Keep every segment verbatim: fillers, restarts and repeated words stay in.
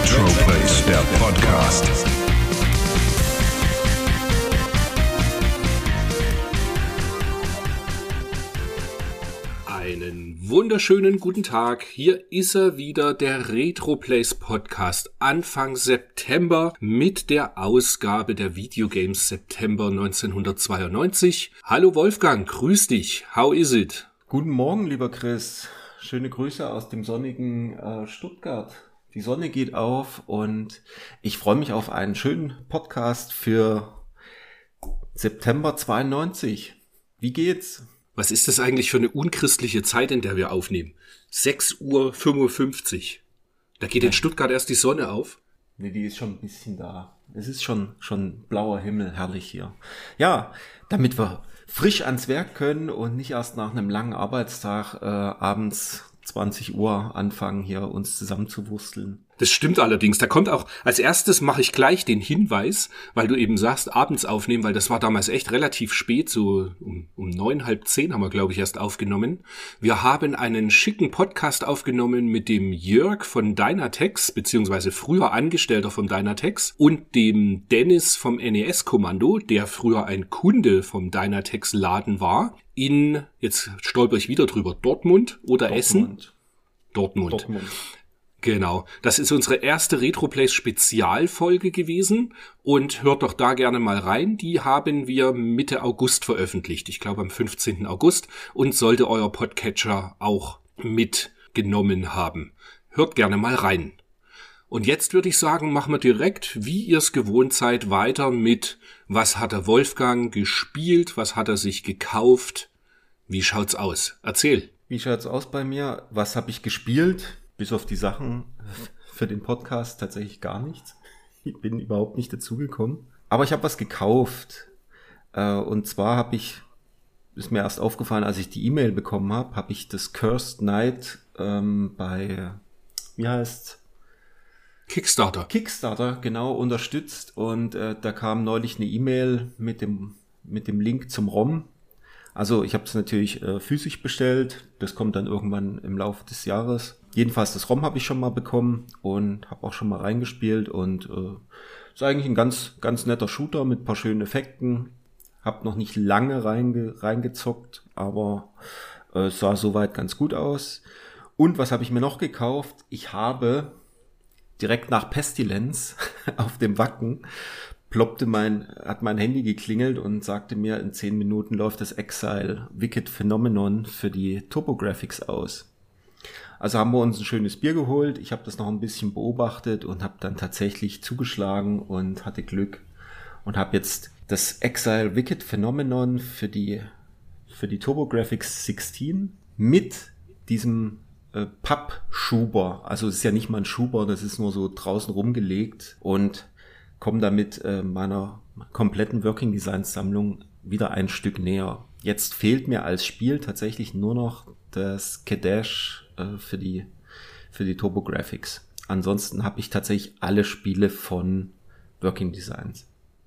Retroplays, der Podcast. Einen wunderschönen guten Tag. Hier ist er wieder, der Retroplays Podcast, Anfang September mit der Ausgabe der Videogames September neunzehnhundertzweiundneunzig. Hallo Wolfgang, grüß dich. How is it? Guten Morgen, lieber Chris. Schöne Grüße aus dem sonnigen äh, Stuttgart. Die Sonne geht auf und ich freue mich auf einen schönen Podcast für September zweiundneunzig. Wie geht's? Was ist das eigentlich für eine unchristliche Zeit, in der wir aufnehmen? sechs Uhr fünfundfünfzig. Da geht in Stuttgart erst die Sonne auf. Nee, die ist schon ein bisschen da. Es ist schon schon blauer Himmel, herrlich hier. Ja, damit wir frisch ans Werk können und nicht erst nach einem langen Arbeitstag äh, abends zwanzig Uhr anfangen, hier uns zusammenzuwursteln. Das stimmt allerdings. Da kommt auch, als erstes mache ich gleich den Hinweis, weil du eben sagst, abends aufnehmen, weil das war damals echt relativ spät, so um, um neun, halb zehn haben wir, glaube ich, erst aufgenommen. Wir haben einen schicken Podcast aufgenommen mit dem Jörg von Dynatex, beziehungsweise früher Angestellter von Dynatex, und dem Dennis vom N E S-Kommando, der früher ein Kunde vom Dynatex-Laden war, in, jetzt stolper ich wieder drüber, Dortmund oder Dortmund. Essen? Dortmund. Dortmund. Genau, das ist unsere erste Retroplays Spezialfolge gewesen und hört doch da gerne mal rein. Die haben wir Mitte August veröffentlicht, ich glaube am fünfzehnten August, und sollte euer Podcatcher auch mitgenommen haben. Hört gerne mal rein. Und jetzt würde ich sagen, machen wir direkt, wie ihr es gewohnt seid, weiter mit: Was hat der Wolfgang gespielt, was hat er sich gekauft, wie schaut's aus? Erzähl. Wie schaut's aus bei mir? Was habe ich gespielt? Bis auf die Sachen für den Podcast tatsächlich gar nichts. Ich bin überhaupt nicht dazugekommen. Aber ich habe was gekauft. Und zwar habe ich, ist mir erst aufgefallen, als ich die E-Mail bekommen habe, habe ich das Cursed Knight ähm, bei, wie heißt Kickstarter. Kickstarter, genau, unterstützt. Und äh, da kam neulich eine E-Mail mit dem, mit dem Link zum ROM. Also ich habe es natürlich äh, physisch bestellt. Das kommt dann irgendwann im Laufe des Jahres. Jedenfalls das ROM habe ich schon mal bekommen und habe auch schon mal reingespielt. Und äh, ist eigentlich ein ganz ganz netter Shooter mit ein paar schönen Effekten. Hab noch nicht lange reinge- reingezockt, aber äh, sah soweit ganz gut aus. Und was habe ich mir noch gekauft? Ich habe direkt nach Pestilence auf dem Wacken ploppte mein, hat mein Handy geklingelt und sagte mir, in zehn Minuten läuft das Exile Wicked Phenomenon für die TurboGrafx aus. Also haben wir uns ein schönes Bier geholt. Ich habe das noch ein bisschen beobachtet und habe dann tatsächlich zugeschlagen und hatte Glück und habe jetzt das Exile Wicked Phenomenon für die für die TurboGrafx sechzehn mit diesem äh, Pappschuber. Also es ist ja nicht mal ein Schuber, das ist nur so draußen rumgelegt, und komme damit äh, meiner kompletten Working Designs Sammlung wieder ein Stück näher. Jetzt fehlt mir als Spiel tatsächlich nur noch das Kadash äh, für die für die TurboGrafx. Ansonsten habe ich tatsächlich alle Spiele von Working Designs.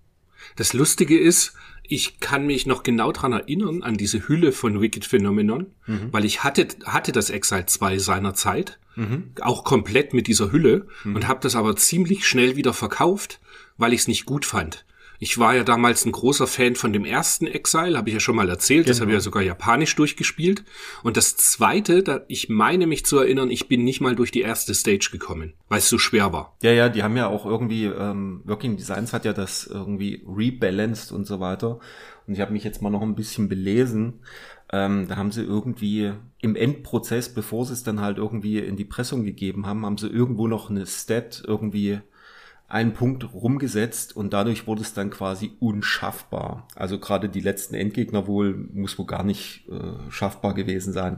Das Lustige ist, ich kann mich noch genau dran erinnern, an diese Hülle von Wicked Phenomenon, mhm. weil ich hatte hatte das Exile zwei seinerzeit, mhm. auch komplett mit dieser Hülle, mhm. und habe das aber ziemlich schnell wieder verkauft, weil ich es nicht gut fand. Ich war ja damals ein großer Fan von dem ersten Exile, habe ich ja schon mal erzählt, genau. Das habe ich ja sogar japanisch durchgespielt. Und das zweite, da, ich meine mich zu erinnern, ich bin nicht mal durch die erste Stage gekommen, weil es so schwer war. Ja, ja, die haben ja auch irgendwie, ähm, Working Designs hat ja das irgendwie rebalanced und so weiter. Und ich habe mich jetzt mal noch ein bisschen belesen. Ähm, da haben sie irgendwie im Endprozess, bevor sie es dann halt irgendwie in die Pressung gegeben haben, haben sie irgendwo noch eine Stat irgendwie einen Punkt rumgesetzt und dadurch wurde es dann quasi unschaffbar. Also gerade die letzten Endgegner wohl, muss wohl gar nicht äh, schaffbar gewesen sein.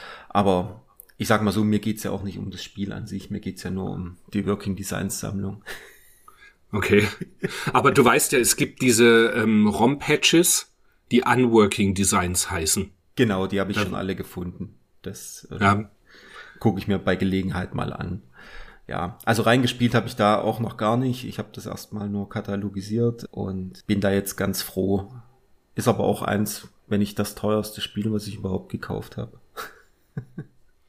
Aber ich sag mal so, mir geht's ja auch nicht um das Spiel an sich, mir geht's ja nur um die Working Designs Sammlung. Okay, aber du weißt ja, es gibt diese ähm, ROM-Patches, die Unworking Designs heißen. Genau, die habe ich ja. schon alle gefunden. Das äh, ja. gucke ich mir bei Gelegenheit mal an. Ja, also reingespielt habe ich da auch noch gar nicht. Ich habe das erstmal nur katalogisiert und bin da jetzt ganz froh. Ist aber auch eins, wenn nicht das teuerste Spiel, was ich überhaupt gekauft habe.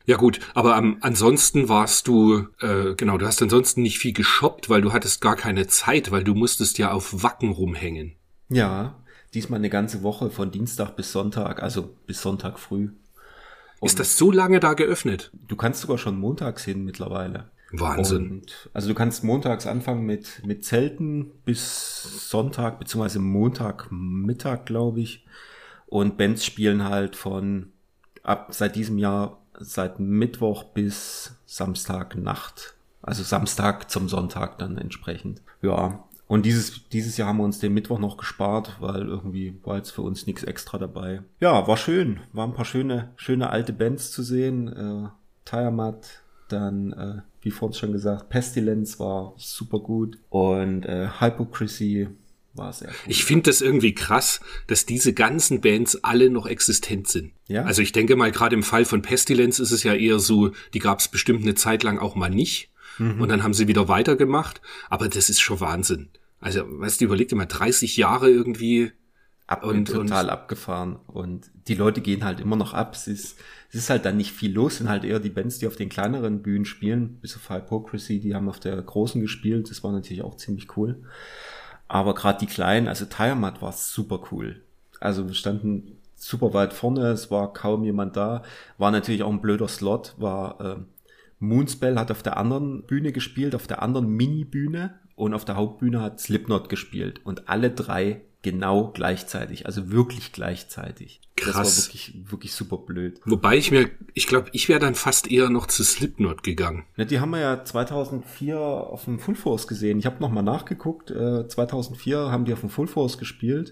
Ja gut, aber ähm, ansonsten warst du, äh, genau, du hast ansonsten nicht viel geshoppt, weil du hattest gar keine Zeit, weil du musstest ja auf Wacken rumhängen. Ja, diesmal eine ganze Woche von Dienstag bis Sonntag, also bis Sonntag früh. Und Ist das so lange da geöffnet? du kannst sogar schon montags hin mittlerweile. Wahnsinn. Und also du kannst montags anfangen mit mit Zelten bis Sonntag beziehungsweise Montagmittag, glaube ich. Und Bands spielen halt von ab seit diesem Jahr seit Mittwoch bis Samstagnacht. Also Samstag zum Sonntag dann entsprechend. Ja. Und dieses, dieses Jahr haben wir uns den Mittwoch noch gespart, weil irgendwie war jetzt für uns nichts extra dabei. Ja, war schön. Waren ein paar schöne, schöne alte Bands zu sehen. Äh, Tiamat, dann, äh, wie vorhin schon gesagt, Pestilence war super gut. Und äh, Hypocrisy war sehr gut. Ich finde das irgendwie krass, dass diese ganzen Bands alle noch existent sind. Ja. Also ich denke mal, gerade im Fall von Pestilence ist es ja eher so, die gab es bestimmt eine Zeit lang auch mal nicht. Mhm. Und dann haben sie wieder weitergemacht. Aber das ist schon Wahnsinn. Also, weißt du, überleg dir mal, dreißig Jahre irgendwie. Ab und, total und abgefahren. Und die Leute gehen halt immer noch ab. Es ist, es ist halt dann nicht viel los. Sind halt eher die Bands, die auf den kleineren Bühnen spielen. Bis auf Hypocrisy, die haben auf der großen gespielt. Das war natürlich auch ziemlich cool. Aber gerade die kleinen, also Tiamat war super cool. Also wir standen super weit vorne, es war kaum jemand da. War natürlich auch ein blöder Slot, war äh, Moonspell hat auf der anderen Bühne gespielt, auf der anderen Mini-Bühne, und auf der Hauptbühne hat Slipknot gespielt. Und alle drei genau gleichzeitig, also wirklich gleichzeitig. Krass. Das war wirklich, wirklich super blöd. Wobei ich mir, ich glaube, ich wäre dann fast eher noch zu Slipknot gegangen. Ne, die haben wir ja zweitausendvier auf dem Full Force gesehen. Ich habe nochmal nachgeguckt. Äh, zweitausendvier haben die auf dem Full Force gespielt.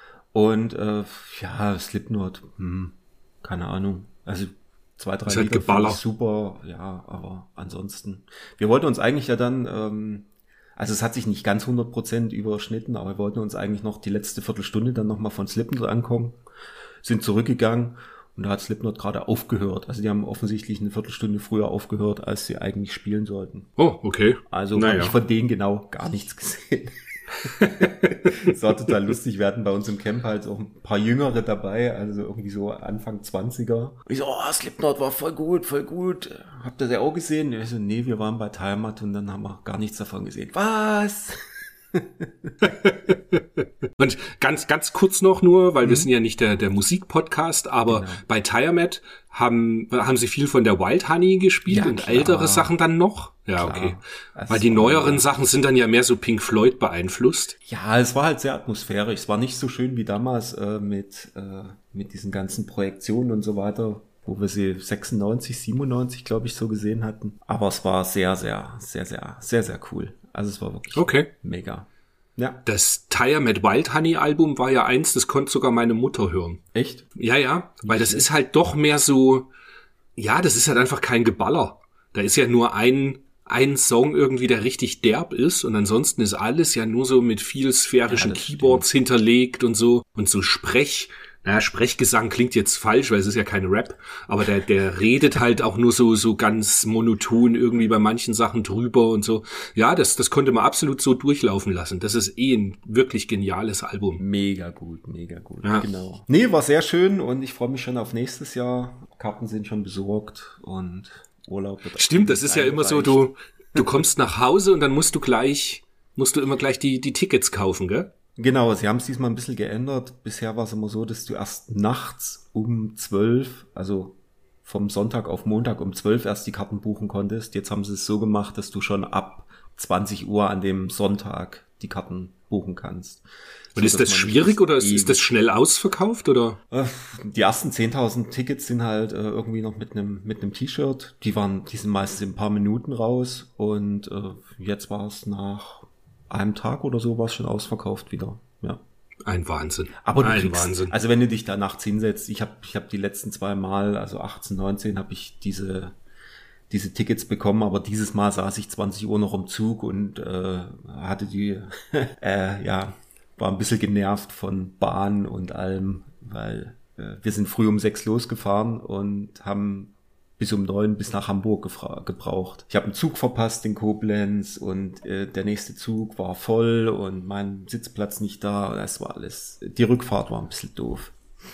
Und äh, ja, Slipknot, hm, keine Ahnung. Also zwei, drei Ist halt Lieder finde Geballer. ich super. Ja, aber ansonsten. Wir wollten uns eigentlich ja dann, ähm, also es hat sich nicht ganz hundert Prozent überschnitten, aber wir wollten uns eigentlich noch die letzte Viertelstunde dann nochmal von Slipknot ankommen. Sind zurückgegangen und da hat Slipknot gerade aufgehört. Also die haben offensichtlich eine Viertelstunde früher aufgehört, als sie eigentlich spielen sollten. Oh, okay. Also Naja. habe ich von denen genau gar nichts gesehen. Das war total lustig. Wir hatten bei uns im Camp halt auch ein paar Jüngere dabei, also irgendwie so Anfang zwanziger. Und ich so, oh, Slipknot war voll gut, voll gut. Habt ihr das auch gesehen? Ich so, nee, wir waren bei Tiamat und dann haben wir gar nichts davon gesehen. Was? Und ganz, ganz kurz noch nur, weil mhm. wir sind ja nicht der, der Musikpodcast, aber Genau. bei Tiamat haben, haben sie viel von der Wild Honey gespielt Ja, und klar. ältere Sachen dann noch. Ja, Klar. okay. Das Weil die war- neueren Sachen sind dann ja mehr so Pink Floyd beeinflusst. Ja, es war halt sehr atmosphärisch. Es war nicht so schön wie damals äh, mit, äh, mit diesen ganzen Projektionen und so weiter, wo wir sie sechsundneunzig, siebenundneunzig, glaube ich, so gesehen hatten. Aber es war sehr, sehr, sehr, sehr, sehr, sehr cool. Also es war wirklich Okay. mega. Ja, Das Tiamat Wild Honey Album war ja eins, das konnte sogar meine Mutter hören. echt? Ja, ja, weil das ist halt doch mehr so, ja, das ist halt einfach kein Geballer. Da ist ja nur ein, ein Song irgendwie, der richtig derb ist und ansonsten ist alles ja nur so mit viel sphärischen Ja, das Keyboards hinterlegt und so und so Sprech, naja, Sprechgesang klingt jetzt falsch, weil es ist ja kein Rap, aber der, der redet halt auch nur so, so ganz monoton irgendwie bei manchen Sachen drüber und so. Ja, das, das konnte man absolut so durchlaufen lassen. Das ist eh ein wirklich geniales Album. Mega gut, mega gut. Ja. Genau. Nee, war sehr schön und ich freue mich schon auf nächstes Jahr. Karten sind schon besorgt und Urlaub wird Stimmt, das ist ja immer so, du, du kommst nach Hause und dann musst du gleich, musst du immer gleich die, die Tickets kaufen, gell? Genau, sie haben es diesmal ein bisschen geändert. Bisher war es immer so, dass du erst nachts um zwölf, also vom Sonntag auf Montag um zwölf erst die Karten buchen konntest. Jetzt haben sie es so gemacht, dass du schon ab zwanzig Uhr an dem Sonntag die Karten buchen kannst. Und So, ist dass das man nicht schwierig oder ist, ewig- ist das schnell ausverkauft oder? Äh, Die ersten zehntausend Tickets sind halt äh, irgendwie noch mit einem mit einem T-Shirt. Die waren, die sind meistens in ein paar Minuten raus und äh, jetzt war es nach einem Tag oder so war es schon ausverkauft wieder. Ja. Ein Wahnsinn. Aber du ein kriegst, Wahnsinn. also wenn du dich da nachts hinsetzt, ich habe ich hab die letzten zwei Mal, also achtzehn, neunzehn, habe ich diese diese Tickets bekommen, aber dieses Mal saß ich zwanzig Uhr noch im Zug und äh, hatte die, äh, ja, war ein bisschen genervt von Bahn und allem, weil äh, wir sind früh um sechs losgefahren und haben bis um neun bis nach Hamburg gefra- gebraucht. Ich habe einen Zug verpasst in Koblenz und äh, der nächste Zug war voll und mein Sitzplatz nicht da. Das war alles, die Rückfahrt war ein bisschen doof.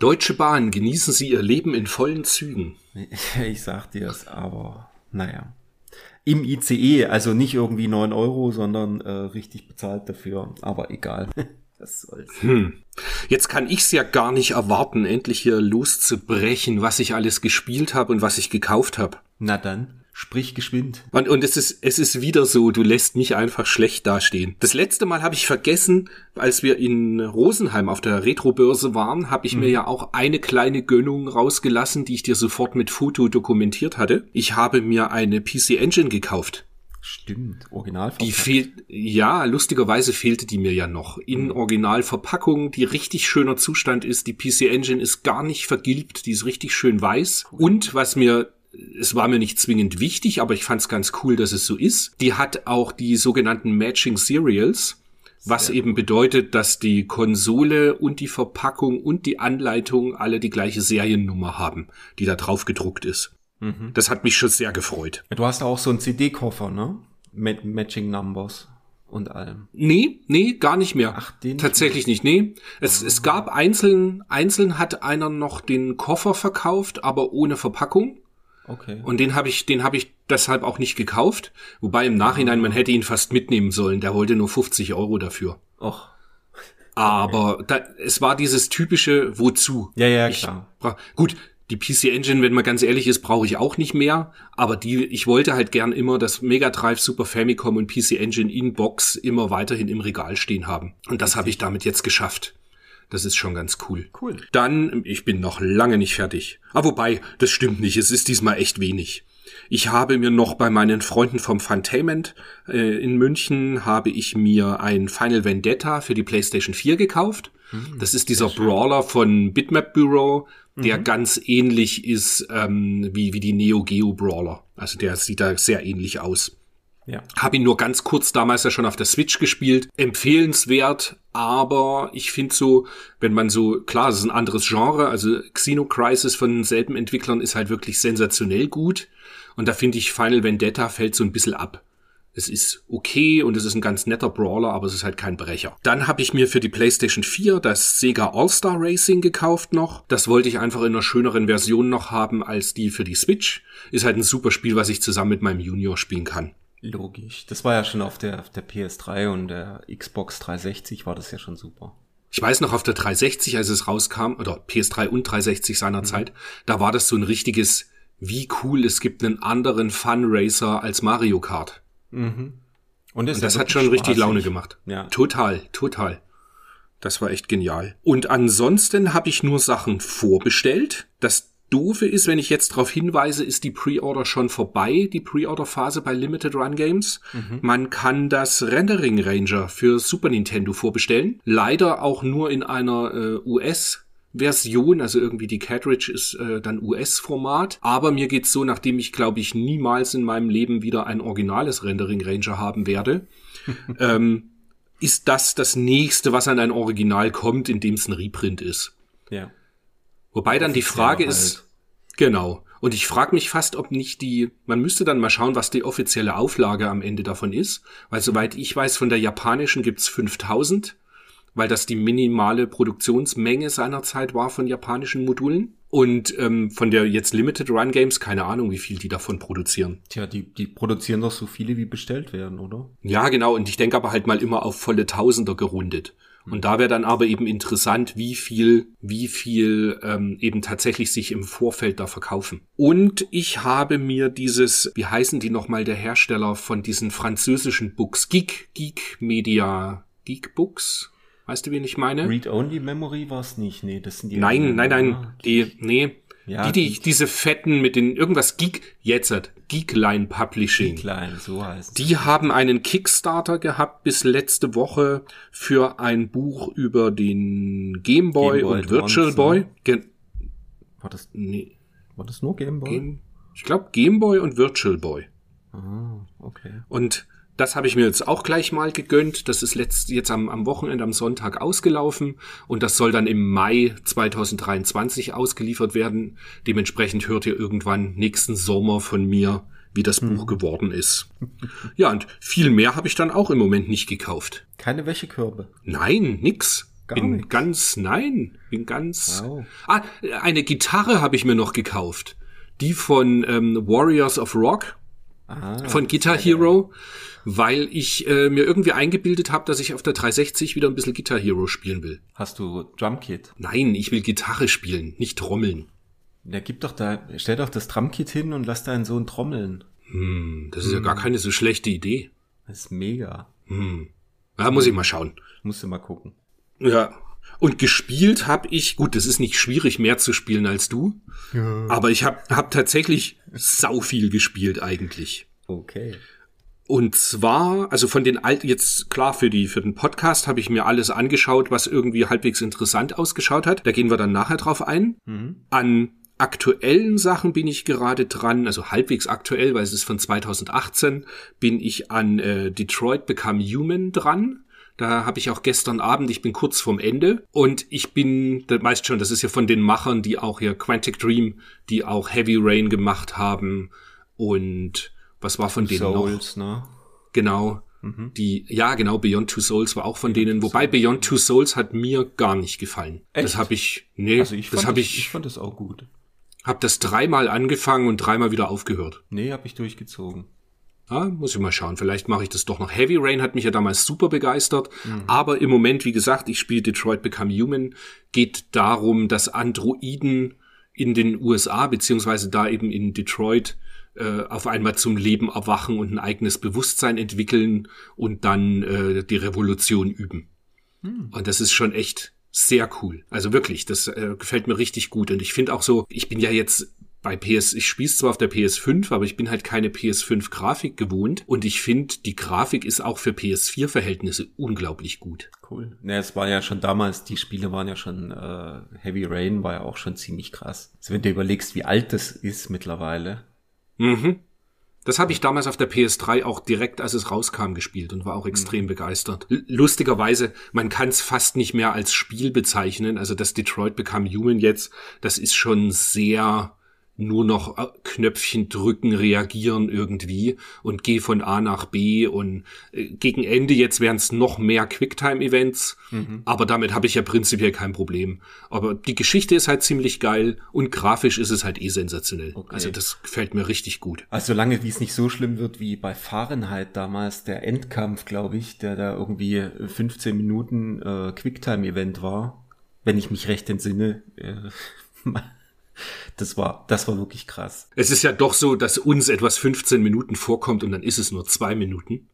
Deutsche Bahn, genießen Sie Ihr Leben in vollen Zügen. Ich sag dir es, aber naja. Im I C E, also nicht irgendwie neun Euro, sondern äh, richtig bezahlt dafür. Aber egal. Das soll's. Hm. Jetzt kann ich's ja gar nicht erwarten, endlich hier loszubrechen, was ich alles gespielt habe und was ich gekauft habe. Na dann. Sprich geschwind. Und, und es ist, es ist wieder so, du lässt mich einfach schlecht dastehen. Das letzte Mal habe ich vergessen, als wir in Rosenheim auf der Retrobörse waren, habe ich mhm. mir ja auch eine kleine Gönnung rausgelassen, die ich dir sofort mit Foto dokumentiert hatte. Ich habe mir eine P C Engine gekauft. Stimmt, Originalverpackung. Die fehlt, ja, lustigerweise fehlte die mir ja noch. In Originalverpackung, die richtig schöner Zustand ist. Die P C Engine ist gar nicht vergilbt, die ist richtig schön weiß. Und was mir Es war mir nicht zwingend wichtig, aber ich fand es ganz cool, dass es so ist. Die hat auch die sogenannten Matching Serials, was Sehr eben gut. bedeutet, dass die Konsole und die Verpackung und die Anleitung alle die gleiche Seriennummer haben, die da drauf gedruckt ist. Mhm. Das hat mich schon sehr gefreut. Du hast auch so einen C D-Koffer, ne? Mit Matching Numbers und allem. Nee, nee, gar nicht mehr. Ach, den Tatsächlich nicht, nee. Es, oh. es gab einzeln, einzeln hat einer noch den Koffer verkauft, aber ohne Verpackung. Okay. Und den habe ich, den habe ich deshalb auch nicht gekauft. Wobei im Nachhinein, man hätte ihn fast mitnehmen sollen. Der wollte nur fünfzig Euro dafür. Och. Aber okay. da, es war dieses typische, wozu? Ja, ja, ich, klar. Bra- gut, die P C Engine, wenn man ganz ehrlich ist, brauche ich auch nicht mehr. Aber die, ich wollte halt gern immer das Mega Drive, Super Famicom und P C Engine in Box immer weiterhin im Regal stehen haben. Und das habe ich damit jetzt geschafft. Das ist schon ganz cool. Cool. Dann, ich bin noch lange nicht fertig. Ah, wobei, das stimmt nicht. Es ist diesmal echt wenig. Ich habe mir noch bei meinen Freunden vom Funtainment äh, in München habe ich mir ein Final Vendetta für die PlayStation vier gekauft. Mhm, das ist dieser Brawler von Bitmap Bureau, der mhm. ganz ähnlich ist ähm, wie, wie die Neo Geo Brawler. Also der sieht da sehr ähnlich aus. Ja. Habe ihn nur ganz kurz damals ja schon auf der Switch gespielt. Empfehlenswert, aber ich finde so, wenn man so, klar, es ist ein anderes Genre, also Xenocrisis von denselben Entwicklern ist halt wirklich sensationell gut. Und da finde ich Final Vendetta fällt so ein bisschen ab. Es ist okay und es ist ein ganz netter Brawler, aber es ist halt kein Brecher. Dann habe ich mir für die PlayStation vier das Sega All-Star Racing gekauft noch. Das wollte ich einfach in einer schöneren Version noch haben als die für die Switch. Ist halt ein super Spiel, was ich zusammen mit meinem Junior spielen kann. Logisch. Das war ja schon auf der, auf der P S drei und der Xbox dreihundertsechzig war das ja schon super. Ich weiß noch, auf der dreihundertsechzig, als es rauskam, oder P S drei und dreihundertsechzig seinerzeit, mhm. da war das so ein richtiges, wie cool, es gibt einen anderen Fun-Racer als Mario Kart. Mhm. Und das, und das hat schon spaßig. Richtig Laune gemacht. Ja. Total, total. Das war echt genial. Und ansonsten habe ich nur Sachen vorbestellt. Das Doofe ist, wenn ich jetzt darauf hinweise, ist die Pre-Order schon vorbei, die Pre-Order-Phase bei Limited Run Games. Mhm. Man kann das Rendering Ranger für Super Nintendo vorbestellen. Leider auch nur in einer äh, U S-Version, also irgendwie die Cartridge ist äh, dann U S-Format. Aber mir geht's so, nachdem ich, glaube ich, niemals in meinem Leben wieder ein originales Rendering Ranger haben werde, ähm, ist das das Nächste, was an ein Original kommt, in dem es ein Reprint ist. Ja. Wobei dann die Frage ist, genau, und ich frage mich fast, ob nicht die, man müsste dann mal schauen, was die offizielle Auflage am Ende davon ist, weil soweit ich weiß, von der japanischen gibt's fünftausend, weil das die minimale Produktionsmenge seinerzeit war von japanischen Modulen. Und ähm, von der jetzt Limited Run Games, keine Ahnung, wie viel die davon produzieren. Tja, die, die produzieren doch so viele, wie bestellt werden, oder? Ja, genau, und ich denke aber halt mal immer auf volle Tausender gerundet. Und da wäre dann aber eben interessant, wie viel, wie viel ähm, eben tatsächlich sich im Vorfeld da verkaufen. Und ich habe mir dieses, wie heißen die nochmal, der Hersteller von diesen französischen Books, Geek, Geek Media, Geek Books, weißt du, wen ich meine? Read-Only-Memory war es nicht, nee, das sind die... Nein, nein, nein, ah, die, nee, ja, die, die, diese fetten mit den, irgendwas Geek, jetzt hat, Geekline Publishing. Geekline, so heißt es. Die haben einen Kickstarter gehabt bis letzte Woche für ein Buch über den Game Boy, Game Boy und Virtual Advance, Boy. Ge- war das, nee. War das nur Game Boy? Game, ich glaube Game Boy und Virtual Boy. Ah, okay. Und das habe ich mir jetzt auch gleich mal gegönnt. Das ist letzt, jetzt am, am Wochenende, am Sonntag ausgelaufen. Und das soll dann im Mai zwanzig dreiundzwanzig ausgeliefert werden. Dementsprechend hört ihr irgendwann nächsten Sommer von mir, wie das hm. Buch geworden ist. Ja, und viel mehr habe ich dann auch im Moment nicht gekauft. Keine Wäschekörbe? Nein, nix. Gar bin nichts. ganz, nein, bin ganz... Wow. Ah, eine Gitarre habe ich mir noch gekauft. Die von ähm, Warriors of Rock, Ah, von Guitar Hero, weil ich äh, mir irgendwie eingebildet habe, dass ich auf der dreihundertsechzig wieder ein bisschen Guitar Hero spielen will. Hast du Drumkit? Nein, ich will Gitarre spielen, nicht trommeln. Ja, gib doch da, stell doch das Drumkit hin und lass deinen Sohn trommeln. Hm, das ist ja gar keine so schlechte Idee. Das ist mega. Hm. Da muss ich mal schauen. Musst du mal gucken. Ja. Und gespielt habe ich, gut, das ist nicht schwierig, mehr zu spielen als du, ja. aber ich habe hab tatsächlich sau viel gespielt eigentlich. Okay. Und zwar, also von den alten, jetzt klar für die für den Podcast habe ich mir alles angeschaut, was irgendwie halbwegs interessant ausgeschaut hat. Da gehen wir dann nachher drauf ein. Mhm. An aktuellen Sachen bin ich gerade dran, also halbwegs aktuell, weil es ist von zweitausendachtzehn, bin ich an äh, Detroit Become Human dran. Da habe ich auch gestern Abend, ich bin kurz vorm Ende und ich bin, du weißt schon, das ist ja von den Machern, die auch hier Quantic Dream, die auch Heavy Rain gemacht haben und was war von denen Souls, noch? Ne? Genau, mhm. die, ja genau, Beyond Two Souls war auch von Beyond denen, wobei Beyond Two Souls hat mir gar nicht gefallen. Echt? Das habe ich, nee, also ich das habe ich, ich fand das auch gut. Hab das dreimal angefangen und dreimal wieder aufgehört. Nee, hab ich durchgezogen. Ja, muss ich mal schauen. Vielleicht mache ich das doch noch. Heavy Rain hat mich ja damals super begeistert. Mhm. Aber im Moment, wie gesagt, ich spiele Detroit Become Human. Geht darum, dass Androiden in den U S A, beziehungsweise da eben in Detroit, äh, auf einmal zum Leben erwachen und ein eigenes Bewusstsein entwickeln und dann äh, die Revolution üben. Mhm. Und das ist schon echt sehr cool. Also wirklich, das äh, gefällt mir richtig gut. Und ich finde auch so, ich bin ja jetzt bei P S, ich spiele es zwar auf der P S fünf, aber ich bin halt keine P S fünf Grafik gewohnt und ich finde, die Grafik ist auch für P S vier Verhältnisse unglaublich gut. Cool. Ne, es war ja schon damals, die Spiele waren ja schon, äh, Heavy Rain war ja auch schon ziemlich krass. Also wenn du überlegst, wie alt das ist mittlerweile. Mhm. Das habe ich damals auf der P S drei auch direkt, als es rauskam, gespielt und war auch extrem mhm. begeistert. L- lustigerweise, man kann es fast nicht mehr als Spiel bezeichnen. Also das Detroit Become Human jetzt, das ist schon sehr nur noch Knöpfchen drücken, reagieren irgendwie und geh von A nach B und äh, gegen Ende jetzt wären es noch mehr Quicktime-Events, mhm. aber damit habe ich ja prinzipiell kein Problem. Aber die Geschichte ist halt ziemlich geil und grafisch ist es halt eh sensationell. Okay. Also das gefällt mir richtig gut. Also solange wie es nicht so schlimm wird wie bei Fahrenheit damals, der Endkampf, glaube ich, der da irgendwie fünfzehn Minuten äh, Quicktime-Event war, wenn ich mich recht entsinne, äh, Das war, das war wirklich krass. Es ist ja doch so, dass uns etwas fünfzehn Minuten vorkommt und dann ist es nur zwei Minuten.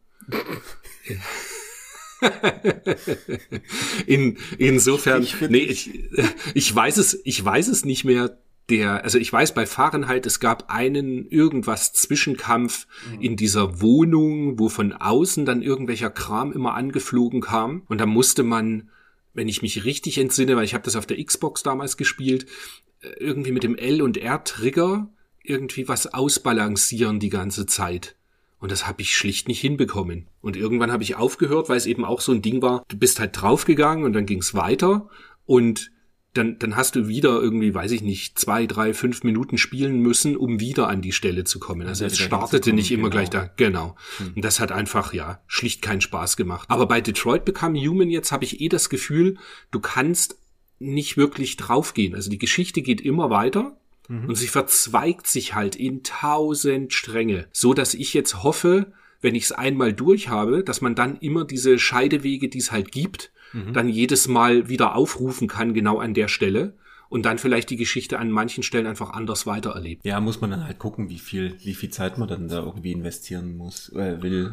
In, insofern, ich nee, ich, ich weiß es, ich weiß es nicht mehr. Der, also ich weiß bei Fahrenheit, es gab einen irgendwas Zwischenkampf mhm. in dieser Wohnung, wo von außen dann irgendwelcher Kram immer angeflogen kam und da musste man, wenn ich mich richtig entsinne, weil ich habe das auf der Xbox damals gespielt, irgendwie mit dem L- und R-Trigger irgendwie was ausbalancieren die ganze Zeit. Und das habe ich schlicht nicht hinbekommen. Und irgendwann habe ich aufgehört, weil es eben auch so ein Ding war, du bist halt draufgegangen und dann ging's weiter und dann dann hast du wieder irgendwie, weiß ich nicht, zwei, drei, fünf Minuten spielen müssen, um wieder an die Stelle zu kommen. Also es startete nicht immer genau. gleich da. Genau. Hm. Und das hat einfach, ja, schlicht keinen Spaß gemacht. Aber bei Detroit Become Human jetzt habe ich eh das Gefühl, du kannst nicht wirklich draufgehen. Also die Geschichte geht immer weiter mhm. und sie verzweigt sich halt in tausend Stränge, so dass ich jetzt hoffe, wenn ich es einmal durch habe, dass man dann immer diese Scheidewege, die es halt gibt, mhm. dann jedes Mal wieder aufrufen kann, genau an der Stelle und dann vielleicht die Geschichte an manchen Stellen einfach anders weitererlebt. Ja, muss man dann halt gucken, wie viel, wie viel Zeit man dann da irgendwie investieren muss, äh, will,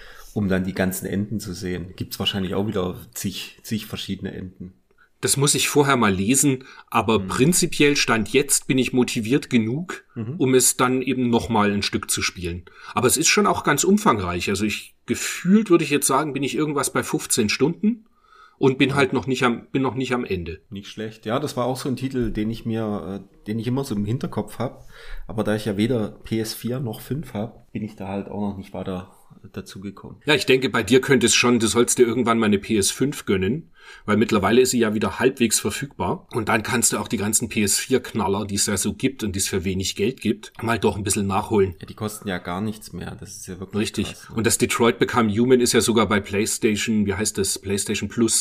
um dann die ganzen Enden zu sehen. Gibt's wahrscheinlich auch wieder zig, zig verschiedene Enden. Das muss ich vorher mal lesen, aber mhm. prinzipiell Stand jetzt bin ich motiviert genug, mhm. um es dann eben nochmal ein Stück zu spielen. Aber es ist schon auch ganz umfangreich. Also ich gefühlt würde ich jetzt sagen, bin ich irgendwas bei fünfzehn Stunden und bin ja. halt noch nicht am, bin noch nicht am Ende. Nicht schlecht. Ja, das war auch so ein Titel, den ich mir, äh, den ich immer so im Hinterkopf habe. Aber da ich ja weder P S vier noch fünf habe, bin ich da halt auch noch nicht weiter dazu gekommen. Ja, ich denke, bei dir könnte es schon, du sollst dir irgendwann mal eine P S fünf gönnen, weil mittlerweile ist sie ja wieder halbwegs verfügbar und dann kannst du auch die ganzen P S vier Knaller, die es ja so gibt und die es für wenig Geld gibt, mal doch ein bisschen nachholen. Ja, die kosten ja gar nichts mehr, das ist ja wirklich richtig. krass, ne? Und das Detroit Become Human ist ja sogar bei PlayStation, wie heißt das, PlayStation Plus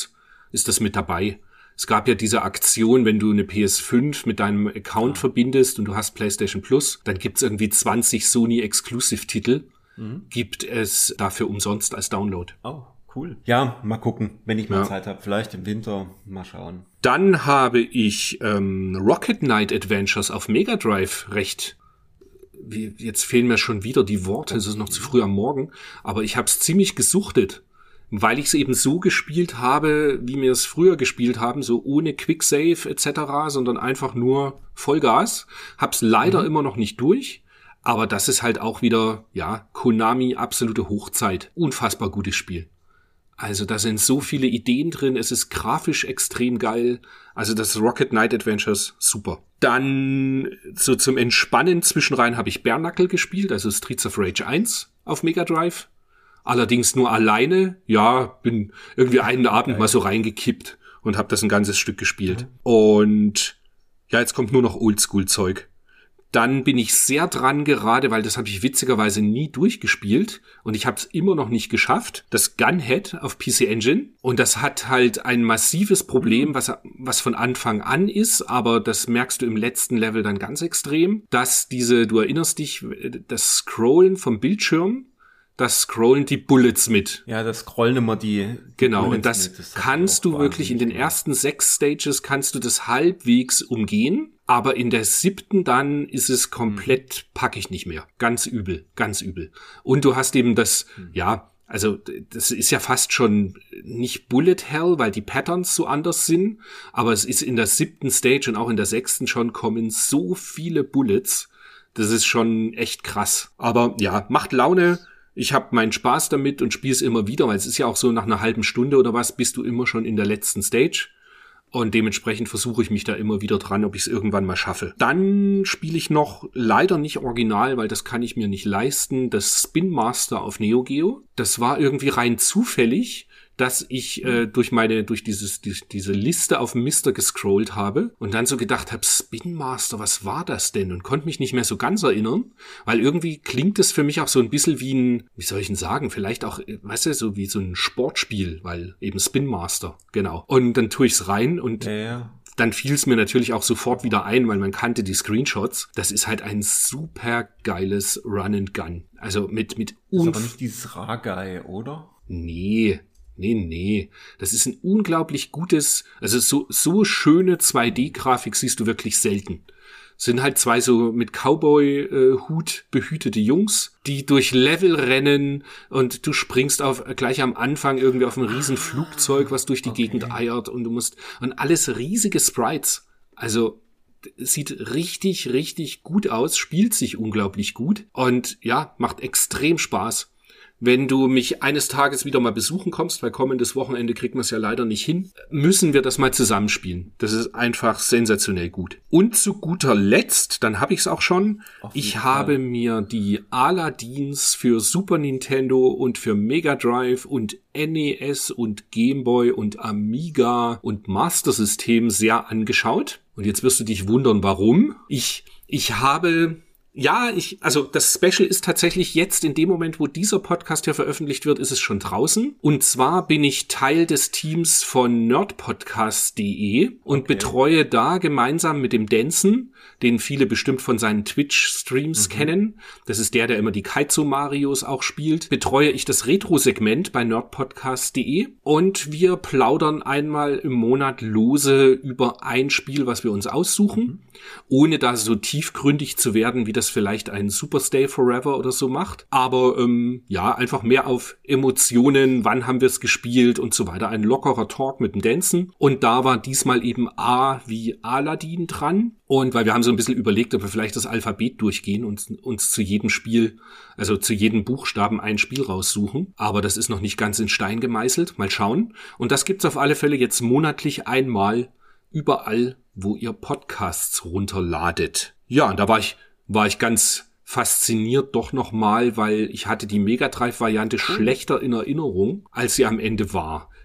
ist das mit dabei. Es gab ja diese Aktion, wenn du eine P S fünf mit deinem Account ja. verbindest und du hast PlayStation Plus, dann gibt's irgendwie zwanzig Sony-Exclusive-Titel, mhm. gibt es dafür umsonst als Download. Oh, cool. Ja, mal gucken, wenn ich mal ja. Zeit habe. Vielleicht im Winter, mal schauen. Dann habe ich ähm, Rocket Knight Adventures auf Mega Drive recht... Wie, jetzt fehlen mir schon wieder die Worte, es ist noch zu früh am Morgen, aber ich habe es ziemlich gesuchtet. Weil ich es eben so gespielt habe, wie wir es früher gespielt haben, so ohne Quicksave et cetera, sondern einfach nur Vollgas. Hab's leider mhm. immer noch nicht durch, aber das ist halt auch wieder, ja, Konami absolute Hochzeit. Unfassbar gutes Spiel. Also da sind so viele Ideen drin, es ist grafisch extrem geil. Also das Rocket Knight Adventures, super. Dann so zum Entspannen zwischenrein habe ich Bare Knuckle gespielt, also Streets of Rage eins auf Mega Drive. Allerdings nur alleine, ja, bin irgendwie einen Abend Geil. mal so reingekippt und habe das ein ganzes Stück gespielt. Mhm. Und ja, jetzt kommt nur noch Oldschool-Zeug. Dann bin ich sehr dran gerade, weil das habe ich witzigerweise nie durchgespielt und ich habe es immer noch nicht geschafft. Das Gunhead auf P C Engine. Und das hat halt ein massives Problem, was, was von Anfang an ist, aber das merkst du im letzten Level dann ganz extrem, dass diese, du erinnerst dich, das Scrollen vom Bildschirm, das scrollen die Bullets mit. Ja, das scrollen immer die, die Genau, Bullets und das, mit. Das kannst du wirklich in den ersten sechs Stages kannst du das halbwegs umgehen, aber in der siebten dann ist es komplett mhm. pack ich nicht mehr. Ganz übel, ganz übel. Und du hast eben das, mhm. ja, also das ist ja fast schon nicht Bullet Hell, weil die Patterns so anders sind, aber es ist in der siebten Stage und auch in der sechsten schon kommen so viele Bullets. Das ist schon echt krass. Aber ja, macht Laune. Ich habe meinen Spaß damit und spiele es immer wieder, weil es ist ja auch so, nach einer halben Stunde oder was bist du immer schon in der letzten Stage. Und dementsprechend versuche ich mich da immer wieder dran, ob ich es irgendwann mal schaffe. Dann spiele ich noch, leider nicht original, weil das kann ich mir nicht leisten, das Spin Master auf Neo Geo. Das war irgendwie rein zufällig, dass ich äh, durch meine, durch dieses, die, diese Liste auf Mister gescrollt habe und dann so gedacht habe, Spin Master, was war das denn? Und konnte mich nicht mehr so ganz erinnern, weil irgendwie klingt es für mich auch so ein bisschen wie ein, wie soll ich denn sagen, vielleicht auch, weißt du, so wie so ein Sportspiel, weil eben Spin Master, genau. Und dann tue ich's rein und ja, ja. Dann fiel es mir natürlich auch sofort wieder ein, weil man kannte die Screenshots. Das ist halt ein super geiles Run and Gun. Also mit, mit Das ist aber nicht dieses Ragai, oder? Nee. Nee, nee. Das ist ein unglaublich gutes, also so, so schöne zwei D-Grafik siehst du wirklich selten. Es sind halt zwei so mit Cowboy-Hut behütete Jungs, die durch Level rennen und du springst auf gleich am Anfang irgendwie auf ein riesen Flugzeug, was durch die okay. Gegend eiert und du musst, und alles riesige Sprites. Also, sieht richtig, richtig gut aus, spielt sich unglaublich gut und ja, macht extrem Spaß. Wenn du mich eines Tages wieder mal besuchen kommst, weil kommendes Wochenende kriegt man es ja leider nicht hin, müssen wir das mal zusammenspielen. Das ist einfach sensationell gut. Und zu guter Letzt, dann habe ich es auch schon, ich habe mir die Aladdins für Super Nintendo und für Mega Drive und N E S und Game Boy und Amiga und Master System sehr angeschaut. Und jetzt wirst du dich wundern, warum. Ich, ich habe... Ja, ich, also das Special ist tatsächlich jetzt in dem Moment, wo dieser Podcast hier veröffentlicht wird, ist es schon draußen. Und zwar bin ich Teil des Teams von nerdpodcast punkt de und okay. betreue da gemeinsam mit dem Denson, den viele bestimmt von seinen Twitch-Streams mhm. kennen. Das ist der, der immer die Kaizo-Marios auch spielt. Betreue ich das Retro-Segment bei nerdpodcast punkt de und wir plaudern einmal im Monat lose über ein Spiel, was wir uns aussuchen, mhm. ohne da so tiefgründig zu werden, wie das vielleicht ein Super Stay Forever oder so macht. Aber ähm, ja, einfach mehr auf Emotionen, wann haben wir es gespielt und so weiter. Ein lockerer Talk mit dem Dancen. Und da war diesmal eben A wie Aladdin dran. Und weil wir haben so ein bisschen überlegt, ob wir vielleicht das Alphabet durchgehen und uns zu jedem Spiel, also zu jedem Buchstaben ein Spiel raussuchen. Aber das ist noch nicht ganz in Stein gemeißelt. Mal schauen. Und das gibt's auf alle Fälle jetzt monatlich einmal überall, wo ihr Podcasts runterladet. Ja, und da war ich war ich ganz fasziniert doch nochmal, weil ich hatte die Mega Drive-Variante schlechter in Erinnerung, als sie am Ende war.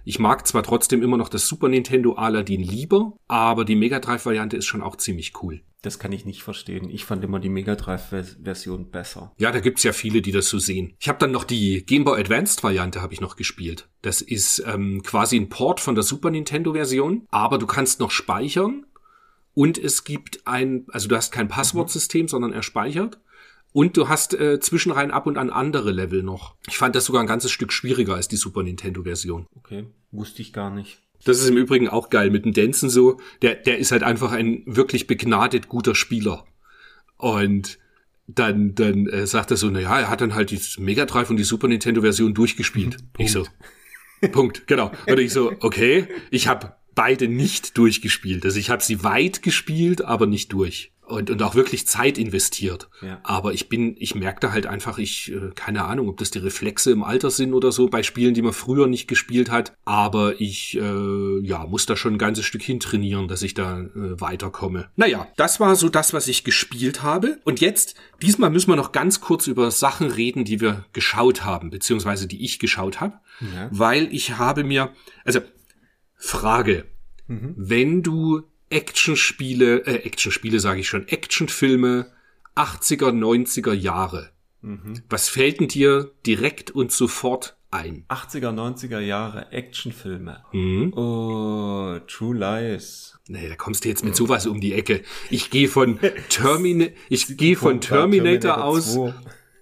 Ich mag zwar trotzdem immer noch das Super Nintendo Aladdin lieber, aber die Mega Drive-Variante ist schon auch ziemlich cool. Das kann ich nicht verstehen. Ich fand immer die Mega Drive-Version besser. Ja, da gibt's ja viele, die das so sehen. Ich habe dann noch die Game Boy Advanced-Variante habe ich noch gespielt. Das ist ähm, quasi ein Port von der Super Nintendo-Version, aber du kannst noch speichern und es gibt ein, also du hast kein Passwortsystem, mhm. sondern er speichert. Und du hast äh, zwischenrein ab und an andere Level noch. Ich fand das sogar ein ganzes Stück schwieriger als die Super Nintendo-Version. Okay, wusste ich gar nicht. Das ist im Übrigen auch geil mit dem Dancen so. Der, der ist halt einfach ein wirklich begnadet guter Spieler. Und dann, dann äh, sagt er so, na ja, er hat dann halt die Mega Drive und die Super Nintendo-Version durchgespielt. Ich so, Punkt, genau. Und ich so, okay, ich habe beide nicht durchgespielt. Also ich habe sie weit gespielt, aber nicht durch. Und, und auch wirklich Zeit investiert. Ja. Aber ich bin, ich merkte halt einfach, ich, äh, keine Ahnung, ob das die Reflexe im Alter sind oder so, bei Spielen, die man früher nicht gespielt hat. Aber ich, äh, ja, muss da schon ein ganzes Stück hintrainieren, dass ich da äh, weiterkomme. Naja, das war so das, was ich gespielt habe. Und jetzt, diesmal müssen wir noch ganz kurz über Sachen reden, die wir geschaut haben, beziehungsweise die ich geschaut habe. Ja. Weil ich habe mir, also, Frage, mhm. wenn du Actionspiele, äh, Actionspiele sage ich schon, Actionfilme achtziger, neunziger Jahre. Mhm. Was fällt denn dir direkt und sofort ein? achtziger, neunziger Jahre Actionfilme. Mhm. Oh, True Lies. Nee, da kommst du jetzt mit sowas um die Ecke. Ich gehe von Terminator, ich gehe von Terminator, Terminator aus. zwei.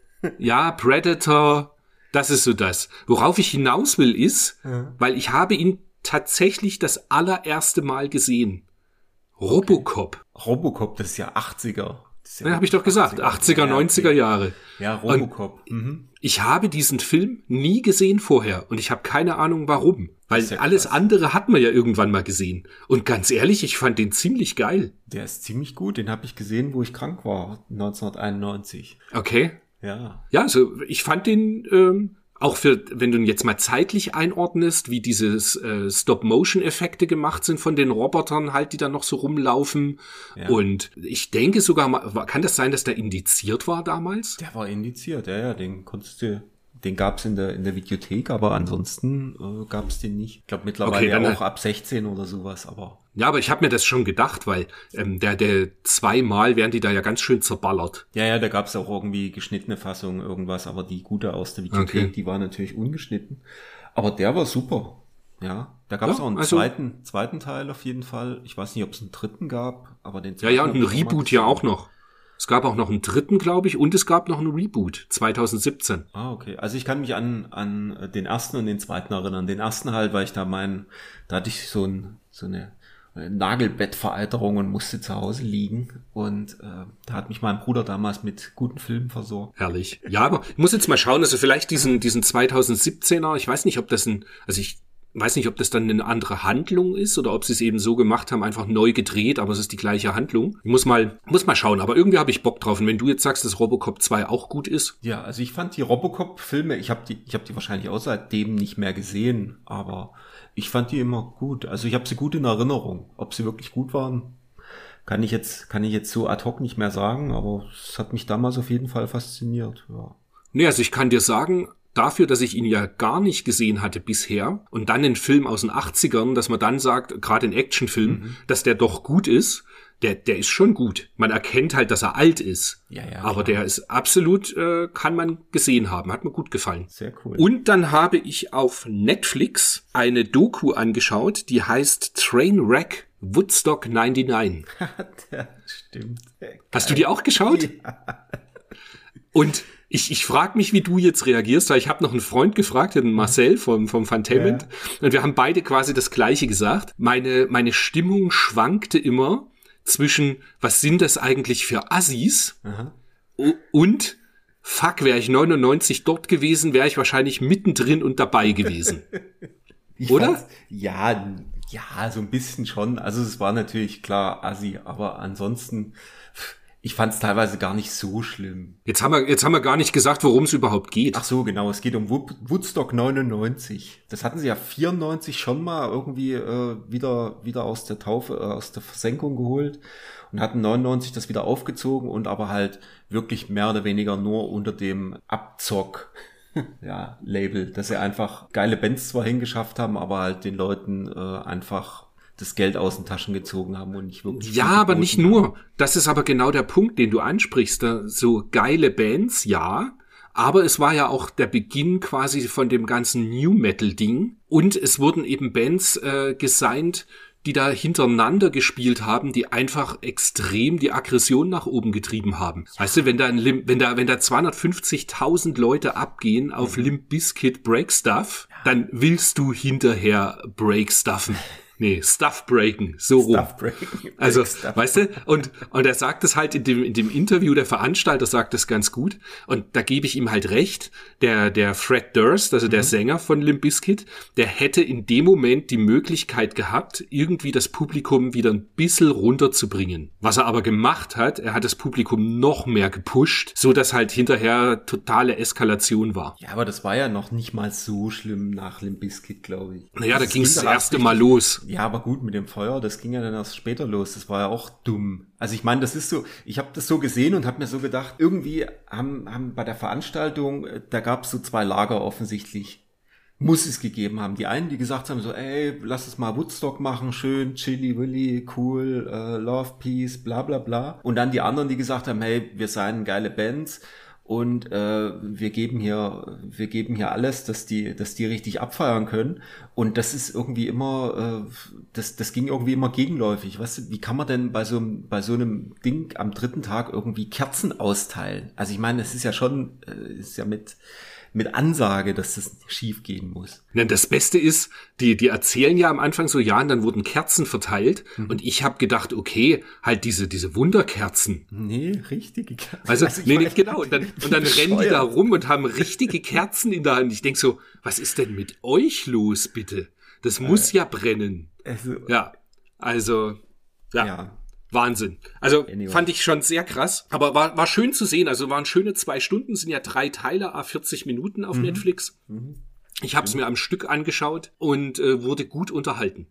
Ja, Predator, das ist so das. Worauf ich hinaus will ist, ja. weil ich habe ihn tatsächlich das allererste Mal gesehen. Robocop. Okay. Robocop, das ist ja achtziger. Ja, ja habe ich doch gesagt, achtziger, ja, neunziger okay. Jahre. Ja, Robocop. Mhm. Ich habe diesen Film nie gesehen vorher und ich habe keine Ahnung warum. Weil ja alles andere hat man ja irgendwann mal gesehen. Und ganz ehrlich, ich fand den ziemlich geil. Der ist ziemlich gut, den habe ich gesehen, wo ich krank war, neunzehnhunderteinundneunzig. Okay. Ja. Ja, also ich fand den... Ähm, Auch für, wenn du ihn jetzt mal zeitlich einordnest, wie dieses äh, Stop-Motion-Effekte gemacht sind von den Robotern halt, die da noch so rumlaufen. Ja. Und ich denke sogar mal, kann das sein, dass der indiziert war damals? Der war indiziert, ja, ja, den konntest du, den gab's in der in der Videothek, aber ansonsten äh, gab's den nicht. Ich glaube mittlerweile okay, auch ab sechzehn oder sowas, aber... Ja, aber ich habe mir das schon gedacht, weil ähm, der der zweimal werden die da ja ganz schön zerballert. Ja, ja, da gab's auch irgendwie geschnittene Fassungen, irgendwas, aber die gute aus der Videothek, okay. die war natürlich ungeschnitten. Aber der war super, ja. Da gab's ja, auch einen also, zweiten zweiten Teil auf jeden Fall. Ich weiß nicht, ob es einen dritten gab, aber den zweiten... Ja, ja, und ein Reboot ja auch noch. Es gab auch noch einen dritten, glaube ich, und es gab noch einen Reboot, zweitausendsiebzehn. Ah, okay. Also ich kann mich an an den ersten und den zweiten erinnern. Den ersten halt, weil ich da mein, da hatte ich so ein so eine Nagelbettvereiterung und musste zu Hause liegen. Und äh, da hat mich mein Bruder damals mit guten Filmen versorgt. Herrlich. Ja, aber ich muss jetzt mal schauen, also vielleicht diesen diesen zweitausendsiebzehner, ich weiß nicht, ob das ein, also ich weiß nicht, ob das dann eine andere Handlung ist oder ob sie es eben so gemacht haben, einfach neu gedreht, aber es ist die gleiche Handlung. Ich muss mal, muss mal schauen, aber irgendwie habe ich Bock drauf. Und wenn du jetzt sagst, dass Robocop zwei auch gut ist. Ja, also ich fand die Robocop-Filme, ich habe die, ich habe die wahrscheinlich auch seitdem nicht mehr gesehen, aber ich fand die immer gut. Also ich habe sie gut in Erinnerung. Ob sie wirklich gut waren, kann ich jetzt, kann ich jetzt so ad hoc nicht mehr sagen, aber es hat mich damals auf jeden Fall fasziniert. Ja. Nee, also ich kann dir sagen, dafür, dass ich ihn ja gar nicht gesehen hatte bisher und dann einen Film aus den achtzigern, dass man dann sagt, gerade in Actionfilm, mhm. dass der doch gut ist, der der ist schon gut. Man erkennt halt, dass er alt ist. Ja, ja, aber klar. Der ist absolut, äh, kann man gesehen haben. Hat mir gut gefallen. Sehr cool. Und dann habe ich auf Netflix eine Doku angeschaut, die heißt Trainwreck Woodstock neunundneunzig. Das stimmt. Geil. Hast du die auch geschaut? Ja. Und ich, ich frage mich, wie du jetzt reagierst, weil ich habe noch einen Freund gefragt, den Marcel vom, vom Funtainment, ja. Und wir haben beide quasi das Gleiche gesagt. Meine, meine Stimmung schwankte immer zwischen, was sind das eigentlich für Assis? Aha. Und, fuck, wäre ich neunundneunzig dort gewesen, wäre ich wahrscheinlich mittendrin und dabei gewesen. Oder? Ja, ja, so ein bisschen schon. Also es war natürlich klar Assi, aber ansonsten... Ich fand es teilweise gar nicht so schlimm. Jetzt haben wir, jetzt haben wir gar nicht gesagt, worum es überhaupt geht. Ach so, genau. Es geht um Woodstock neunundneunzig. Das hatten sie ja vierundneunzig schon mal irgendwie äh, wieder wieder aus der Taufe, äh, aus der Versenkung geholt und hatten neunundneunzig das wieder aufgezogen und aber halt wirklich mehr oder weniger nur unter dem Abzock ja, Label, dass sie einfach geile Bands zwar hingeschafft haben, aber halt den Leuten äh, einfach das Geld aus den Taschen gezogen haben und nicht wirklich. Ja, aber nicht nur. Das ist aber genau der Punkt, den du ansprichst. So geile Bands, ja. Aber es war ja auch der Beginn quasi von dem ganzen New Metal Ding. Und es wurden eben Bands äh, gesigned, die da hintereinander gespielt haben, die einfach extrem die Aggression nach oben getrieben haben. Ja. Weißt du, wenn da ein Lim- wenn da wenn da zweihundertfünfzigtausend Leute abgehen auf mhm. Limp Bizkit Break Stuff, ja. dann willst du hinterher Break Stuffen. Nee, Stuff breaken, so rum. Stuff breaking. Also, Stuff. Weißt du, und, und er sagt es halt in dem, in dem Interview, der Veranstalter sagt es ganz gut, und da gebe ich ihm halt recht, der, der Fred Durst, also der mhm. Sänger von Limp Bizkit, der hätte in dem Moment die Möglichkeit gehabt, irgendwie das Publikum wieder ein bisschen runterzubringen. Was er aber gemacht hat, er hat das Publikum noch mehr gepusht, so dass halt hinterher totale Eskalation war. Ja, aber das war ja noch nicht mal so schlimm nach Limp Bizkit, glaube ich. Naja, da ging es das erste Mal los. Ja, aber gut, mit dem Feuer, das ging ja dann erst später los. Das war ja auch dumm. Also ich meine, das ist so, ich habe das so gesehen und habe mir so gedacht, irgendwie haben, haben bei der Veranstaltung, da gab es so zwei Lager offensichtlich, muss es gegeben haben. Die einen, die gesagt haben so, ey, lass es mal Woodstock machen, schön, chilly, willy, cool, uh, love, peace, bla bla bla. Und dann die anderen, die gesagt haben, hey, wir seien geile Bands. Und äh, wir geben hier, wir geben hier alles, dass die, dass die richtig abfeiern können. Und das ist irgendwie immer, äh, das, das ging irgendwie immer gegenläufig. Weißt du, wie kann man denn bei so, bei so einem Ding am dritten Tag irgendwie Kerzen austeilen? Also ich meine, es ist ja schon, äh, ist ja mit mit Ansage, dass das schief gehen muss. Ja, das Beste ist, die die erzählen ja am Anfang so, ja, und dann wurden Kerzen verteilt mhm. und ich habe gedacht, okay, halt diese diese Wunderkerzen. Nee, richtige Kerzen. Also, also nee, nicht genau. Und dann, und dann rennen die da rum und haben richtige Kerzen in der Hand. Ich denk so, was ist denn mit euch los, bitte? Das muss äh, ja brennen. Also, ja, also, ja. ja. Wahnsinn. Also anyway. Fand ich schon sehr krass, aber war war schön zu sehen. Also waren schöne zwei Stunden, sind ja drei Teile, à vierzig Minuten auf mhm. Netflix. Mhm. Ich habe es mhm. mir am Stück angeschaut und äh, wurde gut unterhalten.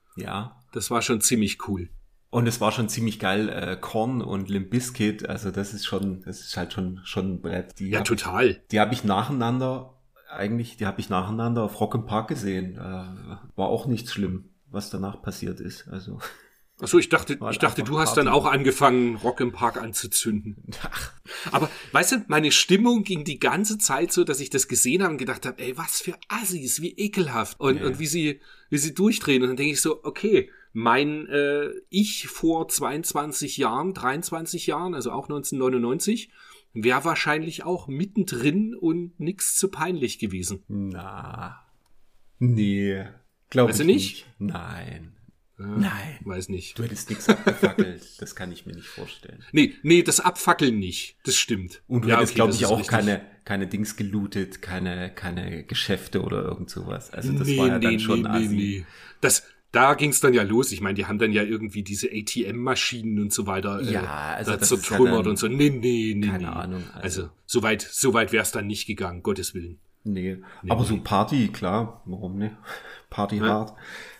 Ja. Das war schon ziemlich cool. Und es war schon ziemlich geil, äh, Korn und Limp Bizkit, also das ist schon, das ist halt schon schon ein Brett. Die ja, hab, total. Die habe ich nacheinander, eigentlich, die habe ich nacheinander auf Rock im Park gesehen. Äh, war auch nichts schlimm, was danach passiert ist. Also Ach so, ich dachte, ich dachte, du hast dann auch angefangen, Rock im Park anzuzünden. Ach. Aber, weißt du, meine Stimmung ging die ganze Zeit so, dass ich das gesehen habe und gedacht habe, ey, was für Assis, wie ekelhaft. Und, ja. und wie sie, wie sie durchdrehen. Und dann denke ich so, okay, mein äh, Ich vor zweiundzwanzig Jahren, dreiundzwanzig Jahren, also auch neunzehnhundertneunundneunzig, wäre wahrscheinlich auch mittendrin und nix zu peinlich gewesen. Na, nee, glaube ich nicht. nicht. Nein. Nein. Weiß nicht. Du hättest nichts abgefackelt. Das kann ich mir nicht vorstellen. Nee, nee, das Abfackeln nicht. Das stimmt. Und du ja, hättest, okay, glaube ich, auch keine, keine Dings gelootet, keine, keine Geschäfte oder irgend sowas. Also das nee, war ja nee, dann schon nee, assi. Nee, nee. Das, da ging's dann ja los. Ich meine, die haben dann ja irgendwie diese A T M-Maschinen und so weiter äh, ja, also da zertrümmert ja und so. Nee, nee, nee. Keine nee. Ahnung. Also, also so weit, so weit wär's dann nicht gegangen, Gottes Willen. Nee, nee aber nee. So Party, klar. Warum nicht? Party ja. hard.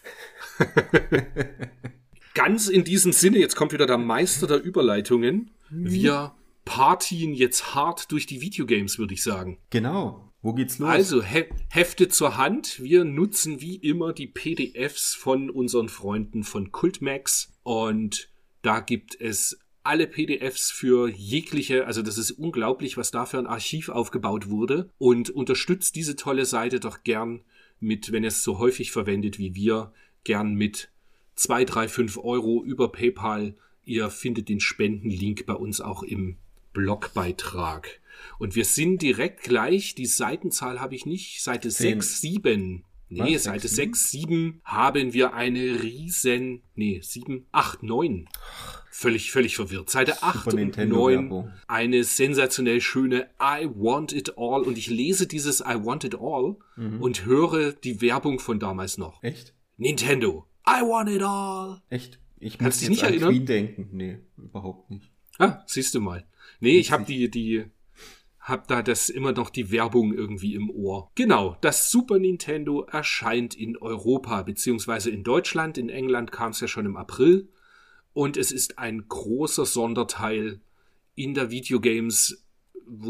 Ganz in diesem Sinne, jetzt kommt wieder der Meister der Überleitungen. Wir partien jetzt hart durch die Videogames, würde ich sagen. Genau. Wo geht's los? Also, He- Hefte zur Hand. Wir nutzen wie immer die P D Fs von unseren Freunden von Cultmax. Und da gibt es alle P D Fs für jegliche, also das ist unglaublich, was da für ein Archiv aufgebaut wurde. Und unterstützt diese tolle Seite doch gern mit, wenn es so häufig verwendet wie wir, gern mit zwei, drei, fünf Euro über PayPal. Ihr findet den Spendenlink bei uns auch im Blogbeitrag. Und wir sind direkt gleich, die Seitenzahl habe ich nicht, Seite sechs, sieben. Nee, Was, Seite sechs, sieben haben wir eine riesen, nee, sieben, acht, neun. Völlig, völlig verwirrt. Seite acht und neun, eine sensationell schöne I Want It All. Und ich lese dieses I Want It All mhm. und höre die Werbung von damals noch. Echt? Nintendo. I want it all. Echt? Ich Kannst muss dich nicht an erinnern? Queen denken. Nee, überhaupt nicht. Ah, siehst du mal. Nee, ich habe die, die, hab da das immer noch die Werbung irgendwie im Ohr. Genau, das Super Nintendo erscheint in Europa, beziehungsweise in Deutschland. In England kam es ja schon im April. Und es ist ein großer Sonderteil in der Videogames, wo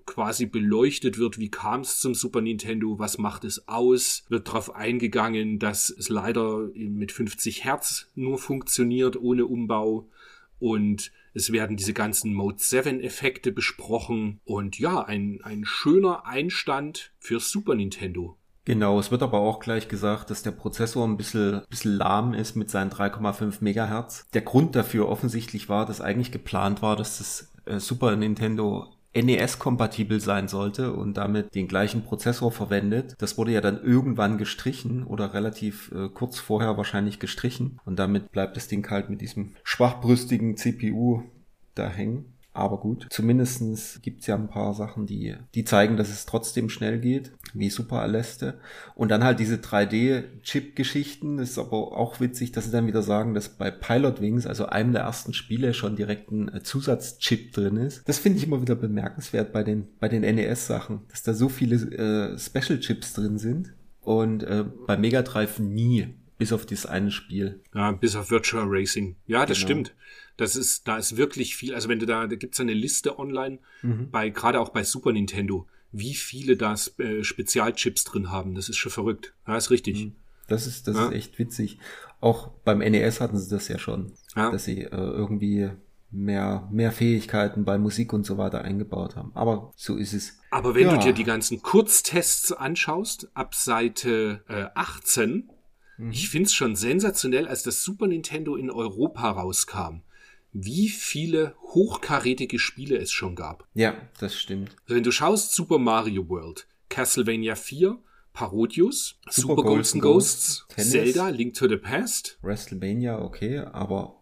quasi beleuchtet wird, wie kam es zum Super Nintendo, was macht es aus, wird darauf eingegangen, dass es leider mit fünfzig Hertz nur funktioniert, ohne Umbau. Und es werden diese ganzen Mode sieben Effekte besprochen. Und ja, ein, ein schöner Einstand für Super Nintendo. Genau, es wird aber auch gleich gesagt, dass der Prozessor ein bisschen, bisschen lahm ist mit seinen drei Komma fünf Megahertz. Der Grund dafür offensichtlich war, dass eigentlich geplant war, dass das äh, Super Nintendo N E S-kompatibel sein sollte und damit den gleichen Prozessor verwendet. Das wurde ja dann irgendwann gestrichen oder relativ äh, kurz vorher wahrscheinlich gestrichen. Und damit bleibt das Ding halt mit diesem schwachbrüstigen C P U da hängen. Aber gut, zumindestens gibt's ja ein paar Sachen, die die zeigen, dass es trotzdem schnell geht, wie Super Aleste. Und dann halt diese drei D-Chip-Geschichten. Das ist aber auch witzig, dass sie dann wieder sagen, dass bei Pilotwings, also einem der ersten Spiele, schon direkt ein Zusatzchip drin ist. Das finde ich immer wieder bemerkenswert bei den bei den N E S-Sachen, dass da so viele äh, Special-Chips drin sind. Und äh, bei Mega Drive nie, bis auf dieses eine Spiel. Ja, bis auf Virtual Racing. Ja, das Genau. stimmt. Das ist, da ist wirklich viel. Also wenn du da, da gibt's eine Liste online, Mhm. bei, gerade auch bei Super Nintendo, wie viele da äh, Spezialchips drin haben. Das ist schon verrückt. Ja, ist richtig. Das ist, das Ja. ist echt witzig. Auch beim N E S hatten sie das ja schon, Ja. dass sie äh, irgendwie mehr, mehr Fähigkeiten bei Musik und so weiter eingebaut haben. Aber so ist es. Aber wenn Ja. du dir die ganzen Kurztests anschaust, ab Seite äh, achtzehn, Mhm. ich find's schon sensationell, als das Super Nintendo in Europa rauskam, wie viele hochkarätige Spiele es schon gab. Ja, das stimmt. Also wenn du schaust, Super Mario World, Castlevania vier, Parodius, Super Super, Ghosts and Ghosts, Ghosts, Tennis. Zelda, Link to the Past, WrestleMania, okay, aber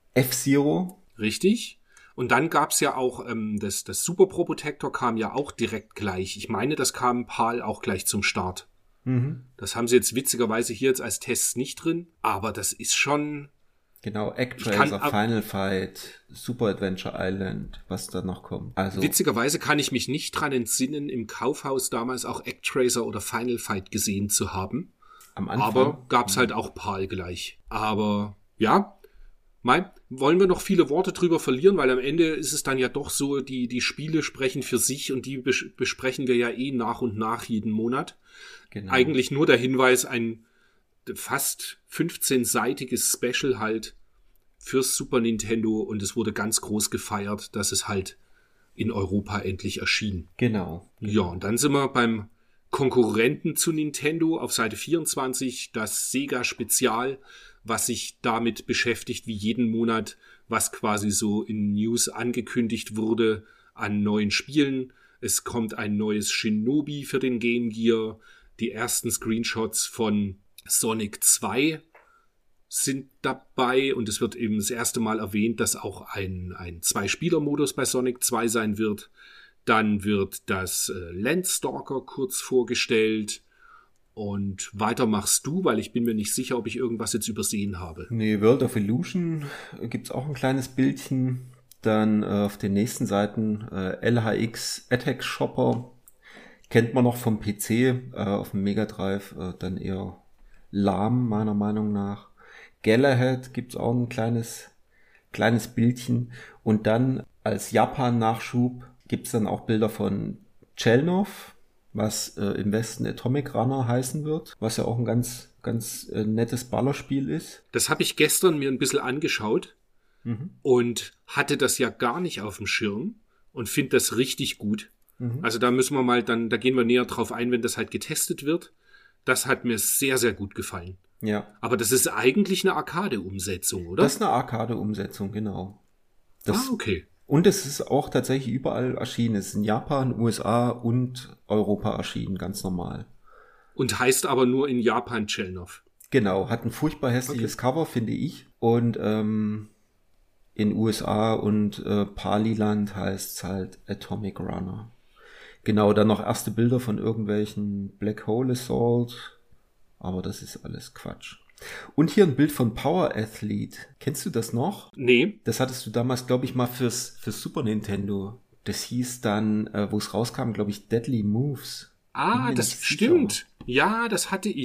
F-Zero, richtig. Und dann gab's ja auch, ähm, das, das Super Pro Protector kam ja auch direkt gleich. Ich meine, das kam PAL auch gleich zum Start. mhm. Das haben sie jetzt witzigerweise hier jetzt als Tests nicht drin, aber das ist schon, genau, Ich Actraiser, kann ab- Final Fight, Super Adventure Island, was da noch kommt. Also, witzigerweise kann ich mich nicht dran entsinnen, im Kaufhaus damals auch Actraser oder Final Fight gesehen zu haben. am Anfang. Aber gab's halt auch PAL gleich. Aber ja, Mai, wollen wir noch viele Worte drüber verlieren, weil am Ende ist es dann ja doch so, die, die Spiele sprechen für sich und die bes- besprechen wir ja eh nach und nach jeden Monat. Genau. Eigentlich nur der Hinweis, ein fast fünfzehnseitiges Special halt fürs Super Nintendo und es wurde ganz groß gefeiert, dass es halt in Europa endlich erschien. Genau. Ja, und dann sind wir beim Konkurrenten zu Nintendo auf Seite vierundzwanzig, das Sega Spezial, was sich damit beschäftigt, wie jeden Monat, was quasi so in News angekündigt wurde an neuen Spielen. Es kommt ein neues Shinobi für den Game Gear. Die ersten Screenshots von Sonic zwei sind dabei und es wird eben das erste Mal erwähnt, dass auch ein, ein Zwei-Spieler-Modus bei Sonic zwei sein wird. Dann wird das äh, Landstalker kurz vorgestellt und weiter machst du, weil ich bin mir nicht sicher, ob ich irgendwas jetzt übersehen habe. Nee, World of Illusion äh, gibt's auch ein kleines Bildchen. Dann äh, auf den nächsten Seiten äh, L H X Attack Shopper. Kennt man noch vom P C, äh, auf dem Mega Drive äh, dann eher lahm, meiner Meinung nach. Galahad gibt's auch ein kleines, kleines Bildchen. Und dann als Japan-Nachschub gibt's dann auch Bilder von Chelnov, was äh, im Westen Atomic Runner heißen wird, was ja auch ein ganz, ganz äh, nettes Ballerspiel ist. Das habe ich gestern mir ein bisschen angeschaut Mhm. und hatte das ja gar nicht auf dem Schirm und finde das richtig gut. Mhm. Also da müssen wir mal dann, da gehen wir näher drauf ein, wenn das halt getestet wird. Das hat mir sehr, sehr gut gefallen. Ja, Aber das ist eigentlich eine Arcade-Umsetzung, oder? das ist eine Arcade-Umsetzung, genau. Das, ah, okay. Und es ist auch tatsächlich überall erschienen. Es ist in Japan, U S A und Europa erschienen, ganz normal. Und heißt aber nur in Japan Chelnov. Genau, hat ein furchtbar hässliches Cover, finde ich. Und ähm, in U S A und äh, Paliland heißt es halt Atomic Runner. Genau, dann noch erste Bilder von irgendwelchen Black Hole Assault. Aber das ist alles Quatsch. Und hier ein Bild von Power Athlete. Kennst du das noch? Nee, Das hattest du damals, glaube ich, mal fürs, fürs Super Nintendo. Das hieß dann, äh, wo es rauskam, glaube ich, Deadly Moves. Bin ah, mir das nicht sicher. stimmt. Ja, das hatte ich.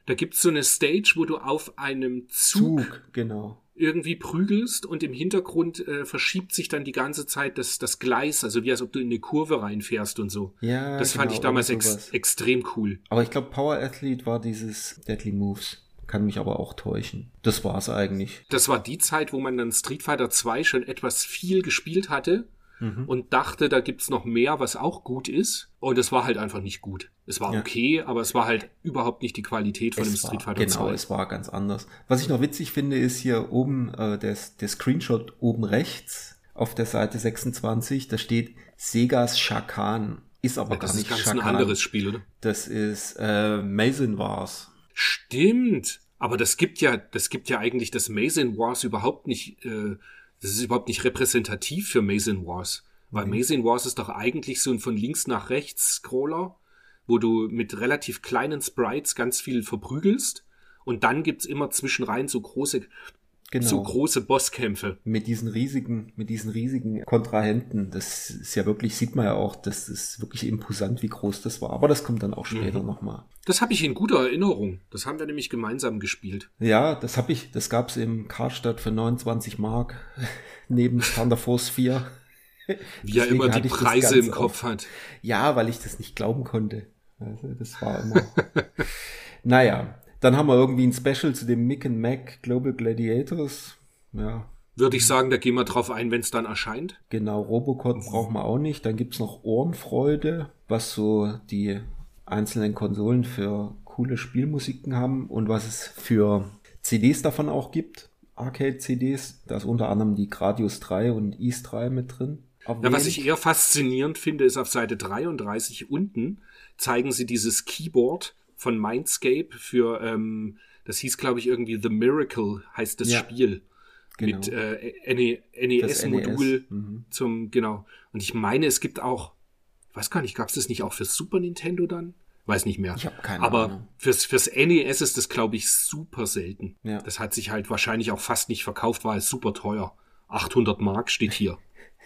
Da gibt's so eine Stage, wo du auf einem Zug, Zug, genau. irgendwie prügelst und im Hintergrund äh, verschiebt sich dann die ganze Zeit das, das Gleis, also wie als ob du in eine Kurve reinfährst und so. Ja, das genau, fand ich damals irgend ex- sowas. extrem cool. Aber ich glaube, Power Athlete war dieses Deadly Moves. Kann mich aber auch täuschen. Das war's eigentlich. Das war die Zeit, wo man dann Street Fighter zwei schon etwas viel gespielt hatte Mhm. und dachte, da gibt's noch mehr, was auch gut ist. Und es war halt einfach nicht gut. Es war Ja. okay, aber es war halt überhaupt nicht die Qualität von dem Es Street war, Fighter genau, zwei. es war ganz anders. Was ich noch witzig finde, ist hier oben äh, der, der Screenshot oben rechts auf der Seite sechsundzwanzig. Da steht Segas Shakan. Ist aber Ja, das gar ist nicht ganz ein Shakan. anderes Spiel, oder? Das ist äh, Mason Wars. Stimmt. Aber das gibt ja, das gibt ja eigentlich das Mason Wars überhaupt nicht, äh, das ist überhaupt nicht repräsentativ für Mason Wars. Weil Mhm. Mason Wars ist doch eigentlich so ein von links nach rechts Scroller, wo du mit relativ kleinen Sprites ganz viel verprügelst. Und dann gibt's immer zwischenrein so große, Genau. so große Bosskämpfe. Mit diesen riesigen, mit diesen riesigen Kontrahenten. Das ist ja wirklich, sieht man ja auch, das ist wirklich imposant, wie groß das war. Aber das kommt dann auch später Mhm. nochmal. Das habe ich in guter Erinnerung. Das haben wir nämlich gemeinsam gespielt. Ja, das habe ich, das gab's im Karstadt für neunundzwanzig Mark neben Thunder Force vier. Wie er Deswegen immer die hatte ich das Preise ganz im Kopf oft. hat. Ja, weil ich das nicht glauben konnte. Also das war immer. Naja, dann haben wir irgendwie ein Special zu dem Mick and Mac Global Gladiators. Ja, Würde ich sagen, da gehen wir drauf ein, wenn es dann erscheint. genau, Robocop brauchen wir auch nicht. Dann gibt's noch Ohrenfreude, was so die einzelnen Konsolen für coole Spielmusiken haben und was es für C Ds davon auch gibt. Arcade-C Ds. Da ist unter anderem die Gradius drei und Ease drei mit drin. Ja, was erwähnt. ich eher faszinierend finde, ist auf Seite dreiunddreißig unten zeigen sie dieses Keyboard von Mindscape für, ähm, das hieß, glaube ich, irgendwie The Miracle heißt das Ja, Spiel. genau. Mit äh, N E Das N E S. S-Modul Mhm. zum, genau. Und ich meine, es gibt auch, weiß gar nicht, gab es das nicht auch für Super Nintendo dann? Weiß nicht mehr. Ich habe keine Aber Ahnung. fürs, fürs N E S ist das, glaube ich, super selten. Ja. Das hat sich halt wahrscheinlich auch fast nicht verkauft, war es super teuer. achthundert Mark steht hier.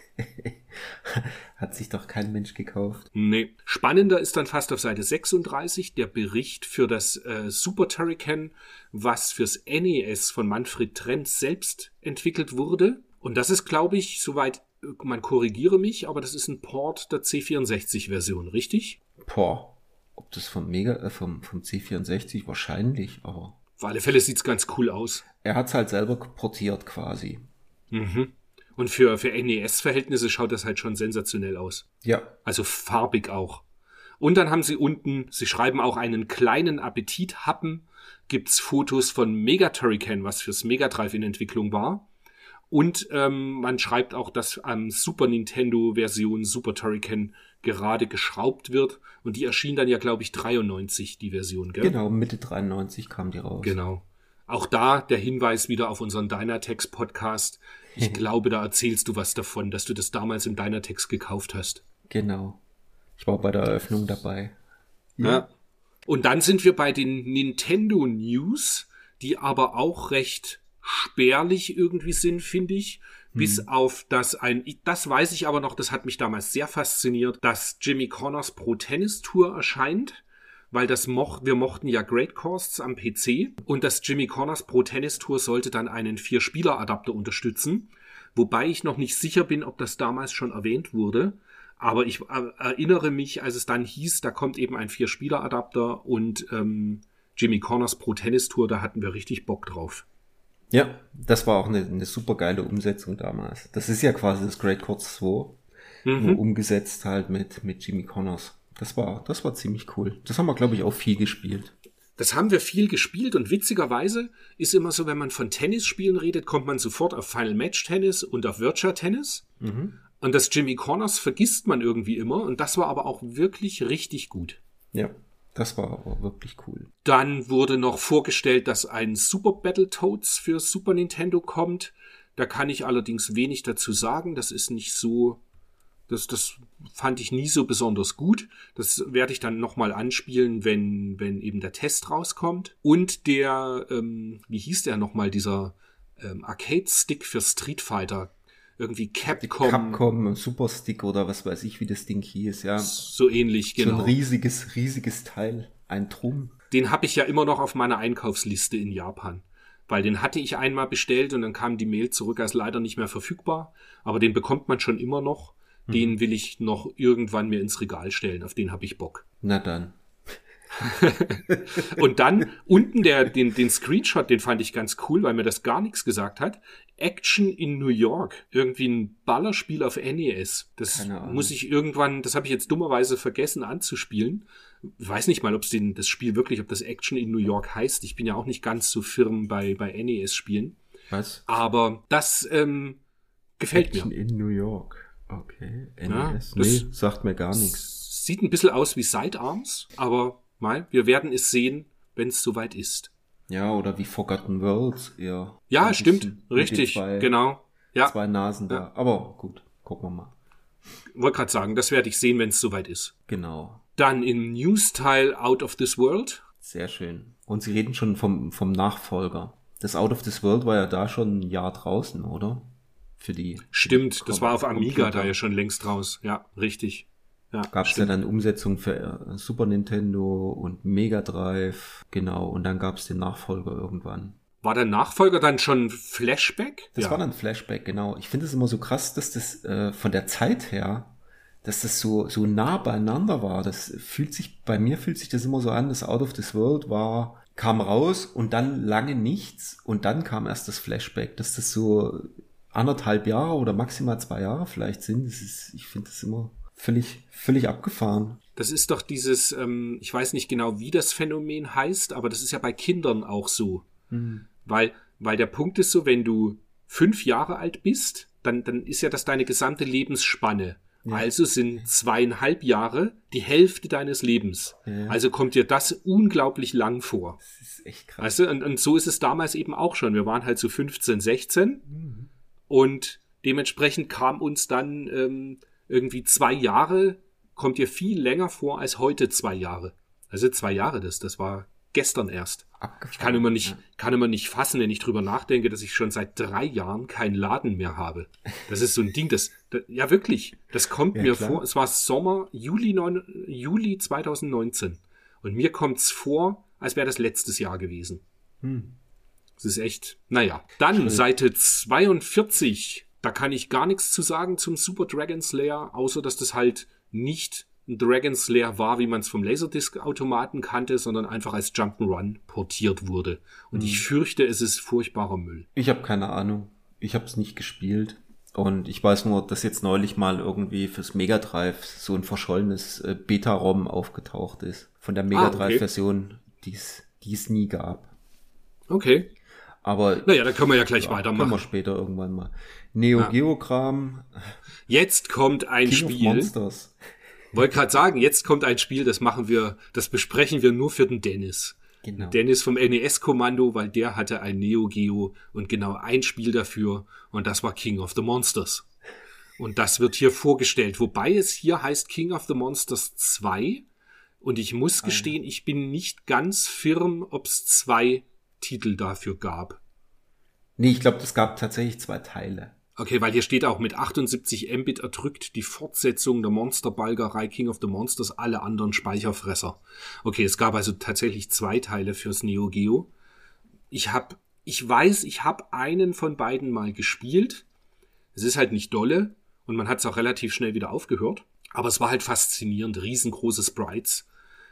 Hat sich doch kein Mensch gekauft. Nee. Spannender ist dann fast auf Seite sechsunddreißig der Bericht für das äh, Super Turrican, was fürs N E S von Manfred Trenz selbst entwickelt wurde. Und das ist, glaube ich, soweit, äh, man korrigiere mich, aber das ist ein Port der C vierundsechzig-Version, richtig? Boah, ob das vom Mega, äh, vom, vom C vierundsechzig wahrscheinlich, aber Auf alle Fälle sieht's ganz cool aus. er hat's halt selber portiert quasi. Mhm. Und für, für N E S-Verhältnisse schaut das halt schon sensationell aus. Ja, Also farbig auch. Und dann haben sie unten, sie schreiben auch einen kleinen Appetit-Happen, gibt's Fotos von Mega Turrican, was fürs Mega Drive in Entwicklung war. Und ähm, man schreibt auch, dass am Super Nintendo-Version Super Turrican gerade geschraubt wird. Und die erschien dann ja, glaube ich, dreiundneunzig, die Version, gell? genau, Mitte dreiundneunzig kam die raus. Genau. Auch da der Hinweis wieder auf unseren Dynatex-Podcast. Ich glaube, da erzählst du was davon, dass du das damals im Dynatex gekauft hast. Genau. Ich war bei der Eröffnung dabei. Ja. Und dann sind wir bei den Nintendo News, die aber auch recht spärlich irgendwie sind, finde ich. Bis auf das ein, das weiß ich aber noch, das hat mich damals sehr fasziniert, dass Jimmy Connors Pro Tennis Tour erscheint. Weil das moch, wir mochten ja Great Courses am P C und das Jimmy Connors Pro Tennis Tour sollte dann einen Vier-Spieler-Adapter unterstützen. Wobei ich noch nicht sicher bin, ob das damals schon erwähnt wurde. Aber ich äh, erinnere mich, als es dann hieß, da kommt eben ein Vier-Spieler-Adapter und ähm, Jimmy Connors Pro Tennis Tour, da hatten wir richtig Bock drauf. Ja, das war auch eine, eine super geile Umsetzung damals. Das ist ja quasi das Great Courts zwei, Mhm. nur umgesetzt halt mit, mit Jimmy Connors. Das war, das war ziemlich cool. Das haben wir, glaube ich, auch viel gespielt. Das haben wir viel gespielt und witzigerweise ist immer so, wenn man von Tennisspielen redet, kommt man sofort auf Final Match Tennis und auf Virtua Tennis. Mhm. Und das Jimmy Connors vergisst man irgendwie immer und das war aber auch wirklich richtig gut. Ja, das war aber wirklich cool. Dann wurde noch vorgestellt, dass ein Super Battletoads für Super Nintendo kommt. Da kann ich allerdings wenig dazu sagen. Das ist nicht so... Das, das fand ich nie so besonders gut. Das werde ich dann nochmal anspielen, wenn, wenn eben der Test rauskommt. Und der, ähm, wie hieß der nochmal, dieser ähm, Arcade-Stick für Street Fighter. Irgendwie Capcom. Capcom, Super Stick oder was weiß ich, wie das Ding hieß, ja. So ähnlich, So genau. ein riesiges, riesiges Teil. Ein Drum. Den habe ich ja immer noch auf meiner Einkaufsliste in Japan. Weil den hatte ich einmal bestellt und dann kam die Mail zurück, als leider nicht mehr verfügbar. Aber den bekommt man schon immer noch. Mhm. Den will ich noch irgendwann mir ins Regal stellen. Auf den habe ich Bock. Na dann. Und dann unten der, den, den Screenshot, den fand ich ganz cool, weil mir das gar nichts gesagt hat. Action in New York. Irgendwie ein Ballerspiel auf N E S. Das muss ich irgendwann, das habe ich jetzt dummerweise vergessen anzuspielen. Ich weiß nicht mal, ob es den, das Spiel wirklich, ob das Action in New York heißt. Ich bin ja auch nicht ganz so firm bei, bei N E S-Spielen. Was? Aber das ähm, gefällt Action mir. in New York. Okay. N E S. Ja, nee, sagt mir gar nichts. Sieht ein bisschen aus wie Sidearms, aber mal, wir werden es sehen, wenn es soweit ist. Ja, oder wie Forgotten Worlds eher. Ja, ein stimmt. Richtig. Zwei, genau. Ja. Zwei Nasen da. Ja. Aber gut, gucken wir mal. Wollte gerade sagen, das werde ich sehen, wenn es soweit ist. Genau. Dann im News-Teil Out of This World. Sehr schön. Und Sie reden schon vom, vom Nachfolger. Das Out of This World war ja da schon ein Jahr draußen, oder? Für die. Stimmt, für die das war auf Amiga Computer. da ja schon längst raus. Ja, richtig. Ja, Gab es ja dann Umsetzung für äh, Super Nintendo und Mega Drive. Genau, und dann gab es den Nachfolger irgendwann. War der Nachfolger dann schon Flashback? Das ja. war dann Flashback, genau. Ich finde es immer so krass, dass das äh, von der Zeit her, dass das so so nah beieinander war. Das fühlt sich, bei mir fühlt sich das immer so an, das Out of This World war, kam raus und dann lange nichts und dann kam erst das Flashback, dass das so anderthalb Jahre oder maximal zwei Jahre vielleicht sind. Das ist, ich finde das immer völlig, völlig abgefahren. Das ist doch dieses, ähm, ich weiß nicht genau, wie das Phänomen heißt, aber das ist ja bei Kindern auch so. Mhm. Weil, weil der Punkt ist so, wenn du fünf Jahre alt bist, dann, dann ist ja das deine gesamte Lebensspanne. Ja. Also sind zweieinhalb Jahre die Hälfte deines Lebens. Ja. Also kommt dir das unglaublich lang vor. Das ist echt krass. Weißt du, und, und so ist es damals eben auch schon. Wir waren halt so fünfzehn, sechzehn mhm. und dementsprechend kam uns dann ähm, irgendwie zwei Jahre, kommt dir viel länger vor als heute zwei Jahre. Also zwei Jahre, das, das war gestern erst. Abgefahren. Ich kann immer nicht, ja. kann immer nicht fassen, wenn ich drüber nachdenke, dass ich schon seit drei Jahren keinen Laden mehr habe. Das ist so ein Ding, das, das ja wirklich, das kommt ja, mir klar. vor, es war Sommer, Juli, neun, Juli zwanzig neunzehn. Und mir kommt's vor, als wäre das letztes Jahr gewesen. Hm. Das ist echt, naja. Dann Schön. Seite zweiundvierzig. Da kann ich gar nichts zu sagen zum Super Dragon Slayer, außer dass das halt nicht ein Dragon Slayer war, wie man es vom Laserdisc-Automaten kannte, sondern einfach als Jump'n'Run portiert wurde. Und mhm. ich fürchte, es ist furchtbarer Müll. Ich habe keine Ahnung. Ich habe es nicht gespielt. Und ich weiß nur, dass jetzt neulich mal irgendwie fürs Mega Drive so ein verschollenes äh, Beta-ROM aufgetaucht ist. Von der Mega Drive-Version, die es nie gab. Okay. Aber naja, da können wir ja gleich ja, weitermachen. Können wir später irgendwann mal. Neo Geo Kram. Jetzt kommt ein King Spiel. Of Monsters. Wollte gerade sagen, jetzt kommt ein Spiel, das machen wir, das besprechen wir nur für den Dennis. Genau. Dennis vom N E S-Kommando, weil der hatte ein Neo Geo und genau ein Spiel dafür und das war King of the Monsters. Und das wird hier vorgestellt, wobei es hier heißt King of the Monsters zwei und ich muss gestehen, ich bin nicht ganz firm, ob es zwei Titel dafür gab. Nee, ich glaube, es gab tatsächlich zwei Teile. Okay, weil hier steht auch mit achtundsiebzig Mbit erdrückt die Fortsetzung der Monsterbalgerei King of the Monsters alle anderen Speicherfresser. Okay, es gab also tatsächlich zwei Teile fürs Neo Geo. Ich hab, ich weiß, ich habe einen von beiden mal gespielt. Es ist halt nicht dolle und man hat es auch relativ schnell wieder aufgehört. Aber es war halt faszinierend, riesengroße Sprites,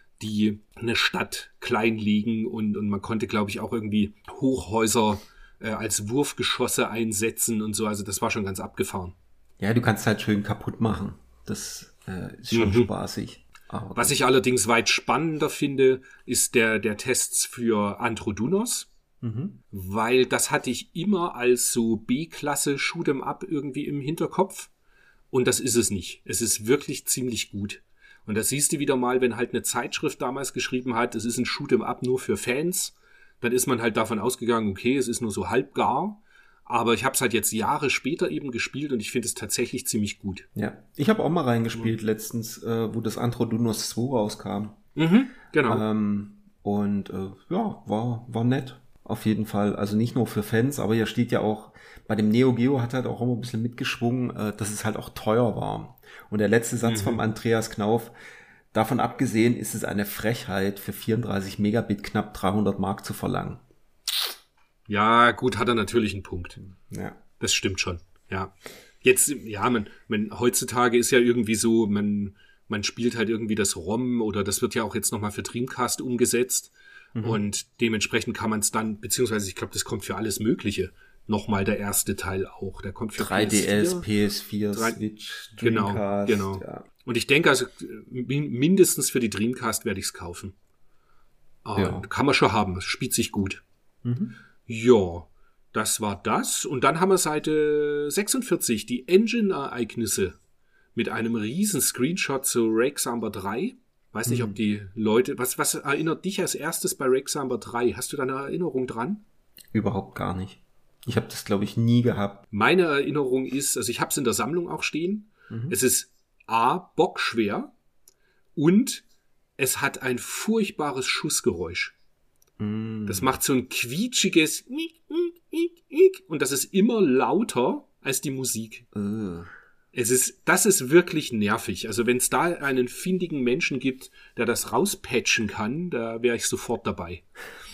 die eine Stadt kleinlegen und, und man konnte, glaube ich, auch irgendwie Hochhäuser als Wurfgeschosse einsetzen und so. Also das war schon ganz abgefahren. Ja, du kannst halt schön kaputt machen. Das äh, ist schon mhm. spaßig. Aber was ich allerdings weit spannender finde, ist der, der Tests für Androdunos. Mhm. Weil das hatte ich immer als so B-Klasse Shoot'em Up irgendwie im Hinterkopf. Und das ist es nicht. Es ist wirklich ziemlich gut. Und das siehst du wieder mal, wenn halt eine Zeitschrift damals geschrieben hat, es ist ein Shoot'em Up nur für Fans. Dann ist man halt davon ausgegangen, okay, es ist nur so halb gar. Aber ich habe es halt jetzt Jahre später eben gespielt und ich finde es tatsächlich ziemlich gut. Ja, ich habe auch mal reingespielt mhm. letztens, äh, wo das Androdunos zwei rauskam. Mhm, genau. Ähm, und äh, ja, war war nett. Auf jeden Fall. Also nicht nur für Fans, aber hier steht ja auch, bei dem Neo Geo hat halt auch immer ein bisschen mitgeschwungen, äh, dass es halt auch teuer war. Und der letzte Satz mhm. vom Andreas Knauf, Davon abgesehen ist es eine Frechheit, für vierunddreißig Megabit knapp dreihundert Mark zu verlangen. Ja, gut, hat er natürlich einen Punkt. Ja. Das stimmt schon, ja. Jetzt, ja, man, man, heutzutage ist ja irgendwie so, man, man spielt halt irgendwie das ROM oder das wird ja auch jetzt nochmal für Dreamcast umgesetzt. Mhm. Und dementsprechend kann man es dann, beziehungsweise ich glaube, das kommt für alles Mögliche. Nochmal der erste Teil auch. Der kommt für drei D S, P S vier, drei, Switch, Dreamcast. Genau, genau. Ja. Und ich denke, also mindestens für die Dreamcast werde ich es kaufen. Ja. Kann man schon haben. Es spielt sich gut. Mhm. Ja, das war das. Und dann haben wir Seite sechsundvierzig, die Engine-Ereignisse mit einem riesen Screenshot zu Rake-Samba drei. Weiß nicht, mhm. ob die Leute... Was, was erinnert dich als erstes bei Rake-Samba drei? Hast du da eine Erinnerung dran? Überhaupt gar nicht. Ich habe das, glaube ich, nie gehabt. Meine Erinnerung ist, also ich habe es in der Sammlung auch stehen. Mhm. Es ist A, bockschwer und es hat ein furchtbares Schussgeräusch. Mhm. Das macht so ein quietschiges und das ist immer lauter als die Musik. Mhm. Es ist, das ist wirklich nervig. Also wenn es da einen findigen Menschen gibt, der das rauspatchen kann, da wäre ich sofort dabei.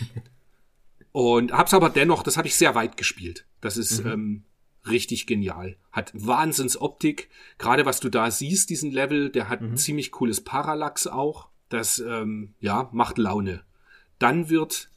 Und hab's aber dennoch, das habe ich sehr weit gespielt. Das ist mhm. ähm, richtig genial. Hat Wahnsinnsoptik. Gerade was du da siehst, diesen Level, der hat mhm. ein ziemlich cooles Parallax auch. Das, ähm, ja, macht Laune. Dann wird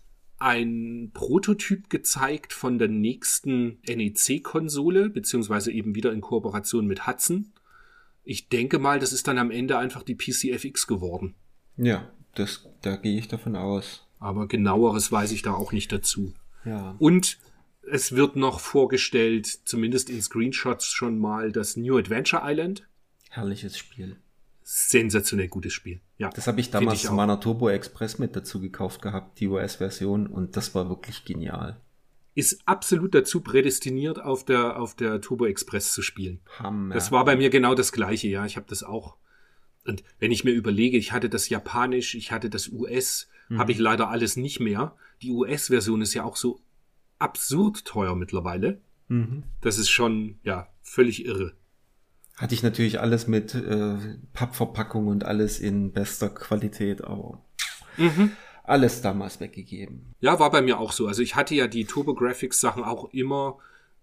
ein Prototyp gezeigt von der nächsten N E C-Konsole, beziehungsweise eben wieder in Kooperation mit Hudson. Ich denke mal, das ist dann am Ende einfach die P C F X geworden. Ja, das, da gehe ich davon aus. Aber genaueres weiß ich da auch nicht dazu. Ja. Und es wird noch vorgestellt, zumindest in Screenshots schon mal, das New Adventure Island. Herrliches Spiel. Sensationell gutes Spiel. Ja, das habe ich damals zu meiner Turbo Express mit dazu gekauft gehabt, die U S-Version, und das war wirklich genial. Ist absolut dazu prädestiniert, auf der, auf der Turbo Express zu spielen. Hammer. Das war bei mir genau das Gleiche, ja. Ich habe das auch. Und wenn ich mir überlege, ich hatte das Japanisch, ich hatte das U S, mhm. habe ich leider alles nicht mehr. Die U S-Version ist ja auch so absurd teuer mittlerweile. Mhm. Das ist schon, ja, völlig irre. Hatte ich natürlich alles mit äh, Pappverpackung und alles in bester Qualität, aber mhm. alles damals weggegeben. Ja, war bei mir auch so. Also ich hatte ja die TurboGrafx-Sachen auch immer,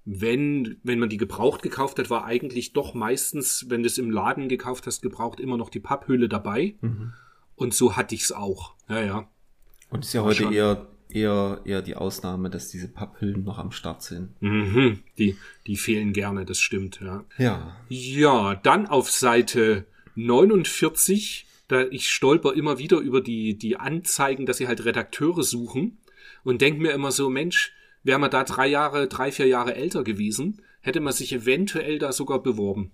wenn wenn man die gebraucht gekauft hat, war eigentlich doch meistens, wenn du es im Laden gekauft hast, gebraucht, immer noch die Papphülle dabei. Mhm. Und so hatte ich es auch. Ja, ja. Und ist ja heute schon eher eher eher die Ausnahme, dass diese Papphüllen noch am Start sind. Mhm. Die die fehlen gerne, das stimmt, ja. Ja. Ja, dann auf Seite neunundvierzig, da ich stolper immer wieder über die die Anzeigen, dass sie halt Redakteure suchen und denke mir immer so, Mensch, wäre man da drei Jahre, drei, vier Jahre älter gewesen, hätte man sich eventuell da sogar beworben.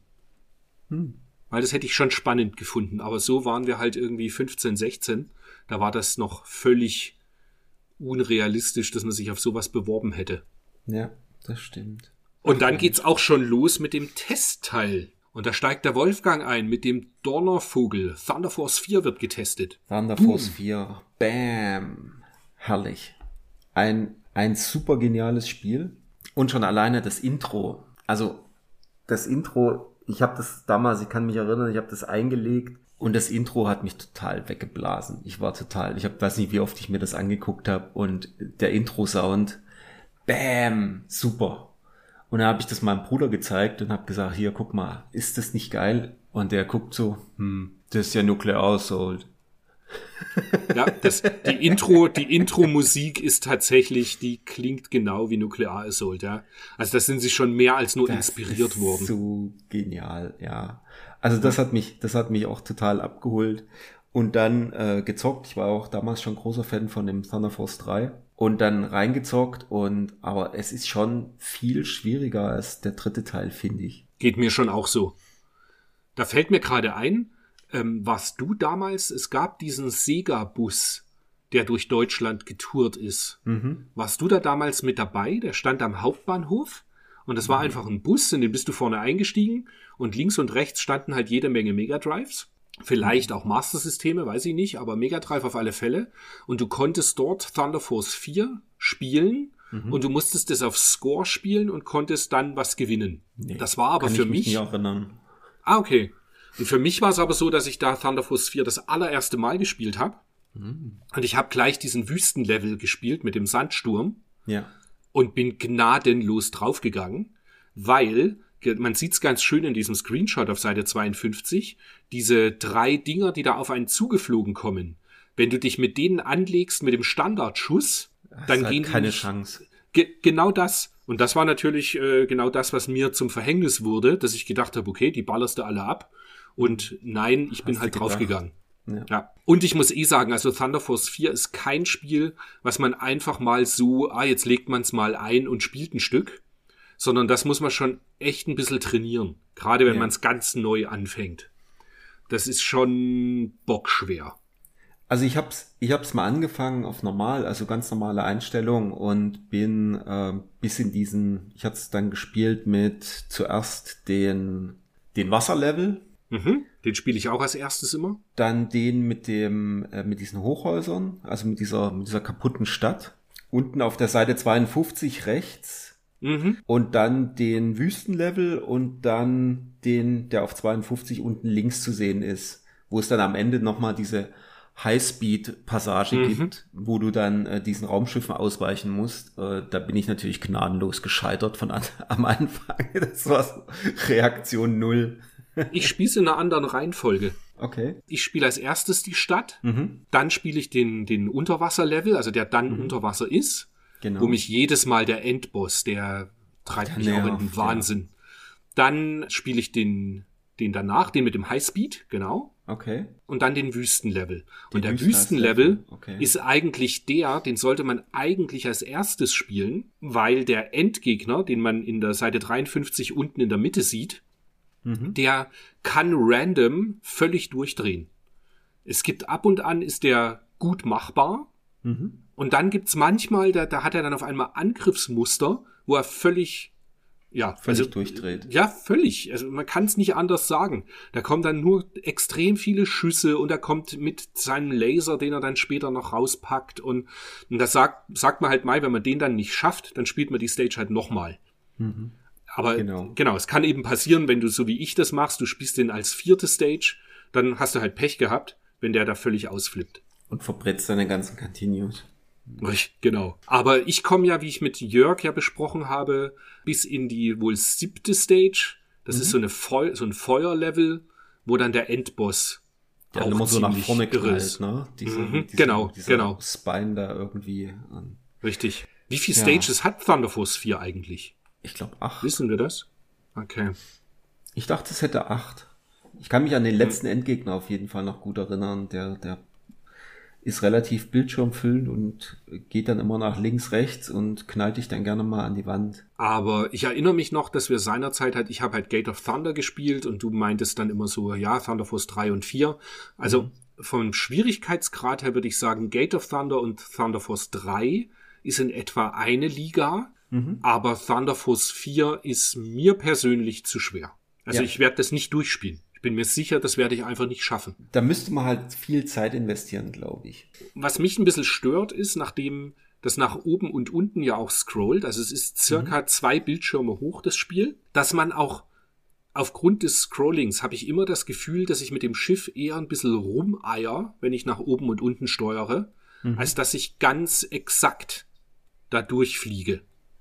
Hm. Weil das hätte ich schon spannend gefunden. Aber so waren wir halt irgendwie fünfzehn, sechzehn. Da war das noch völlig unrealistisch, dass man sich auf sowas beworben hätte. Ja, das stimmt. Und dann geht's auch schon los mit dem Testteil. Und da steigt der Wolfgang ein mit dem Donnervogel. Thunder Force vier wird getestet. Thunder Force hm. vier. Bam. Herrlich. Ein Ein super geniales Spiel und schon alleine das Intro. Also das Intro, ich habe das damals, ich kann mich erinnern, ich habe das eingelegt und das Intro hat mich total weggeblasen. Ich war total, ich hab, weiß nicht, wie oft ich mir das angeguckt habe und der Intro-Sound, bam, super. Und dann habe ich das meinem Bruder gezeigt und habe gesagt, hier, guck mal, ist das nicht geil? Und der guckt so, hm, das ist ja Nuclear Assault. Ja, das, die Intro, die Intro-Musik ist tatsächlich, die klingt genau wie Nuclear Assault, ja. Also das sind sie schon mehr als nur das inspiriert ist worden. So genial, ja. Also das hat mich, das hat mich auch total abgeholt. Und dann äh, gezockt. Ich war auch damals schon großer Fan von dem Thunder Force drei. Und dann reingezockt und, aber es ist schon viel schwieriger als der dritte Teil, finde ich. Geht mir schon auch so. Da fällt mir gerade ein, Ähm, warst du damals, es gab diesen Sega-Bus, der durch Deutschland getourt ist. Mhm. Warst du da damals mit dabei? Der stand am Hauptbahnhof und das war mhm. einfach ein Bus, in den bist du vorne eingestiegen und links und rechts standen halt jede Menge Mega-Drives. Vielleicht auch Master-Systeme, weiß ich nicht, aber Mega Drive auf alle Fälle. Und du konntest dort Thunder Force vier spielen mhm. und du musstest es auf Score spielen und konntest dann was gewinnen. Nee, das war aber kann für ich mich... mich nicht erinnern. Ah, okay. Und für mich war es aber so, dass ich da Thunder Force vier das allererste Mal gespielt habe. Mhm. Und ich habe gleich diesen Wüstenlevel gespielt mit dem Sandsturm. Ja. Und bin gnadenlos draufgegangen, weil, man sieht's ganz schön in diesem Screenshot auf Seite zweiundfünfzig, diese drei Dinger, die da auf einen zugeflogen kommen. Wenn du dich mit denen anlegst, mit dem Standardschuss, das dann hat gehen keine die nicht, Chance. Ge- genau das. Und das war natürlich äh, genau das, was mir zum Verhängnis wurde, dass ich gedacht habe, okay, die ballerst du alle ab. Und nein, ich bin Hast halt du gedacht? draufgegangen. Ja. Ja. Und ich muss eh sagen, also Thunder Force vier ist kein Spiel, was man einfach mal so, ah, jetzt legt man es mal ein und spielt ein Stück, sondern das muss man schon echt ein bisschen trainieren. Gerade wenn Ja. man es ganz neu anfängt. Das ist schon bockschwer. Also ich hab's, ich hab's mal angefangen auf normal, also ganz normale Einstellung und bin äh, bis in diesen, ich hatte es dann gespielt mit zuerst den, den Wasserlevel, Mhm. Den spiele ich auch als erstes immer. dann den mit dem, äh, mit diesen Hochhäusern, also mit dieser, mit dieser kaputten Stadt. Unten auf der Seite zweiundfünfzig rechts Mhm. und dann den Wüstenlevel und dann den, der auf zweiundfünfzig unten links zu sehen ist, wo es dann am Ende nochmal diese Highspeed-Passage Mhm. gibt, wo du dann äh, diesen Raumschiffen ausweichen musst. Äh, da bin ich natürlich gnadenlos gescheitert von an, am Anfang. Das war so Reaktion null. Ich spiele es in einer anderen Reihenfolge. Okay. Ich spiele als erstes die Stadt, Mhm. dann spiele ich den, den Unterwasserlevel, also der dann Mhm. unter Wasser ist, Genau. wo mich jedes Mal der Endboss, der treibt Der mich auch in nervt, den Wahnsinn. Dann spiele ich den, den danach, den mit dem Highspeed, genau. Okay. Und dann den Wüstenlevel. Den Und der Wüstenlevel, Wüstenlevel okay. ist eigentlich der, den sollte man eigentlich als erstes spielen, weil der Endgegner, den man in der Seite dreiundfünfzig unten in der Mitte sieht, Mhm. der kann random völlig durchdrehen. Es gibt ab und an, ist der gut machbar. Mhm. Und dann gibt's manchmal, da, da hat er dann auf einmal Angriffsmuster, wo er völlig, ja, Völlig also, durchdreht. Ja, völlig. Also man kann es nicht anders sagen. Da kommen dann nur extrem viele Schüsse und er kommt mit seinem Laser, den er dann später noch rauspackt. Und, und das sagt, sagt man halt mal, wenn man den dann nicht schafft, dann spielt man die Stage halt nochmal. Mhm. Aber Genau. genau, es kann eben passieren, wenn du so wie ich das machst, du spielst den als vierte Stage, dann hast du halt Pech gehabt, wenn der da völlig ausflippt. Und verbretzt deine ganzen Continues. Richtig, genau. Aber ich komme ja, wie ich mit Jörg ja besprochen habe, bis in die wohl siebte Stage. Das Mhm. ist so, eine Feu- so ein Feuerlevel, wo dann der Endboss Der auch immer so nach ziemlich vorne irre ist. knallt, ne? Diese, Mhm, diese, genau, dieser genau. Spine da irgendwie. ähm, Richtig. Wie viele Ja. Stages hat Thunder Force vier eigentlich? Ich glaube acht. Wissen wir das? Okay. Ich dachte, es hätte acht. Ich kann mich an den letzten Endgegner auf jeden Fall noch gut erinnern. Der, der ist relativ bildschirmfüllend und geht dann immer nach links, rechts und knallt dich dann gerne mal an die Wand. Aber ich erinnere mich noch, dass wir seinerzeit halt, ich habe halt Gate of Thunder gespielt und du meintest dann immer so, ja, Thunder Force drei und vier. Also Mhm. vom Schwierigkeitsgrad her würde ich sagen, Gate of Thunder und Thunder Force drei ist in etwa eine Liga, Mhm. aber Thunder Force vier ist mir persönlich zu schwer. Also Ja. ich werde das nicht durchspielen. Ich bin mir sicher, das werde ich einfach nicht schaffen. Da müsste man halt viel Zeit investieren, glaube ich. Was mich ein bisschen stört, ist, nachdem das nach oben und unten ja auch scrollt, also es ist circa Mhm. zwei Bildschirme hoch, das Spiel, dass man auch aufgrund des Scrollings habe ich immer das Gefühl, dass ich mit dem Schiff eher ein bisschen rumeier, wenn ich nach oben und unten steuere, Mhm. als dass ich ganz exakt da durchfliege.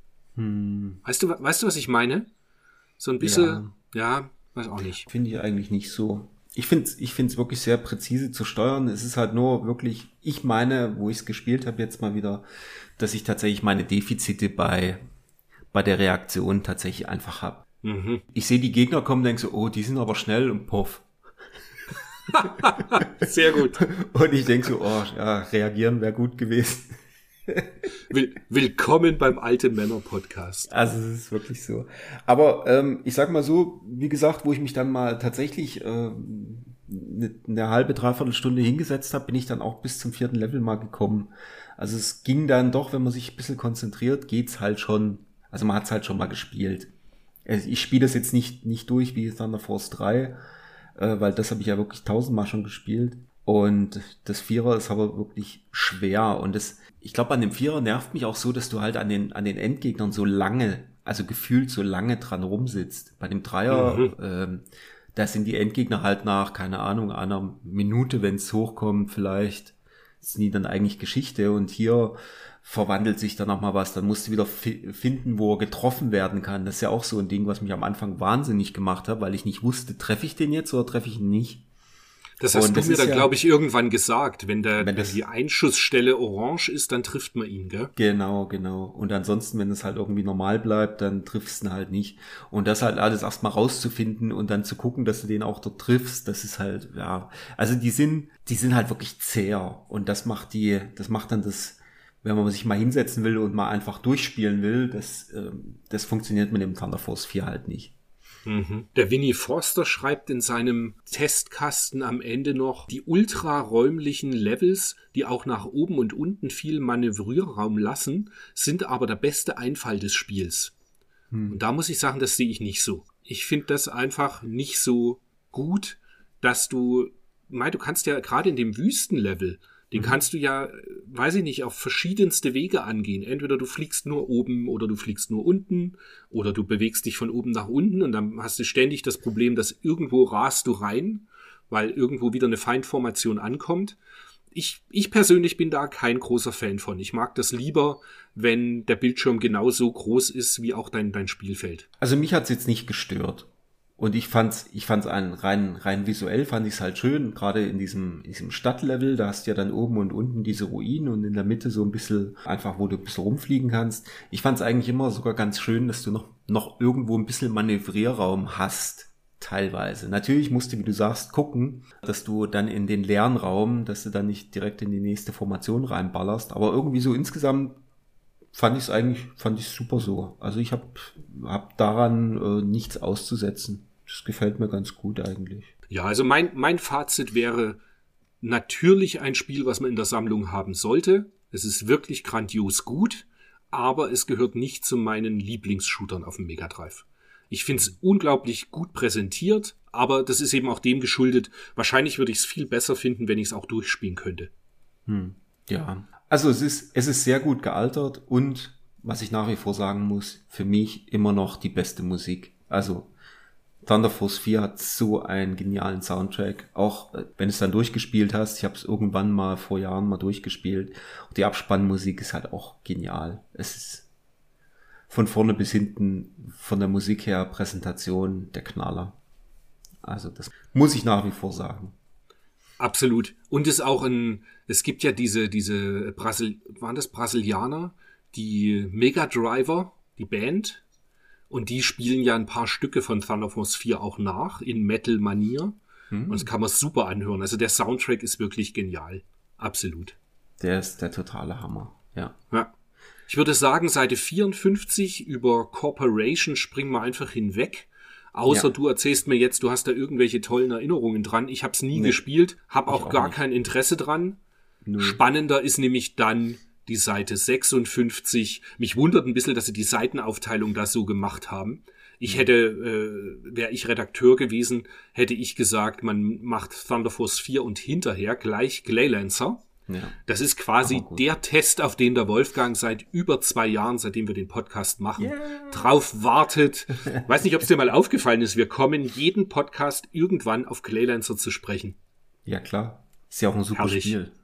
Hm. Weißt du, weißt du, was ich meine? So ein bisschen, ja, weiß auch nicht. Finde ich eigentlich nicht so. Ich finde es ich find's wirklich sehr präzise zu steuern. Es ist halt nur wirklich, ich meine, wo ich es gespielt habe jetzt mal wieder, dass ich tatsächlich meine Defizite bei, bei der Reaktion tatsächlich einfach habe. Mhm. Ich sehe die Gegner kommen und denke so, oh, die sind aber schnell und puff. Sehr gut. Und ich denke so, oh, ja, reagieren wäre gut gewesen. Will, willkommen beim Alte Männer Podcast. Also es ist wirklich so. Aber ähm, ich sag mal so, wie gesagt, wo ich mich dann mal tatsächlich ähm, eine, eine halbe, dreiviertel Stunde hingesetzt habe, bin ich dann auch bis zum vierten Level mal gekommen. Also es ging dann doch, wenn man sich ein bisschen konzentriert, geht's halt schon, also man hat's halt schon mal gespielt. Also ich spiele das jetzt nicht nicht durch wie Thunder Force drei, äh, weil das habe ich ja wirklich tausendmal schon gespielt. Und das Vierer ist aber wirklich schwer. Und das, ich glaube, an dem Vierer nervt mich auch so, dass du halt an den, an den Endgegnern so lange, also gefühlt so lange dran rumsitzt. Bei dem Dreier, Mhm. ähm, da sind die Endgegner halt nach, keine Ahnung, einer Minute, wenn es hochkommt, vielleicht sind die dann eigentlich Geschichte und hier verwandelt sich dann nochmal was, dann musst du wieder fi- finden, wo er getroffen werden kann. Das ist ja auch so ein Ding, was mich am Anfang wahnsinnig gemacht hat, weil ich nicht wusste, treffe ich den jetzt oder treffe ich ihn nicht. Das hast Und du das mir ist dann, ja- glaube ich, irgendwann gesagt. Wenn, der, Wenn wenn das- die Einschussstelle orange ist, dann trifft man ihn, gell? Genau, genau. Und ansonsten, wenn es halt irgendwie normal bleibt, dann triffst du ihn halt nicht. Und das halt alles erstmal rauszufinden und dann zu gucken, dass du den auch dort triffst, das ist halt, ja, also die sind, die sind halt wirklich zäher. Und das macht die, das macht dann das, wenn man sich mal hinsetzen will und mal einfach durchspielen will, das, ähm, das funktioniert mit dem Thunder Force vier halt nicht. Mhm. Der Winnie Forster schreibt in seinem Testkasten am Ende noch, die ultraräumlichen Levels, die auch nach oben und unten viel Manövrierraum lassen, sind aber der beste Einfall des Spiels. Hm. Und da muss ich sagen, das sehe ich nicht so. Ich finde das einfach nicht so gut, dass du, mei, du kannst ja gerade in dem Wüstenlevel, den mhm. kannst du ja, weiß ich nicht, auf verschiedenste Wege angehen. Entweder du fliegst nur oben oder du fliegst nur unten oder du bewegst dich von oben nach unten und dann hast du ständig das Problem, dass irgendwo rast du rein, weil irgendwo wieder eine Feindformation ankommt. Ich, ich persönlich bin da kein großer Fan von. Ich mag das lieber, wenn der Bildschirm genauso groß ist wie auch dein, dein Spielfeld. Also mich hat's jetzt nicht gestört. Und ich fand's, ich fand's ein, rein, rein visuell fand ich's halt schön, gerade in diesem, in diesem Stadtlevel, da hast du ja dann oben und unten diese Ruinen und in der Mitte so ein bisschen, einfach wo du ein bisschen rumfliegen kannst. Ich fand's eigentlich immer sogar ganz schön, dass du noch, noch irgendwo ein bisschen Manövrierraum hast, teilweise. Natürlich musst du, wie du sagst, gucken, dass du dann in den leeren Raum, dass du dann nicht direkt in die nächste Formation reinballerst, aber irgendwie so insgesamt fand ich's eigentlich, fand ich's super so. Also ich hab, hab daran äh, nichts auszusetzen. Das gefällt mir ganz gut eigentlich. Ja, also mein, mein Fazit wäre natürlich ein Spiel, was man in der Sammlung haben sollte. Es ist wirklich grandios gut, aber es gehört nicht zu meinen Lieblingsshootern auf dem Mega Drive. Ich finde es unglaublich gut präsentiert, aber das ist eben auch dem geschuldet. Wahrscheinlich würde ich es viel besser finden, wenn ich es auch durchspielen könnte. Hm. Ja, also es ist, es ist sehr gut gealtert und, was ich nach wie vor sagen muss, für mich immer noch die beste Musik. Also Thunder Force vier hat so einen genialen Soundtrack, auch wenn du es dann durchgespielt hast. Ich habe es irgendwann mal vor Jahren mal durchgespielt. Und die Abspannmusik ist halt auch genial. Es ist von vorne bis hinten von der Musik her Präsentation der Knaller. Also das muss ich nach wie vor sagen. Absolut. Und es ist auch ein, es gibt ja diese, diese Brasil, waren das Brasilianer, die Mega Driver, die Band. Und die spielen ja ein paar Stücke von Thunder Force vier auch nach, in Metal-Manier. Hm. Und das kann man super anhören. Also der Soundtrack ist wirklich genial. Absolut. Der ist der totale Hammer, ja. Ja. Ich würde sagen, Seite vierundfünfzig über Corporation springen wir einfach hinweg. Außer ja. du erzählst mir jetzt, du hast da irgendwelche tollen Erinnerungen dran. Ich habe es nie nee. gespielt, habe auch, auch gar nicht. kein Interesse dran. Nö. Spannender ist nämlich dann die Seite sechsundfünfzig. Mich wundert ein bisschen, dass sie die Seitenaufteilung da so gemacht haben. Ich hätte, äh, wäre ich Redakteur gewesen, hätte ich gesagt, man macht Thunder Force vier und hinterher gleich Glaylancer. Ja. Das ist quasi der Test, auf den der Wolfgang seit über zwei Jahren, seitdem wir den Podcast machen, yeah. drauf wartet. Weiß nicht, ob es dir mal aufgefallen ist, wir kommen jeden Podcast irgendwann auf Glaylancer zu sprechen. Ja, klar. Ist ja auch ein super Herrlich. Spiel.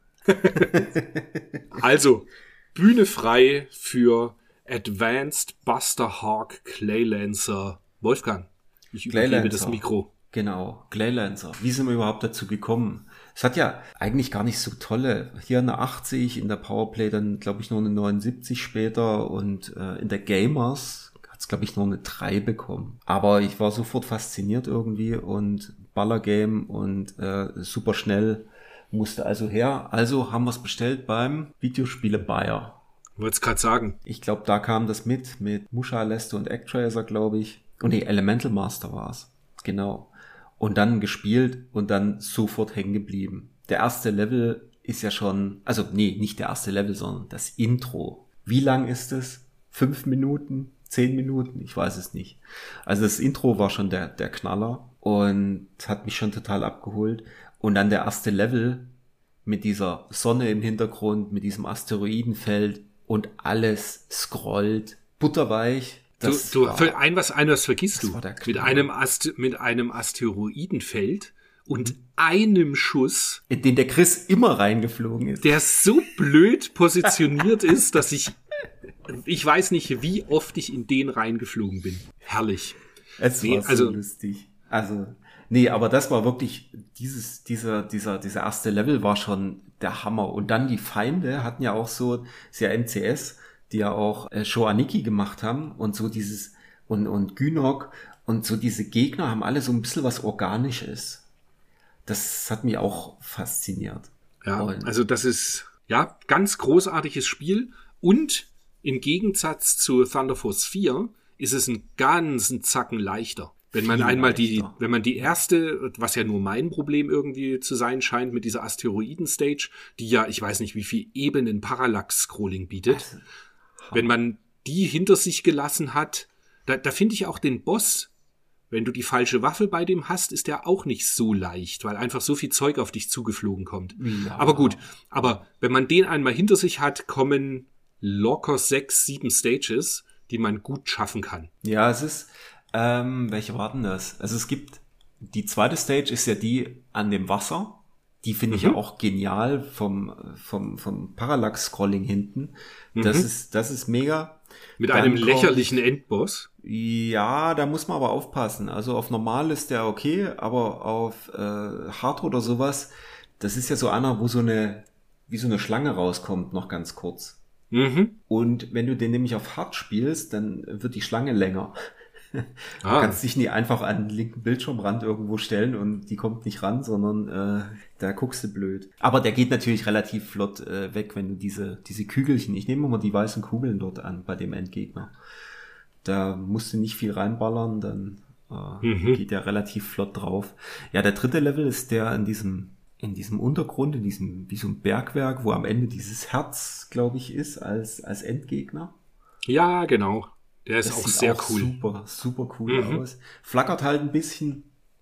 Also, Bühne frei für Advanced Buster Hawk Glaylancer. Wolfgang, ich übergebe das Mikro. Genau, Glaylancer. Wie sind wir überhaupt dazu gekommen? Es hat ja eigentlich gar nicht so tolle. Hier eine achtzig, in der Powerplay dann, glaube ich, nur eine neunundsiebzig später und äh, in der Gamers hat es, glaube ich, nur eine drei bekommen. Aber ich war sofort fasziniert irgendwie und Ballergame und äh, super schnell. Musste also her. Also haben wir es bestellt beim Videospiele Bayer. Wollt's gerade sagen. Ich glaube, da kam das mit, mit Musha, Lester und Actracer, glaube ich. Und die Elemental Master war es. Genau. Und dann gespielt und dann sofort hängen geblieben. Der erste Level ist ja schon, also nee, nicht der erste Level, sondern das Intro. Wie lang ist es? Fünf Minuten? Zehn Minuten? Ich weiß es nicht. Also das Intro war schon der, der Knaller und hat mich schon total abgeholt. Und dann der erste Level mit dieser Sonne im Hintergrund, mit diesem Asteroidenfeld und alles scrollt butterweich. Das du, du, war, ein was, ein was vergisst das du. war der Mit Knaller. einem, Ast, mit einem Asteroidenfeld und einem Schuss, in den der Chris immer reingeflogen ist. der so blöd positioniert ist, dass ich, ich weiß nicht, wie oft ich in den reingeflogen bin. Herrlich. Es Nee, war so also- lustig. Also, nee, aber das war wirklich, dieses, dieser, dieser, dieser erste Level war schon der Hammer. Und dann die Feinde hatten ja auch so, ist ja M C S, die ja auch äh, Shoaniki gemacht haben und so dieses, und, und Gynok und so diese Gegner haben alle so ein bisschen was Organisches. Das hat mich auch fasziniert. Ja, Und- also das ist, ja, ganz großartiges Spiel und im Gegensatz zu Thunder Force vier ist es einen ganzen Zacken leichter. Wenn man Viel einmal die, leichter. wenn man die erste, was ja nur mein Problem irgendwie zu sein scheint mit dieser Asteroiden-Stage, die ja, ich weiß nicht, wie viel Ebenen Parallax-Scrolling bietet. Wenn man die hinter sich gelassen hat, da, da finde ich auch den Boss, wenn du die falsche Waffe bei dem hast, ist der auch nicht so leicht, weil einfach so viel Zeug auf dich zugeflogen kommt. Ja. Aber gut, aber wenn man den einmal hinter sich hat, kommen locker sechs, sieben Stages, die man gut schaffen kann. Ja, es ist, ähm, welche warten das? Also es gibt, die zweite Stage ist ja die an dem Wasser. Die finde ich Mhm. ja auch genial vom, vom, vom Parallax-Scrolling hinten. Das Mhm. ist, das ist mega. Mit Dann einem kommt- lächerlichen Endboss. Ja, da muss man aber aufpassen. Also auf normal ist der okay, aber auf äh, hart oder sowas, das ist ja so einer, wo so eine, wie so eine Schlange rauskommt, noch ganz kurz. Mhm. Und wenn du den nämlich auf hart spielst, dann wird die Schlange länger. Du Ah, kannst dich nie einfach an den linken Bildschirmrand irgendwo stellen und die kommt nicht ran, sondern äh, da guckst du blöd. Aber der geht natürlich relativ flott äh, weg, wenn du diese diese Kügelchen, ich nehme immer die weißen Kugeln dort an bei dem Endgegner. Da musst du nicht viel reinballern, dann äh, Mhm. geht der relativ flott drauf. Ja, der dritte Level ist der in diesem in diesem Untergrund, in diesem wie so ein Bergwerk, wo am Ende dieses Herz, glaube ich, ist als als Endgegner. ja, genau. Der ist Das auch sieht sehr auch cool. super, super cool Mhm. aus. Flackert halt ein bisschen,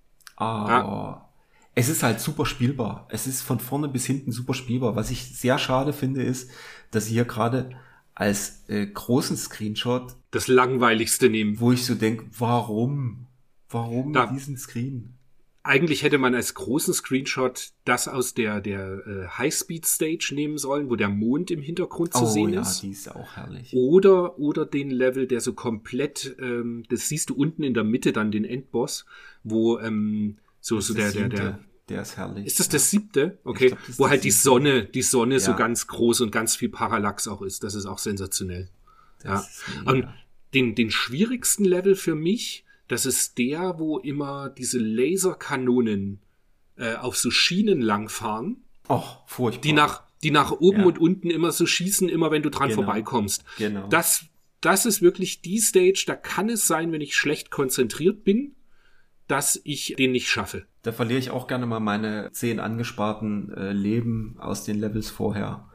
aber es ist halt super spielbar. Es ist von vorne bis hinten super spielbar. Was ich sehr schade finde, ist, dass sie hier gerade als äh, großen Screenshot, Das langweiligste nehmen. wo ich so denke, warum? Warum Da- diesen Screen? Eigentlich hätte man als großen Screenshot das aus der, der äh, Highspeed-Stage nehmen sollen, wo der Mond im Hintergrund zu Oh sehen ja, ist. die ist auch herrlich. Oder, oder den Level, der so komplett, ähm, das siehst du unten in der Mitte dann den Endboss, wo ähm, so, Das so ist der, das der, der, siebte. Der ist herrlich. ist das ja. der siebte? Okay, glaub, das ist wo der halt die siebte. Sonne, die Sonne so Ja. ganz groß und ganz viel Parallax auch ist. Das ist auch sensationell. Ja. Das ist mega. Und den, den schwierigsten Level für mich, das ist der, wo immer diese Laserkanonen äh, auf so Schienen langfahren, Och, furchtbar. die nach, die nach oben Ja. und unten immer so schießen, immer wenn du dran Genau. vorbeikommst. Genau. Das, das ist wirklich die Stage, da kann es sein, wenn ich schlecht konzentriert bin, dass ich den nicht schaffe. Da verliere ich auch gerne mal meine zehn angesparten äh, Leben aus den Levels vorher.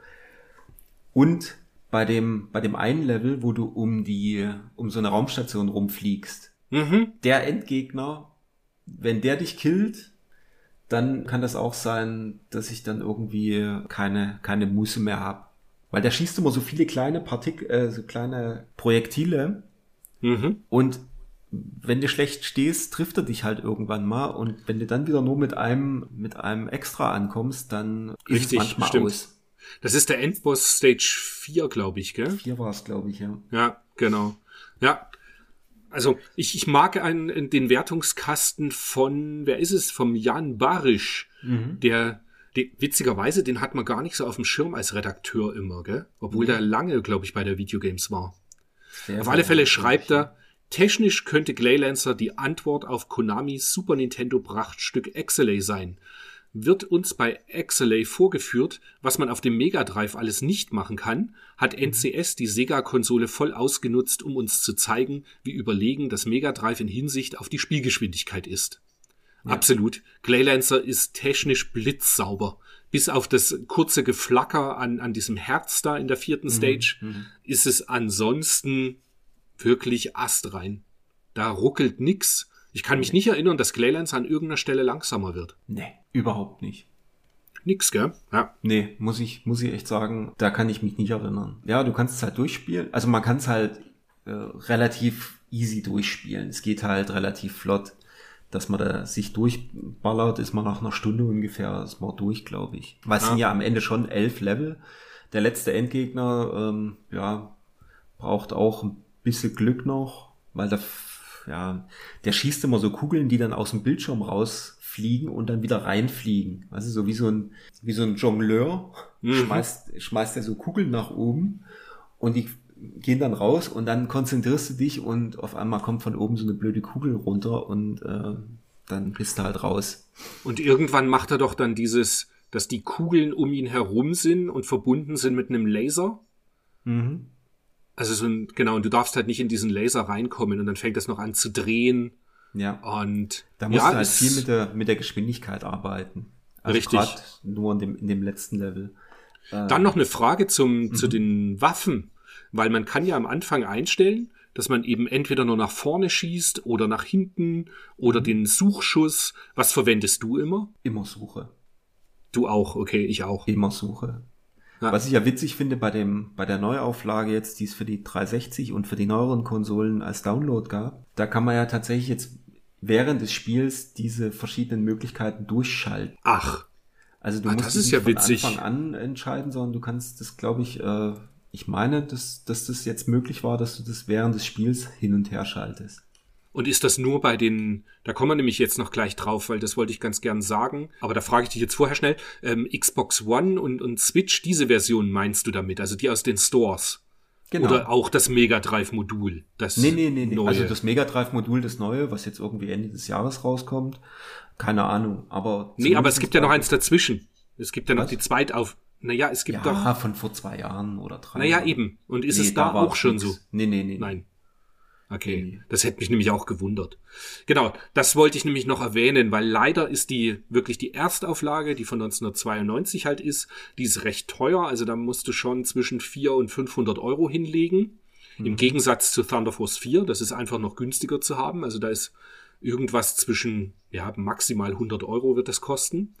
Und bei dem, bei dem einen Level, wo du um die, um so eine Raumstation rumfliegst, Mhm. der Endgegner, wenn der dich killt, dann kann das auch sein, dass ich dann irgendwie keine, keine Muße mehr habe. Weil der schießt immer so viele kleine Partik, äh, so kleine Projektile Mhm. und wenn du schlecht stehst, trifft er dich halt irgendwann mal und wenn du dann wieder nur mit einem mit einem Extra ankommst, dann ist Richtig, es manchmal stimmt. aus. Das ist der Endboss Stage vier, glaube ich, gell? Vier war es, glaube ich, ja. Ja, genau. Ja. Also, ich, ich mag einen, den Wertungskasten von, wer ist es? Vom Jan Barisch. Der, der, witzigerweise, den hat man gar nicht so auf dem Schirm als Redakteur immer, gell? Obwohl der lange, glaube ich, bei der Videogames war. Sehr, Auf sehr alle Fälle gut, schreibt glaub er, technisch könnte Glaylancer die Antwort auf Konamis Super Nintendo Prachtstück Exelay sein. Wird uns bei Exelay vorgeführt, was man auf dem Mega Drive alles nicht machen kann, hat N C S die Sega-Konsole voll ausgenutzt, um uns zu zeigen, wie überlegen das Mega Drive in Hinsicht auf die Spielgeschwindigkeit ist. Absolut. Glaylancer ist technisch blitzsauber. Bis auf das kurze Geflacker an, an diesem Herz da in der vierten Stage ist es ansonsten wirklich astrein. Da ruckelt nix. Ich kann mich nicht erinnern, dass Glaylancer an irgendeiner Stelle langsamer wird. ich. Nee, überhaupt nicht. Nix, gell? Ja. Nee, muss ich, muss ich echt sagen, da kann ich mich nicht erinnern. Ja, du kannst es halt durchspielen. Also man kann es halt äh, relativ easy durchspielen. Es geht halt relativ flott, dass man da sich durchballert, ist man nach einer Stunde ungefähr, ist man durch, glaube ich. Weil es Ja. sind ja am Ende schon elf Level. Der letzte Endgegner, ähm, ja, braucht auch ein bisschen Glück noch, weil da, ja, der schießt immer so Kugeln, die dann aus dem Bildschirm rausfliegen und dann wieder reinfliegen. Also so wie so ein, wie so ein Jongleur, Mhm. schmeißt, schmeißt er so Kugeln nach oben und die gehen dann raus und dann konzentrierst du dich und auf einmal kommt von oben so eine blöde Kugel runter und äh, dann bist du halt raus. Und irgendwann macht er doch dann dieses, dass die Kugeln um ihn herum sind und verbunden sind mit einem Laser. Mhm. Also so ein, genau, und du darfst halt nicht in diesen Laser reinkommen und dann fängt das noch an zu drehen. Ja. Und Da musst ja, du halt ist- viel mit der, mit der Geschwindigkeit arbeiten. Also Richtig. gerade nur in dem, in dem letzten Level. Dann noch eine Frage zum, zu den Waffen, weil man kann ja am Anfang einstellen, dass man eben entweder nur nach vorne schießt oder nach hinten oder den Suchschuss. Was verwendest du immer? Immer Suche. Du auch, okay, ich auch. Immer Suche. Ja. Was ich ja witzig finde bei dem, bei der Neuauflage jetzt, die es für die dreihundertsechzig und für die neueren Konsolen als Download gab, da kann man ja tatsächlich jetzt während des Spiels diese verschiedenen Möglichkeiten durchschalten. Ach, Also du Ah, musst das dich ist nicht ja von witzig. Anfang an entscheiden, sondern du kannst das, glaube ich, äh, ich meine, dass, dass das jetzt möglich war, dass du das während des Spiels hin und her schaltest. und ist das nur bei den, da kommen wir nämlich jetzt noch gleich drauf, weil das wollte ich ganz gern sagen, aber da frage ich dich jetzt vorher schnell, ähm, Xbox One und, und Switch, diese Version meinst du damit, also die aus den Stores? Genau. Oder auch das Mega Drive-Modul? Das Nee, nee, nee, nee. neue? Also das Mega Drive-Modul, das neue, was jetzt irgendwie Ende des Jahres rauskommt, keine Ahnung, aber... Nee, aber es gibt ja noch bei- eins dazwischen. Es gibt ja noch Was? die Zweitauf... Naja, es gibt Ja, doch... von vor zwei Jahren oder drei Naja, Jahren. eben. Und ist Nee, es da war auch schon nix. so? Nee, nee, nee. Nein. Okay, Nee. das hätte mich nämlich auch gewundert. Genau, das wollte ich nämlich noch erwähnen, weil leider ist die wirklich die Erstauflage, die von neunzehnhundertzweiundneunzig halt ist, die ist recht teuer, also da musst du schon zwischen vierhundert und fünfhundert Euro hinlegen. Im Gegensatz zu Thunder Force vier, das ist einfach noch günstiger zu haben, also da ist irgendwas zwischen, ja, maximal hundert Euro wird das kosten.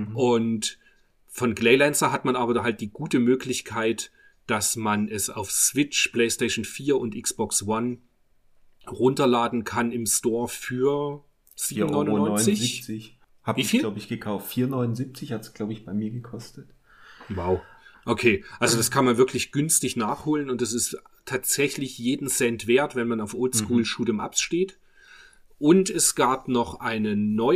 Und von Glaylancer hat man aber da halt die gute Möglichkeit, dass man es auf Switch, PlayStation vier und Xbox One runterladen kann im Store für vier sieben Euro neunundneunzig. neunundsiebzig. Hab Wie ich, viel? glaube ich, gekauft. vier Euro neunundsiebzig hat es, glaube ich, bei mir gekostet. Wow. Okay, also das kann man wirklich günstig nachholen und das ist tatsächlich jeden Cent wert, wenn man auf Oldschool Shoot'em Ups steht. Und es gab noch eine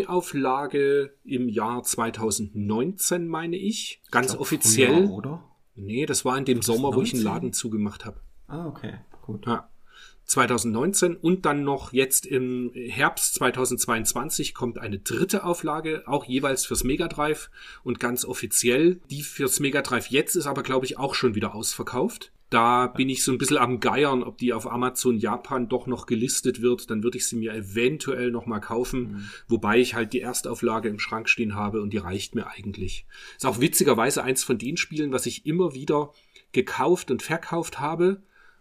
Neuauflage im Jahr zweitausendneunzehn, meine ich. Ganz Ich glaub, offiziell. früher, oder? Nee, das war in dem Sommer, wo ich einen neunzehn? Laden zugemacht habe. Ah, okay, gut. Ja. zweitausendneunzehn und dann noch jetzt im Herbst zweitausendzweiundzwanzig kommt eine dritte Auflage, auch jeweils fürs Mega Drive und ganz offiziell. Die fürs Mega Drive jetzt ist aber, glaube ich, auch schon wieder ausverkauft. Da bin ich so ein bisschen am Geiern, ob die auf Amazon Japan doch noch gelistet wird. Dann würde ich sie mir eventuell noch mal kaufen, Mhm. wobei ich halt die Erstauflage im Schrank stehen habe und die reicht mir eigentlich. Ist auch witzigerweise eins von den Spielen, was ich immer wieder gekauft und verkauft habe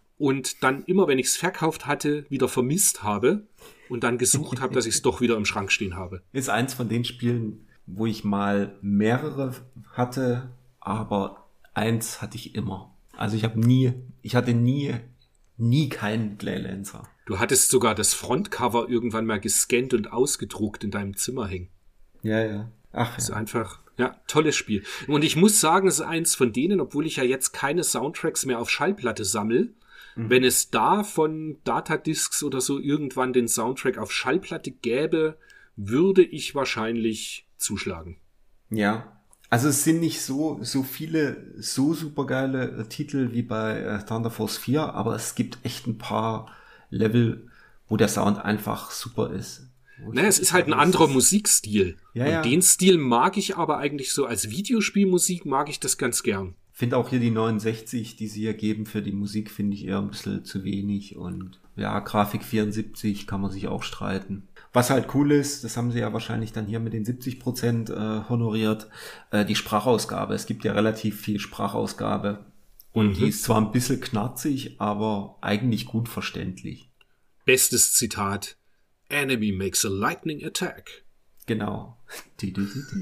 und dann immer, wenn ich es verkauft hatte, wieder vermisst habe und dann gesucht habe, dass ich es doch wieder im Schrank stehen habe. Ist eins von den Spielen, wo ich mal mehrere hatte, aber eins hatte ich immer. Also ich habe nie, ich hatte nie, nie keinen Glaylancer. Du hattest sogar das Frontcover irgendwann mal gescannt und ausgedruckt in deinem Zimmer hängen. Ja, ja. Ach Das ist ja. einfach, ja, tolles Spiel. Und ich muss sagen, es ist eins von denen, obwohl ich ja jetzt keine Soundtracks mehr auf Schallplatte sammle, wenn es da von Datadiscs oder so irgendwann den Soundtrack auf Schallplatte gäbe, würde ich wahrscheinlich zuschlagen. Ja. Also es sind nicht so, so viele, so supergeile äh, Titel wie bei äh, Thunder Force vier, aber es gibt echt ein paar Level, wo der Sound einfach super ist. Wo Naja, ich- es ist halt ein das anderer ist- Musikstil. Ja, Und ja. den Stil mag ich aber eigentlich so als Videospielmusik mag ich das ganz gern. Finde auch hier die neunundsechzig, die sie hier geben für die Musik, finde ich eher ein bisschen zu wenig. Und ja, Grafik vierundsiebzig kann man sich auch streiten. Was halt cool ist, das haben sie ja wahrscheinlich dann hier mit den siebzig Prozent äh, honoriert, äh, die Sprachausgabe. Es gibt ja relativ viel Sprachausgabe. Und die ist zwar ein bisschen knarzig, aber eigentlich gut verständlich. Bestes Zitat. Enemy makes a lightning attack. Genau. Die, die, die, die.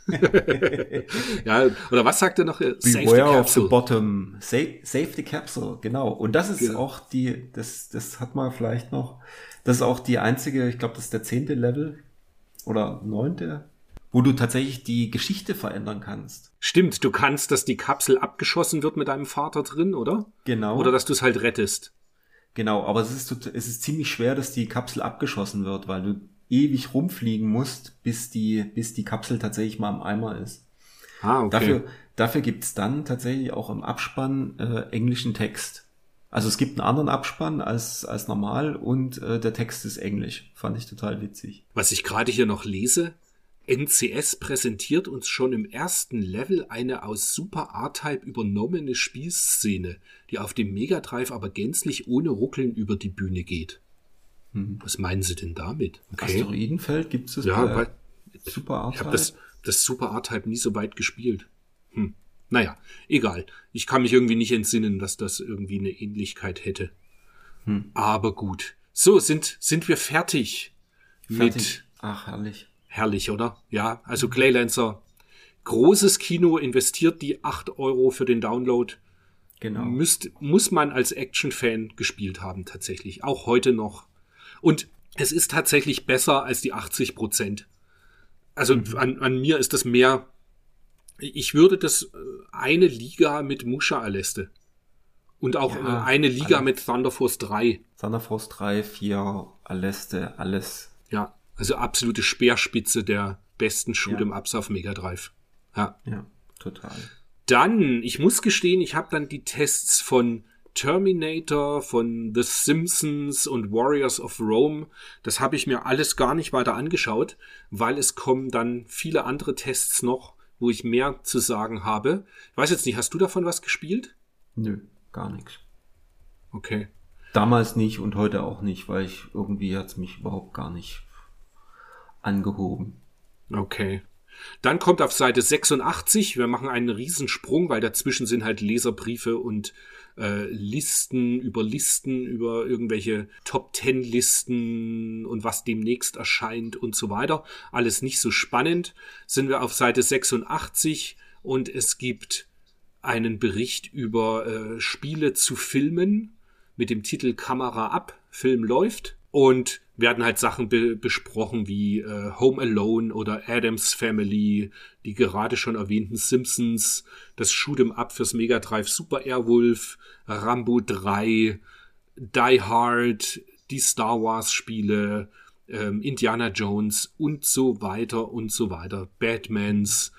Ja, oder was sagt er noch? Save the Beware of the capsule. bottom. Save, save the capsule, genau. Und das ist Genau. auch die, das, das hat man vielleicht noch, das ist auch die einzige, ich glaube, das ist der zehnte Level oder neunte, wo du tatsächlich die Geschichte verändern kannst. Stimmt, du kannst, dass die Kapsel abgeschossen wird mit deinem Vater drin, oder? Genau. Oder dass du es halt rettest. Genau, aber es ist, tot- es ist ziemlich schwer, dass die Kapsel abgeschossen wird, weil du ewig rumfliegen musst, bis die, bis die Kapsel tatsächlich mal im Eimer ist. Ah, okay. Dafür, dafür gibt's dann tatsächlich auch im Abspann äh, englischen Text. Also es gibt einen anderen Abspann als, als normal und äh, der Text ist englisch. Fand ich total witzig. Was ich gerade hier noch lese, N C S präsentiert uns schon im ersten Level eine aus Super R-Type übernommene Spielszene, die auf dem Mega Drive aber gänzlich ohne Ruckeln über die Bühne geht. Mhm. Was meinen Sie denn damit? Asteroidenfeld gibt's das Ja, bei weil Super ich habe R-Type? das, das Super R-Type nie so weit gespielt. Hm. Naja, egal. Ich kann mich irgendwie nicht entsinnen, dass das irgendwie eine Ähnlichkeit hätte. Hm. Aber gut. So, sind, sind wir fertig, Fertig. mit... Ach, herrlich. Herrlich, oder? Ja, also Claylancer, großes Kino, investiert die acht Euro für den Download. Genau. Müsst, muss man als Action-Fan gespielt haben, tatsächlich. Auch heute noch. Und es ist tatsächlich besser als die achtzig Prozent. Also Mhm. an, an mir ist das mehr... Ich würde das äh, eine Liga mit Musha Aleste. Und auch Ja, äh, eine Liga alle. mit Thunder Force drei. Thunder Force drei, vier, Aleste, alles. Ja, also absolute Speerspitze der besten Shoot'em-Ups auf Mega Drive. Ja. Ja, total. Dann, ich muss gestehen, ich habe dann die Tests von Terminator, von The Simpsons und Warriors of Rome, das habe ich mir alles gar nicht weiter angeschaut, weil es kommen dann viele andere Tests noch, wo ich mehr zu sagen habe. Ich weiß jetzt nicht, hast du davon was gespielt? Nö, gar nichts. Okay. Damals nicht und heute auch nicht, weil ich irgendwie hat's mich überhaupt gar nicht angehoben. Okay. Dann kommt auf Seite sechsundachtzig, wir machen einen Riesensprung, weil dazwischen sind halt Leserbriefe und äh, Listen über Listen, über irgendwelche Top-Ten-Listen und was demnächst erscheint und so weiter. Alles nicht so spannend. Sind wir auf Seite sechsundachtzig und es gibt einen Bericht über äh, Spiele zu Filmen mit dem Titel Kamera ab, Film läuft. Und werden halt Sachen be- besprochen wie äh, Home Alone oder Addams Family, die gerade schon erwähnten Simpsons, das Shoot'em Up fürs Mega Drive Super Airwolf, Rambo drei, Die Hard, die Star Wars Spiele, ähm, Indiana Jones und so weiter und so weiter, Batmans,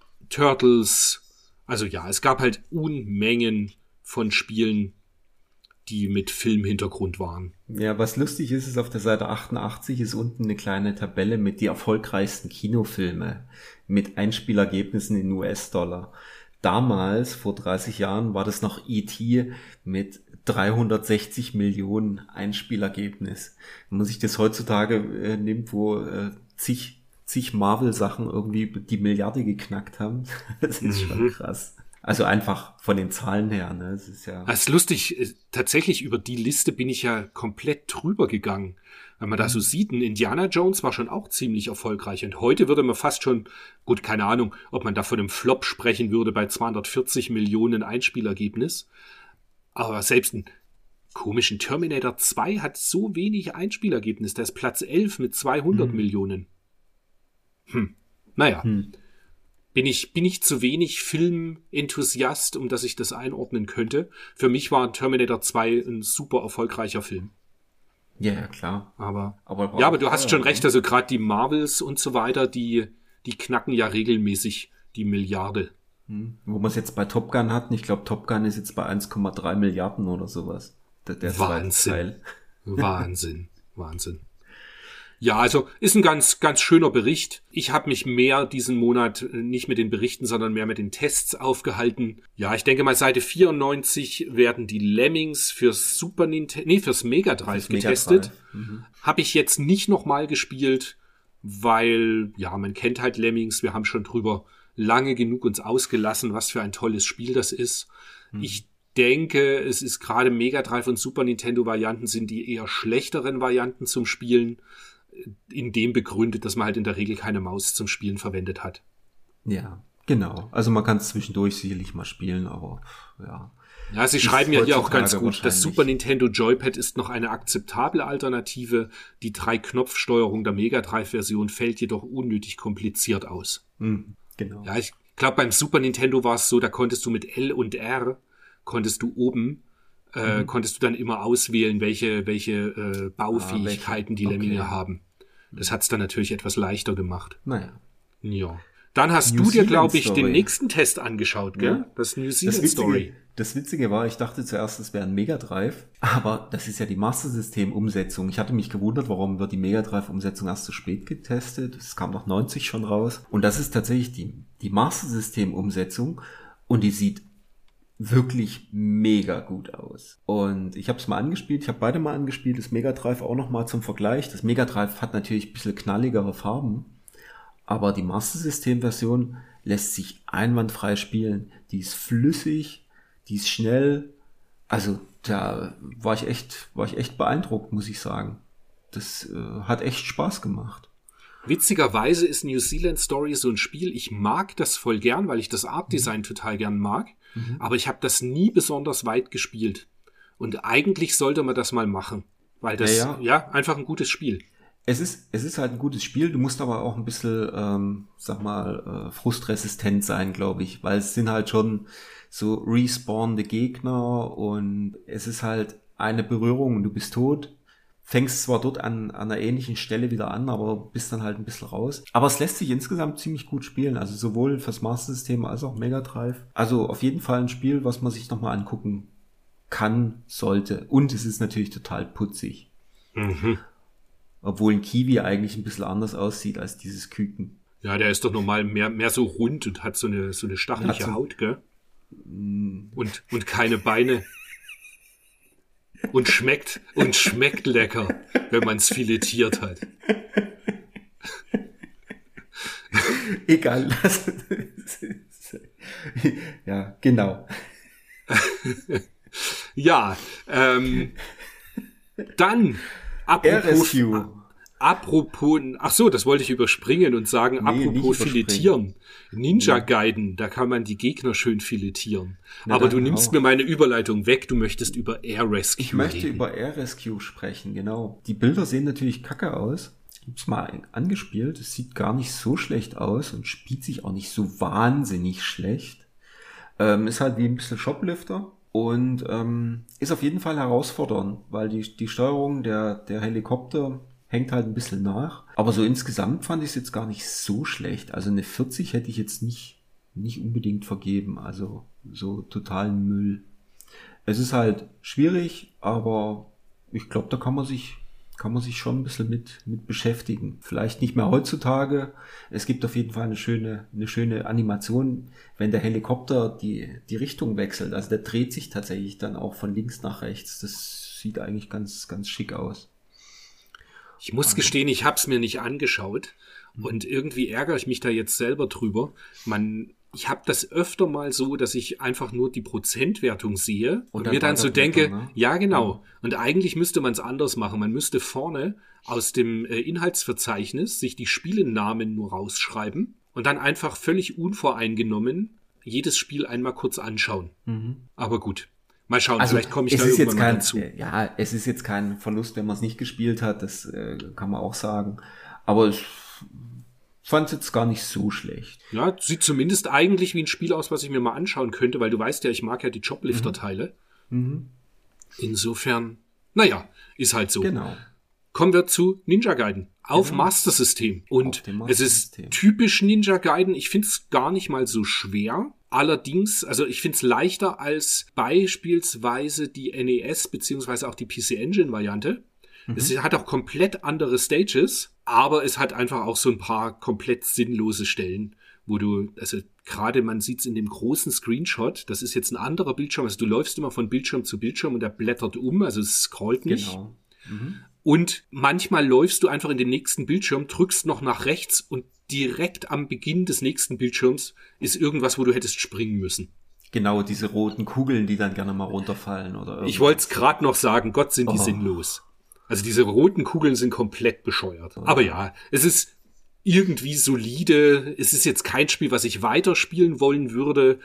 Turtles. Also ja, es gab halt Unmengen von Spielen, die mit Filmhintergrund waren. Ja, was lustig ist, ist auf der Seite achtundachtzig ist unten eine kleine Tabelle mit die erfolgreichsten Kinofilme mit Einspielergebnissen in U S-Dollar. Damals, vor dreißig Jahren, war das noch E T mit dreihundertsechzig Millionen Einspielergebnis. Wenn man sich das heutzutage äh, nimmt, wo äh, zig, zig Marvel-Sachen irgendwie die Milliarde geknackt haben, das ist schon krass. Also einfach von den Zahlen her, ne? Es ist ja. Das ist lustig, tatsächlich über die Liste bin ich ja komplett drüber gegangen. Wenn man da so sieht, ein Indiana Jones war schon auch ziemlich erfolgreich. Und heute würde man fast schon, gut, keine Ahnung, ob man da von einem Flop sprechen würde bei zweihundertvierzig Millionen Einspielergebnis. Aber selbst ein komischen Terminator zwei hat so wenig Einspielergebnis. Der ist Platz elf mit zweihundert Hm. Millionen. Hm, naja. Hm. Bin ich, bin ich zu wenig Filmenthusiast, um dass ich das einordnen könnte. Für mich war Terminator zwei ein super erfolgreicher Film. Ja, ja, klar. Aber, Aber ja, aber du hast schon ja, recht, also gerade die Marvels und so weiter, die, die knacken ja regelmäßig die Milliarde. Hm. Wo man es jetzt bei Top Gun hatten, ich glaube Top Gun ist jetzt bei eins Komma drei Milliarden oder sowas. Der, der zweite Wahnsinn. Teil. Wahnsinn. Wahnsinn. Ja, also ist ein ganz, ganz schöner Bericht. Ich habe mich mehr diesen Monat nicht mit den Berichten, sondern mehr mit den Tests aufgehalten. Ja, ich denke mal, Seite vierundneunzig werden die Lemmings fürs Super Nintendo, nee, fürs Mega Drive Fürs Mega getestet. Drive. Mhm. Habe ich jetzt nicht nochmal gespielt, weil, ja, man kennt halt Lemmings. Wir haben schon drüber lange genug uns ausgelassen, was für ein tolles Spiel das ist. Mhm. Ich denke, es ist gerade Mega Drive und Super Nintendo Varianten sind die eher schlechteren Varianten zum Spielen, in dem begründet, dass man halt in der Regel keine Maus zum Spielen verwendet hat. Ja, genau. Also man kann es zwischendurch sicherlich mal spielen, aber ja. Ja, sie Ist schreiben ja hier auch ganz heutzutage gut, das Super Nintendo Joypad ist noch eine akzeptable Alternative. Die Drei-Knopf-Steuerung der Mega Drive-Version fällt jedoch unnötig kompliziert aus. Hm, genau. Ja, ich glaube, beim Super Nintendo war es so, da konntest du mit L und R, konntest du oben, äh, mhm. konntest du dann immer auswählen, welche, welche äh, Baufähigkeiten ah, welche? die Lemminge okay. haben. Das hat's dann natürlich etwas leichter gemacht. Naja. Ja. Dann hast New du dir, glaube ich, Story. den nächsten Test angeschaut, gell? Ja. Das New Zealand das Witzige, Story. Das Witzige war, ich dachte zuerst, es wäre ein Mega Drive, aber das ist ja die Master System Umsetzung. Ich hatte mich gewundert, warum wird die Mega Drive Umsetzung erst so spät getestet. Es kam nach neunzig schon raus. Und das ist tatsächlich die, die Master System Umsetzung und die sieht wirklich mega gut aus. Und ich habe es mal angespielt, ich habe beide mal angespielt, das Mega Drive auch nochmal zum Vergleich. Das Mega Drive hat natürlich ein bisschen knalligere Farben, aber die Master System Version lässt sich einwandfrei spielen. Die ist flüssig, die ist schnell. Also da war ich echt, war ich echt beeindruckt, muss ich sagen. Das äh, hat echt Spaß gemacht. Witzigerweise ist New Zealand Story so ein Spiel, ich mag das voll gern, weil ich das Art-Design mhm. total gern mag, mhm. aber ich habe das nie besonders weit gespielt. Und eigentlich sollte man das mal machen, weil das, ja, ja. ja einfach ein gutes Spiel. Es ist, es ist halt ein gutes Spiel, du musst aber auch ein bisschen, ähm, sag mal, äh, frustresistent sein, glaube ich, weil es sind halt schon so respawnende Gegner und es ist halt eine Berührung und du bist tot. Fängst zwar dort an, an einer ähnlichen Stelle wieder an, aber bist dann halt ein bisschen raus. Aber es lässt sich insgesamt ziemlich gut spielen, also sowohl fürs Master System als auch Mega Drive. Also auf jeden Fall ein Spiel, was man sich nochmal angucken kann, sollte. Und es ist natürlich total putzig. Mhm. Obwohl ein Kiwi eigentlich ein bisschen anders aussieht als dieses Küken. Ja, der ist doch normal mehr, mehr so rund und hat so eine, so eine stachelige so Haut, gell? Mm. Und, und keine Beine. Und schmeckt, und schmeckt lecker, wenn man es filetiert hat. Egal. Das, ja, genau. Ja, ähm, dann Apropos, apropos, ach so, das wollte ich überspringen und sagen, nee, apropos filetieren. Ninja Gaiden, da kann man die Gegner schön filetieren. Na, aber du nimmst auch. mir meine Überleitung weg, du möchtest über Air Rescue Ich möchte reden. über Air Rescue sprechen, genau. Die Bilder sehen natürlich kacke aus. Ich hab's mal angespielt, es sieht gar nicht so schlecht aus und spielt sich auch nicht so wahnsinnig schlecht. Ähm, ist halt wie ein bisschen Shoplifter. Und ähm, ist auf jeden Fall herausfordernd, weil die, die Steuerung der, der Helikopter hängt halt ein bisschen nach. Aber so insgesamt fand ich es jetzt gar nicht so schlecht. Also eine vierzig hätte ich jetzt nicht, nicht unbedingt vergeben. Also so totalen Müll. Es ist halt schwierig, aber ich glaube, da kann man sich kann man sich schon ein bisschen mit, mit beschäftigen. Vielleicht nicht mehr heutzutage. Es gibt auf jeden Fall eine schöne, eine schöne Animation, wenn der Helikopter die, die Richtung wechselt. Also der dreht sich tatsächlich dann auch von links nach rechts. Das sieht eigentlich ganz, ganz schick aus. Ich muss gestehen, ich habe es mir nicht angeschaut und irgendwie ärgere ich mich da jetzt selber drüber. Man, ich habe das öfter mal so, dass ich einfach nur die Prozentwertung sehe und, und dann mir dann so denke, runter, ne? Ja genau. Und eigentlich müsste man es anders machen. Man müsste vorne aus dem äh, Inhaltsverzeichnis sich die Spielenamen nur rausschreiben und dann einfach völlig unvoreingenommen jedes Spiel einmal kurz anschauen. Mhm. Aber gut. Mal schauen, also vielleicht komme ich da irgendwann mal dazu. Ja, es ist jetzt kein Verlust, wenn man es nicht gespielt hat, das äh, kann man auch sagen. Aber ich fand es jetzt gar nicht so schlecht. Ja, sieht zumindest eigentlich wie ein Spiel aus, was ich mir mal anschauen könnte, weil du weißt ja, ich mag ja die Joplifter-Teile. Mhm. Insofern, naja, ist halt so. Genau. Kommen wir zu Ninja Gaiden auf genau. Master System. Und Master es ist System. Typisch Ninja Gaiden. Ich finde es gar nicht mal so schwer. Allerdings, also ich finde es leichter als beispielsweise die N E S beziehungsweise auch die P C Engine Variante. Mhm. Es hat auch komplett andere Stages, aber es hat einfach auch so ein paar komplett sinnlose Stellen, wo du, also gerade man sieht es in dem großen Screenshot, das ist jetzt ein anderer Bildschirm, also du läufst immer von Bildschirm zu Bildschirm und der blättert um, also es scrollt nicht. Genau. Mhm. Und manchmal läufst du einfach in den nächsten Bildschirm, drückst noch nach rechts und direkt am Beginn des nächsten Bildschirms ist irgendwas, wo du hättest springen müssen. Genau, diese roten Kugeln, die dann gerne mal runterfallen oder irgendwas. Ich wollte es gerade noch sagen, Gott, sind die oh. sinnlos. Also diese roten Kugeln sind komplett bescheuert. Oh. Aber ja, es ist irgendwie solide. Es ist jetzt kein Spiel, was ich weiterspielen wollen würde,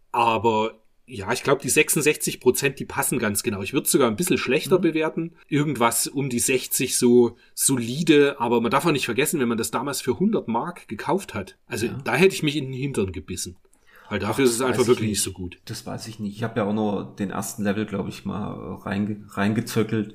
aber ja, ich glaube, die sechsundsechzig Prozent, die passen ganz genau. Ich würde es sogar ein bisschen schlechter mhm. bewerten. Irgendwas um die sechzig, so solide. Aber man darf auch nicht vergessen, wenn man das damals für hundert Mark gekauft hat. Also ja. da hätte ich mich in den Hintern gebissen. Weil dafür Ach, ist es einfach wirklich nicht so gut. Das weiß ich nicht. Ich habe ja auch nur den ersten Level, glaube ich, mal reinge- reingezöckelt.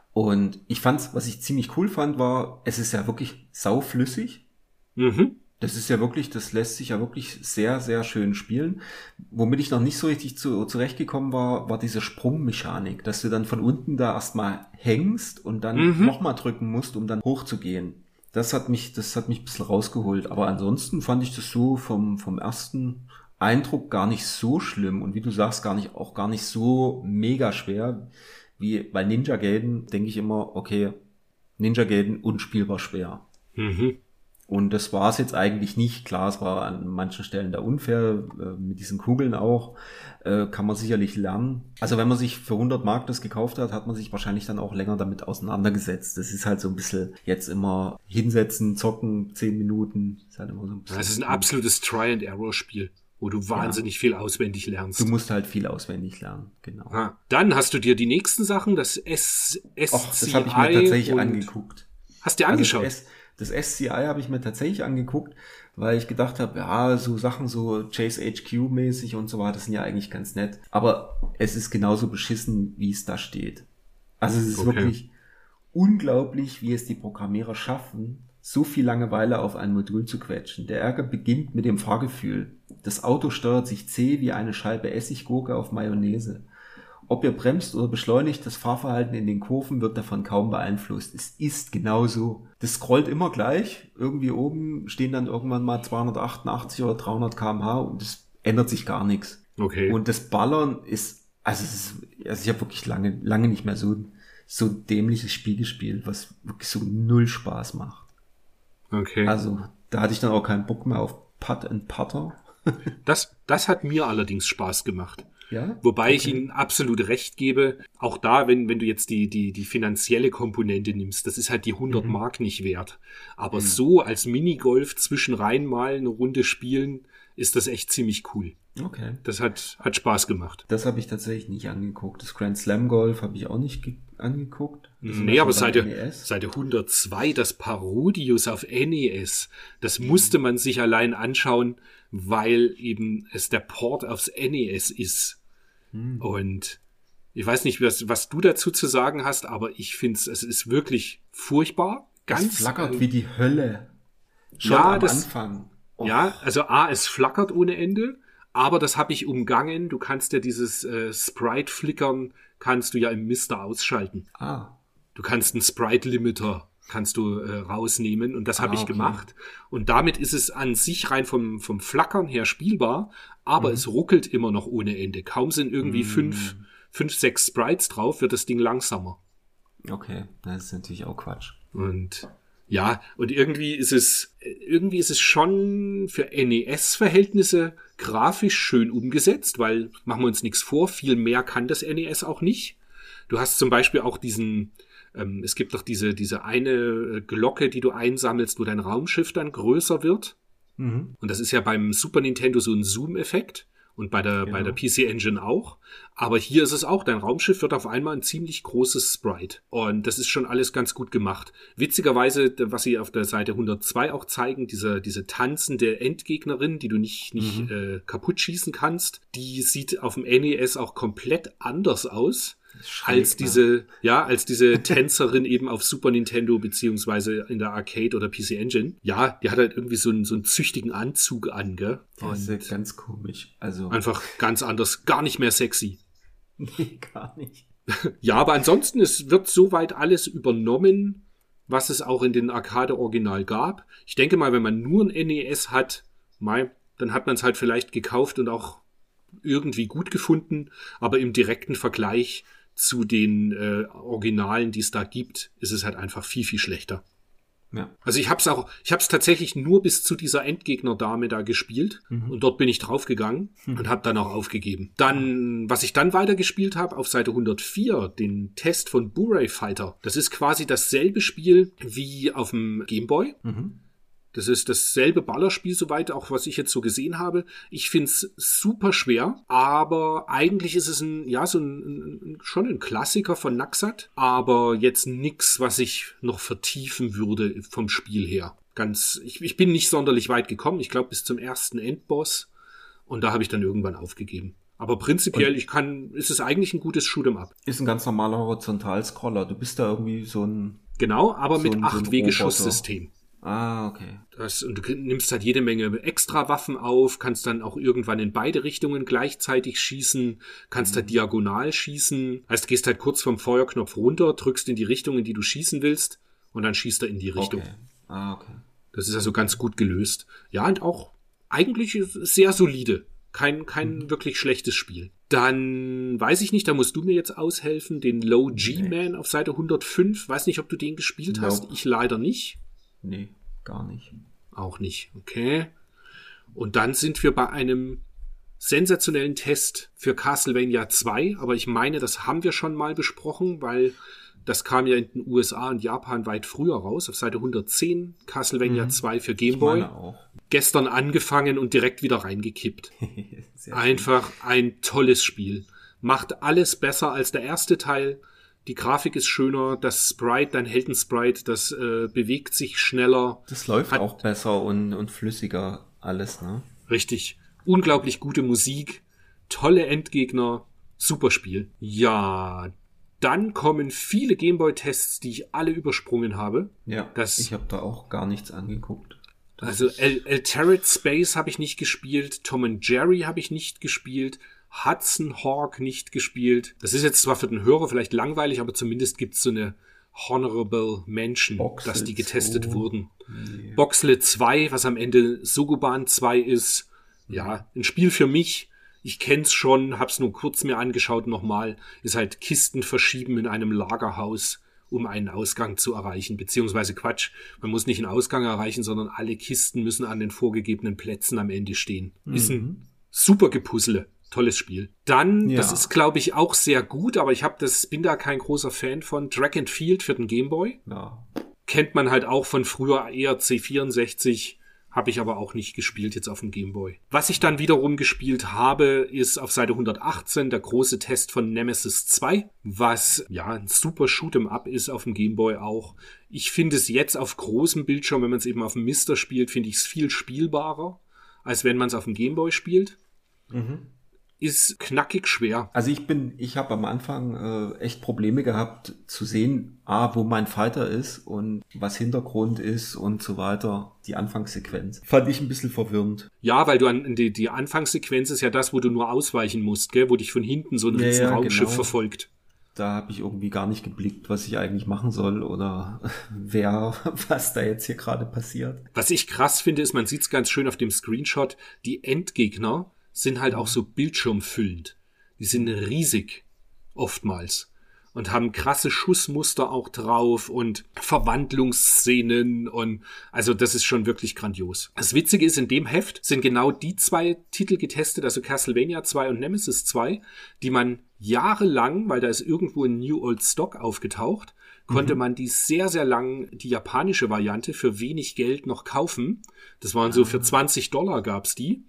Und ich fand's, was ich ziemlich cool fand, war, es ist ja wirklich sauflüssig. Mhm. Das ist ja wirklich, das lässt sich ja wirklich sehr, sehr schön spielen. Womit ich noch nicht so richtig zu, zurechtgekommen war, war diese Sprungmechanik, dass du dann von unten da erstmal hängst und dann mhm. nochmal drücken musst, um dann hochzugehen. Das hat mich, das hat mich ein bisschen rausgeholt. Aber ansonsten fand ich das so vom, vom ersten Eindruck gar nicht so schlimm und wie du sagst, gar nicht, auch gar nicht so mega schwer, wie bei Ninja Gaiden denke ich immer, okay, Ninja Gaiden unspielbar schwer. Mhm. Und das war es jetzt eigentlich nicht. Klar, es war an manchen Stellen da unfair, äh, mit diesen Kugeln auch, äh, kann man sicherlich lernen. Also wenn man sich für hundert Mark das gekauft hat, hat man sich wahrscheinlich dann auch länger damit auseinandergesetzt. Das ist halt so ein bisschen jetzt immer hinsetzen, zocken, zehn Minuten. Ist halt immer so ein bisschen. Das ist ein absolutes Try-and-Error-Spiel, wo du wahnsinnig ja. viel auswendig lernst. Du musst halt viel auswendig lernen, genau. Ah, dann hast du dir die nächsten Sachen, das S C I. Och, das habe ich mir tatsächlich angeguckt. Hast du dir angeschaut? Also Das S C I habe ich mir tatsächlich angeguckt, weil ich gedacht habe, ja, so Sachen so Chase H Q-mäßig und so weiter, das sind ja eigentlich ganz nett. Aber es ist genauso beschissen, wie es da steht. Also es ist okay. wirklich unglaublich, wie es die Programmierer schaffen, so viel Langeweile auf ein Modul zu quetschen. Der Ärger beginnt mit dem Fahrgefühl. Das Auto steuert sich zäh wie eine Scheibe Essiggurke auf Mayonnaise. Ob ihr bremst oder beschleunigt, das Fahrverhalten in den Kurven wird davon kaum beeinflusst. Es ist genauso. Das scrollt immer gleich. Irgendwie oben stehen dann irgendwann mal zweihundertachtundachtzig oder dreihundert Kilometer pro Stunde und es ändert sich gar nichts. Okay. Und das Ballern ist, also, es ist, also ich habe wirklich lange, lange nicht mehr so, so dämliches Spiel gespielt, was wirklich so null Spaß macht. Okay. Also, da hatte ich dann auch keinen Bock mehr auf Putt and Putter. Das, das hat mir allerdings Spaß gemacht. Ja? Wobei Okay. ich Ihnen absolut recht gebe, auch da, wenn, wenn du jetzt die, die, die finanzielle Komponente nimmst, das ist halt die hundert Mhm. Mark nicht wert. Aber Mhm. so als Minigolf zwischen rein mal eine Runde spielen, ist das echt ziemlich cool. Okay. Das hat, hat Spaß gemacht. Das habe ich tatsächlich nicht angeguckt. Das Grand Slam Golf habe ich auch nicht ge- angeguckt. Das ist Nee, aber schon beim Seite, N E S. Seite hundertzwei, das Parodius auf N E S, das musste man sich allein anschauen, weil eben es der Port aufs N E S ist. Hm. Und ich weiß nicht, was, was du dazu zu sagen hast, aber ich finde es, es ist wirklich furchtbar. Ganz Es flackert äh, wie die Hölle. Schon ja, am das, Anfang. Oh. Ja, also A, es flackert ohne Ende, aber das habe ich umgangen. Du kannst ja dieses äh, Sprite-Flickern, kannst du ja im Mister ausschalten. Ah. Du kannst einen Sprite-Limiter kannst du äh, rausnehmen und das habe Ah, ich okay. gemacht. Und damit ist es an sich rein vom, vom Flackern her spielbar, aber Mhm. es ruckelt immer noch ohne Ende. Kaum sind irgendwie Mhm. fünf, fünf, sechs Sprites drauf, wird das Ding langsamer. Okay, das ist natürlich auch Quatsch. Und ja, und irgendwie ist es, irgendwie ist es schon für N E S-Verhältnisse grafisch schön umgesetzt, weil, machen wir uns nichts vor, viel mehr kann das N E S auch nicht. Du hast zum Beispiel auch diesen, ähm, es gibt doch diese, diese eine Glocke, die du einsammelst, wo dein Raumschiff dann größer wird. Mhm. Und das ist ja beim Super Nintendo so ein Zoom-Effekt. Und bei der, Genau. bei der P C Engine auch. Aber hier ist es auch. Dein Raumschiff wird auf einmal ein ziemlich großes Sprite. Und das ist schon alles ganz gut gemacht. Witzigerweise, was sie auf der Seite hundertzwei auch zeigen, diese, diese tanzende Endgegnerin, die du nicht, nicht Mhm. äh, kaputt schießen kannst, die sieht auf dem N E S auch komplett anders aus. Schräg, Als ne? diese, ja, als diese Tänzerin eben auf Super Nintendo beziehungsweise in der Arcade oder P C Engine. Ja, die hat halt irgendwie so einen, so einen züchtigen Anzug an, gell? Das ist ja Und ganz komisch. Also. einfach ganz anders, gar nicht mehr sexy. Nee, gar nicht. Ja, aber ansonsten, es wird soweit alles übernommen, was es auch in den Arcade-Original gab. Ich denke mal, wenn man nur ein N E S hat, mal, dann hat man es halt vielleicht gekauft und auch irgendwie gut gefunden, aber im direkten Vergleich zu den äh, Originalen, die es da gibt, ist es halt einfach viel, viel schlechter. Ja. Also ich hab's auch, ich hab's tatsächlich nur bis zu dieser Endgegner-Dame da gespielt Mhm. und dort bin ich draufgegangen Mhm. und hab dann auch aufgegeben. Dann, was ich dann weiter gespielt habe, auf Seite hundertvier, den Test von Blu-ray Fighter. Das ist quasi dasselbe Spiel wie auf dem Game Boy. Mhm. Das ist dasselbe Ballerspiel soweit, auch was ich jetzt so gesehen habe. Ich find's super schwer, aber eigentlich ist es ein, ja, so ein, ein schon ein Klassiker von Naxat, aber jetzt nix, was ich noch vertiefen würde vom Spiel her. Ganz, ich, ich bin nicht sonderlich weit gekommen. Ich glaube bis zum ersten Endboss und da habe ich dann irgendwann aufgegeben. Aber prinzipiell, und ich kann, ist es eigentlich ein gutes Shoot'em Up. Ist ein ganz normaler Horizontalscroller. Du bist da irgendwie so ein... Genau, aber so mit ein, acht-Wege-Schusssystem. Ah, okay. Das, und du nimmst halt jede Menge extra Waffen auf, kannst dann auch irgendwann in beide Richtungen gleichzeitig schießen, kannst mhm. halt diagonal schießen. Heißt, du gehst halt kurz vom Feuerknopf runter, drückst in die Richtung, in die du schießen willst und dann schießt er in die Richtung. Okay. Ah, okay. Das ist also ganz gut gelöst. Ja, und auch eigentlich sehr solide. Kein, kein mhm. wirklich schlechtes Spiel. Dann weiß ich nicht, da musst du mir jetzt aushelfen, den Low G-Man nee. auf Seite hundertfünf. Weiß nicht, ob du den gespielt nope. hast. Ich leider nicht. Nee, gar nicht. Auch nicht, okay. Und dann sind wir bei einem sensationellen Test für Castlevania zwei, aber ich meine, das haben wir schon mal besprochen, weil das kam ja in den U S A und Japan weit früher raus, auf Seite hundertzehn, Castlevania mhm. zwei für Game Boy. Gestern angefangen und direkt wieder reingekippt. Einfach ein tolles Spiel. Macht alles besser als der erste Teil. Die Grafik ist schöner, das Sprite, dein Heldensprite, das äh, bewegt sich schneller. Das läuft Hat, auch besser und, und flüssiger alles, ne? Richtig. Unglaublich gute Musik, tolle Endgegner, super Spiel. Ja, dann kommen viele Gameboy-Tests, die ich alle übersprungen habe. Ja, das, ich habe da auch gar nichts angeguckt. Das also Altered Space habe ich nicht gespielt, Tom and Jerry habe ich nicht gespielt, Hudson Hawk nicht gespielt. Das ist jetzt zwar für den Hörer vielleicht langweilig, aber zumindest gibt's so eine Honorable Mention, Boxlet dass die getestet zwei. wurden. Nee. Boxlet zwei, was am Ende Sogoban zwei ist. Ja, ein Spiel für mich. Ich kenn's schon, hab's nur kurz mir angeschaut nochmal. Ist halt Kisten verschieben in einem Lagerhaus, um einen Ausgang zu erreichen. Beziehungsweise Quatsch, man muss nicht einen Ausgang erreichen, sondern alle Kisten müssen an den vorgegebenen Plätzen am Ende stehen. Mhm. Ist ein super Gepuzzle. Tolles Spiel. Dann, ja. das ist glaube ich auch sehr gut, aber ich hab das, bin da kein großer Fan von, Track and Field für den Gameboy. Ja. Kennt man halt auch von früher eher C vierundsechzig, habe ich aber auch nicht gespielt jetzt auf dem Gameboy. Was ich dann wiederum gespielt habe, ist auf Seite hundertachtzehn der große Test von Nemesis zwei, was ja ein super Shoot'em Up ist auf dem Gameboy auch. Ich finde es jetzt auf großem Bildschirm, wenn man es eben auf dem Mister spielt, finde ich es viel spielbarer, als wenn man es auf dem Gameboy spielt. Mhm. Ist knackig schwer. Also ich bin, ich habe am Anfang äh, echt Probleme gehabt zu sehen, ah, wo mein Fighter ist und was Hintergrund ist und so weiter. Die Anfangssequenz fand ich ein bisschen verwirrend. Ja, weil du an die, die Anfangssequenz ist ja das, wo du nur ausweichen musst, gell, wo dich von hinten so ein ja, riesen ja, Raumschiff genau. verfolgt. Da habe ich irgendwie gar nicht geblickt, was ich eigentlich machen soll oder wer, was da jetzt hier gerade passiert. Was ich krass finde, ist, man sieht es ganz schön auf dem Screenshot, die Endgegner sind halt auch so bildschirmfüllend. Die sind riesig, oftmals. Und haben krasse Schussmuster auch drauf und Verwandlungsszenen und, also das ist schon wirklich grandios. Das Witzige ist, in dem Heft sind genau die zwei Titel getestet, also Castlevania zwei und Nemesis zwei, die man jahrelang, weil da ist irgendwo ein New Old Stock aufgetaucht, konnte mhm. man die sehr, sehr lang, die japanische Variante, für wenig Geld noch kaufen. Das waren so, für zwanzig Dollar gab's die.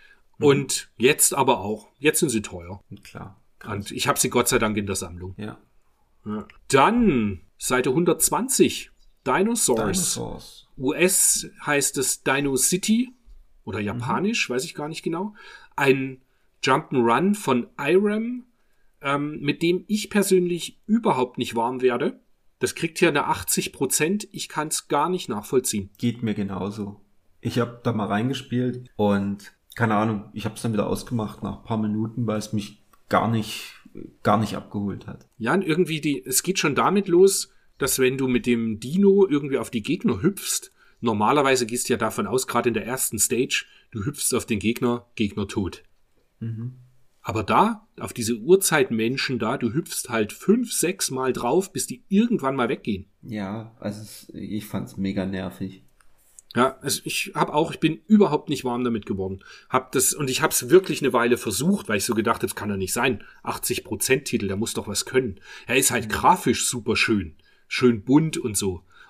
Und jetzt aber auch. Jetzt sind sie teuer. Klar. Krass. Und ich habe sie Gott sei Dank in der Sammlung. Ja. ja. Dann Seite hundertzwanzig. Dinosaurs. Dinosaurs. U S heißt es Dino City. Oder japanisch, mhm. weiß ich gar nicht genau. Ein Jump'n'Run von Irem, ähm, mit dem ich persönlich überhaupt nicht warm werde. Das kriegt hier eine achtzig Prozent. Ich kann es gar nicht nachvollziehen. Geht mir genauso. Ich habe da mal reingespielt und keine Ahnung, ich habe es dann wieder ausgemacht nach ein paar Minuten, weil es mich gar nicht, gar nicht abgeholt hat. Ja, und irgendwie die, es geht schon damit los, dass wenn du mit dem Dino irgendwie auf die Gegner hüpfst, normalerweise gehst du ja davon aus, gerade in der ersten Stage, du hüpfst auf den Gegner, Gegner tot. Mhm. Aber da, auf diese Urzeitmenschen da, du hüpfst halt fünf, sechs Mal drauf, bis die irgendwann mal weggehen. Ja, also ich fand's mega nervig. Ja, also ich habe auch, ich bin überhaupt nicht warm damit geworden. Hab das, und ich habe es wirklich eine Weile versucht, weil ich so gedacht habe, das kann doch nicht sein. achtzig Prozent Titel, der muss doch was können. Er ist halt mhm. grafisch super schön. Schön bunt und so.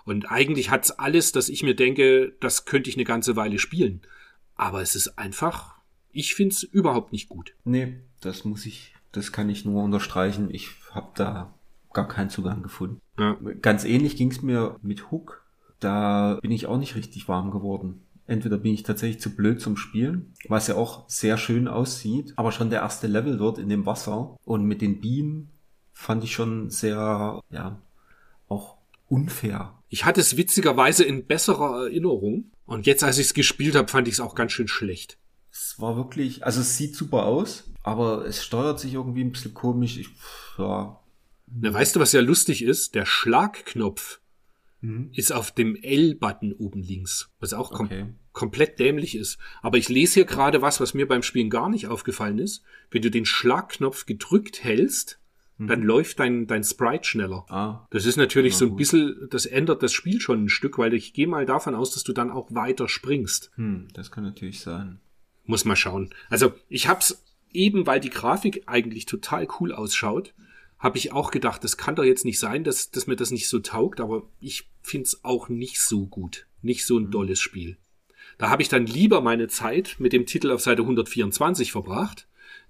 Und eigentlich hat's alles, dass ich mir denke, das könnte ich eine ganze Weile spielen. Aber es ist einfach, ich find's überhaupt nicht gut. Nee, das muss ich, das kann ich nur unterstreichen. Ich habe da gar keinen Zugang gefunden. Ja. Ganz ähnlich ging's mir mit Hook. Da bin ich auch nicht richtig warm geworden. Entweder bin ich tatsächlich zu blöd zum Spielen, was ja auch sehr schön aussieht, aber schon der erste Level dort in dem Wasser und mit den Bienen fand ich schon sehr, ja, auch unfair. Ich hatte es witzigerweise in besserer Erinnerung. Und jetzt, als ich es gespielt habe, fand ich es auch ganz schön schlecht. Es war wirklich, also es sieht super aus, aber es steuert sich irgendwie ein bisschen komisch. Ich, ja. Na, weißt du, was ja lustig ist? Der Schlagknopf mhm. ist auf dem L-Button oben links, was auch kom- okay. komplett dämlich ist. Aber ich lese hier gerade was, was mir beim Spielen gar nicht aufgefallen ist. Wenn du den Schlagknopf gedrückt hältst, mhm. dann läuft dein, dein Sprite schneller. Ah. Das ist natürlich so ein bisschen, das ändert das Spiel schon ein Stück, weil ich gehe mal davon aus, dass du dann auch weiter springst. Hm, das kann natürlich sein. Muss mal schauen. Also ich hab's eben, weil die Grafik eigentlich total cool ausschaut, habe ich auch gedacht, das kann doch jetzt nicht sein, dass, dass mir das nicht so taugt, aber ich find's auch nicht so gut. Nicht so ein mhm. dolles Spiel. Da habe ich dann lieber meine Zeit mit dem Titel auf Seite hundertvierundzwanzig verbracht,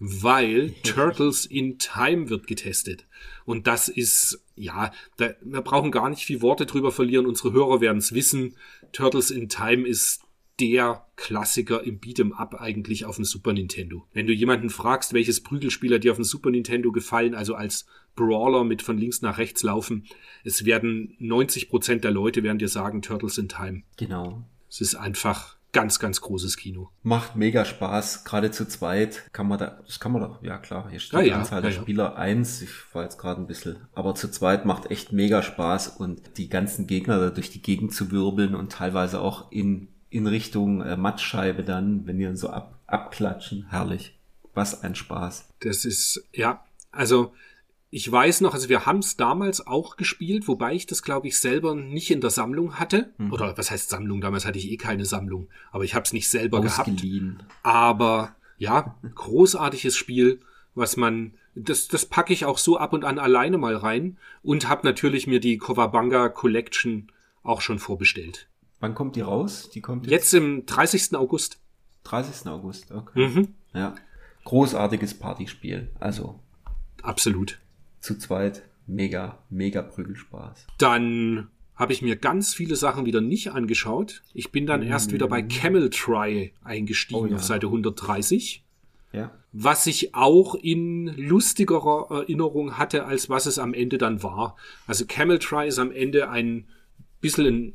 weil Turtles in Time wird getestet. Und das ist, ja, da, wir brauchen gar nicht viel Worte drüber verlieren. Unsere Hörer werden es wissen. Turtles in Time ist der Klassiker im Beat'em-up eigentlich auf dem Super Nintendo. Wenn du jemanden fragst, welches Prügelspieler dir auf dem Super Nintendo gefallen, also als Brawler mit von links nach rechts laufen, es werden neunzig Prozent der Leute werden dir sagen, Turtles in Time. Genau. Es ist einfach ganz, ganz großes Kino. Macht mega Spaß, gerade zu zweit kann man da, das kann man doch, ja klar, hier steht ja, die ja, Anzahl ja, der ja. Spieler eins, ich war jetzt gerade ein bisschen, aber zu zweit macht echt mega Spaß und die ganzen Gegner da durch die Gegend zu wirbeln und teilweise auch in in Richtung äh, Mattscheibe dann, wenn die dann so ab, abklatschen, herrlich. Was ein Spaß. Das ist, ja, also ich weiß noch, also wir haben es damals auch gespielt, wobei ich das, glaube ich, selber nicht in der Sammlung hatte. Mhm. Oder was heißt Sammlung? Damals hatte ich eh keine Sammlung. Aber ich habe es nicht selber Ausgeliehen. gehabt. Aber ja, großartiges Spiel, was man, das, das packe ich auch so ab und an alleine mal rein und habe natürlich mir die Cowabunga Collection auch schon vorbestellt. Wann kommt die raus? Die kommt jetzt, jetzt im dreißigsten August. dreißigsten August, okay. Mhm. Ja. Großartiges Partyspiel. Also. Absolut. Zu zweit. Mega, mega Prügelspaß. Dann habe ich mir ganz viele Sachen wieder nicht angeschaut. Ich bin dann mhm. erst wieder bei Camel Try eingestiegen oh, ja. auf Seite hundertdreißig. Ja. Was ich auch in lustigerer Erinnerung hatte, als was es am Ende dann war. Also Camel Try ist am Ende ein bisschen ein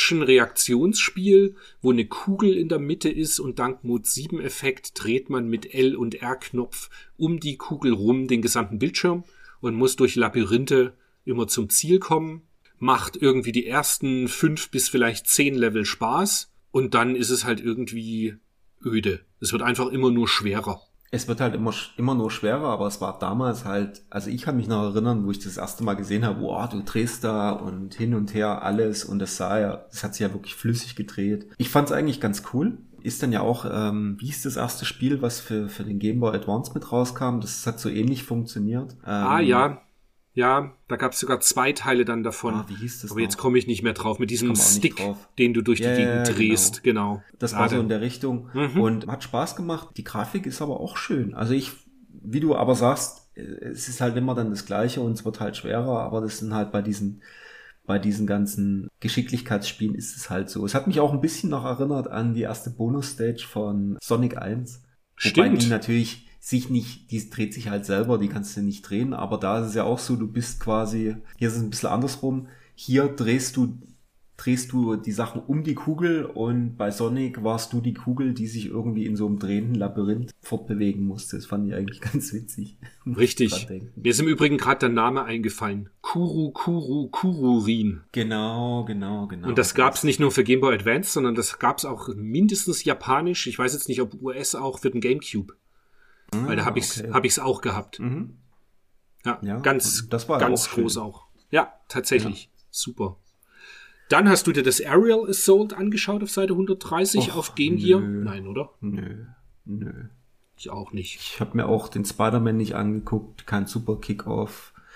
Action-Reaktionsspiel, wo eine Kugel in der Mitte ist und dank Mode sieben Effekt dreht man mit L- und R-Knopf um die Kugel rum den gesamten Bildschirm und muss durch Labyrinthe immer zum Ziel kommen. Macht irgendwie die ersten fünf bis vielleicht zehn Level Spaß und dann ist es halt irgendwie öde. Es wird einfach immer nur schwerer. Es wird halt immer immer nur schwerer, aber es war damals halt, also ich kann mich noch erinnern, wo ich das erste Mal gesehen habe, oh, du drehst da und hin und her alles und das sah ja, das hat sich ja wirklich flüssig gedreht. Ich fand es eigentlich ganz cool. Ist dann ja auch, ähm, wie hieß das erste Spiel, was für für den Game Boy Advance mit rauskam? Das hat so ähnlich funktioniert. Ähm, ah ja, ja, da gab es sogar zwei Teile dann davon. Ah, wie hieß das Aber noch? Jetzt komme ich nicht mehr drauf, mit diesem Stick, den du durch die ja, Gegend ja, drehst. Genau. genau. Das war so in der Richtung mhm. und hat Spaß gemacht. Die Grafik ist aber auch schön. Also ich, wie du aber sagst, es ist halt immer dann das Gleiche und es wird halt schwerer, aber das sind halt bei diesen bei diesen ganzen Geschicklichkeitsspielen ist es halt so. Es hat mich auch ein bisschen noch erinnert an die erste Bonus-Stage von Sonic eins. Stimmt. Wobei die natürlich sich nicht, die dreht sich halt selber, die kannst du nicht drehen, aber da ist es ja auch so, du bist quasi, hier ist es ein bisschen andersrum, hier drehst du, drehst du die Sachen um die Kugel und bei Sonic warst du die Kugel, die sich irgendwie in so einem drehenden Labyrinth fortbewegen musste. Das fand ich eigentlich ganz witzig. Richtig. Mir ist im Übrigen gerade der Name eingefallen. Kuru Kuru Kururin. Genau, genau, genau. Und das gab's nicht nur für Game Boy Advance, sondern das gab's auch mindestens japanisch, ich weiß jetzt nicht, ob U S auch für den GameCube. Ah, weil da habe ich's, okay. hab ich's auch gehabt. Mhm. Ja, ja, ganz, das war ganz auch groß schön. auch. Ja, tatsächlich. Ja. Super. Dann hast du dir das Aerial Assault angeschaut auf Seite hundertdreißig, Och, auf dem nö. hier? Nein, oder? Nö, nö. Ich auch nicht. Ich habe mir auch den Spider-Man nicht angeguckt, kein Super Kick-Off.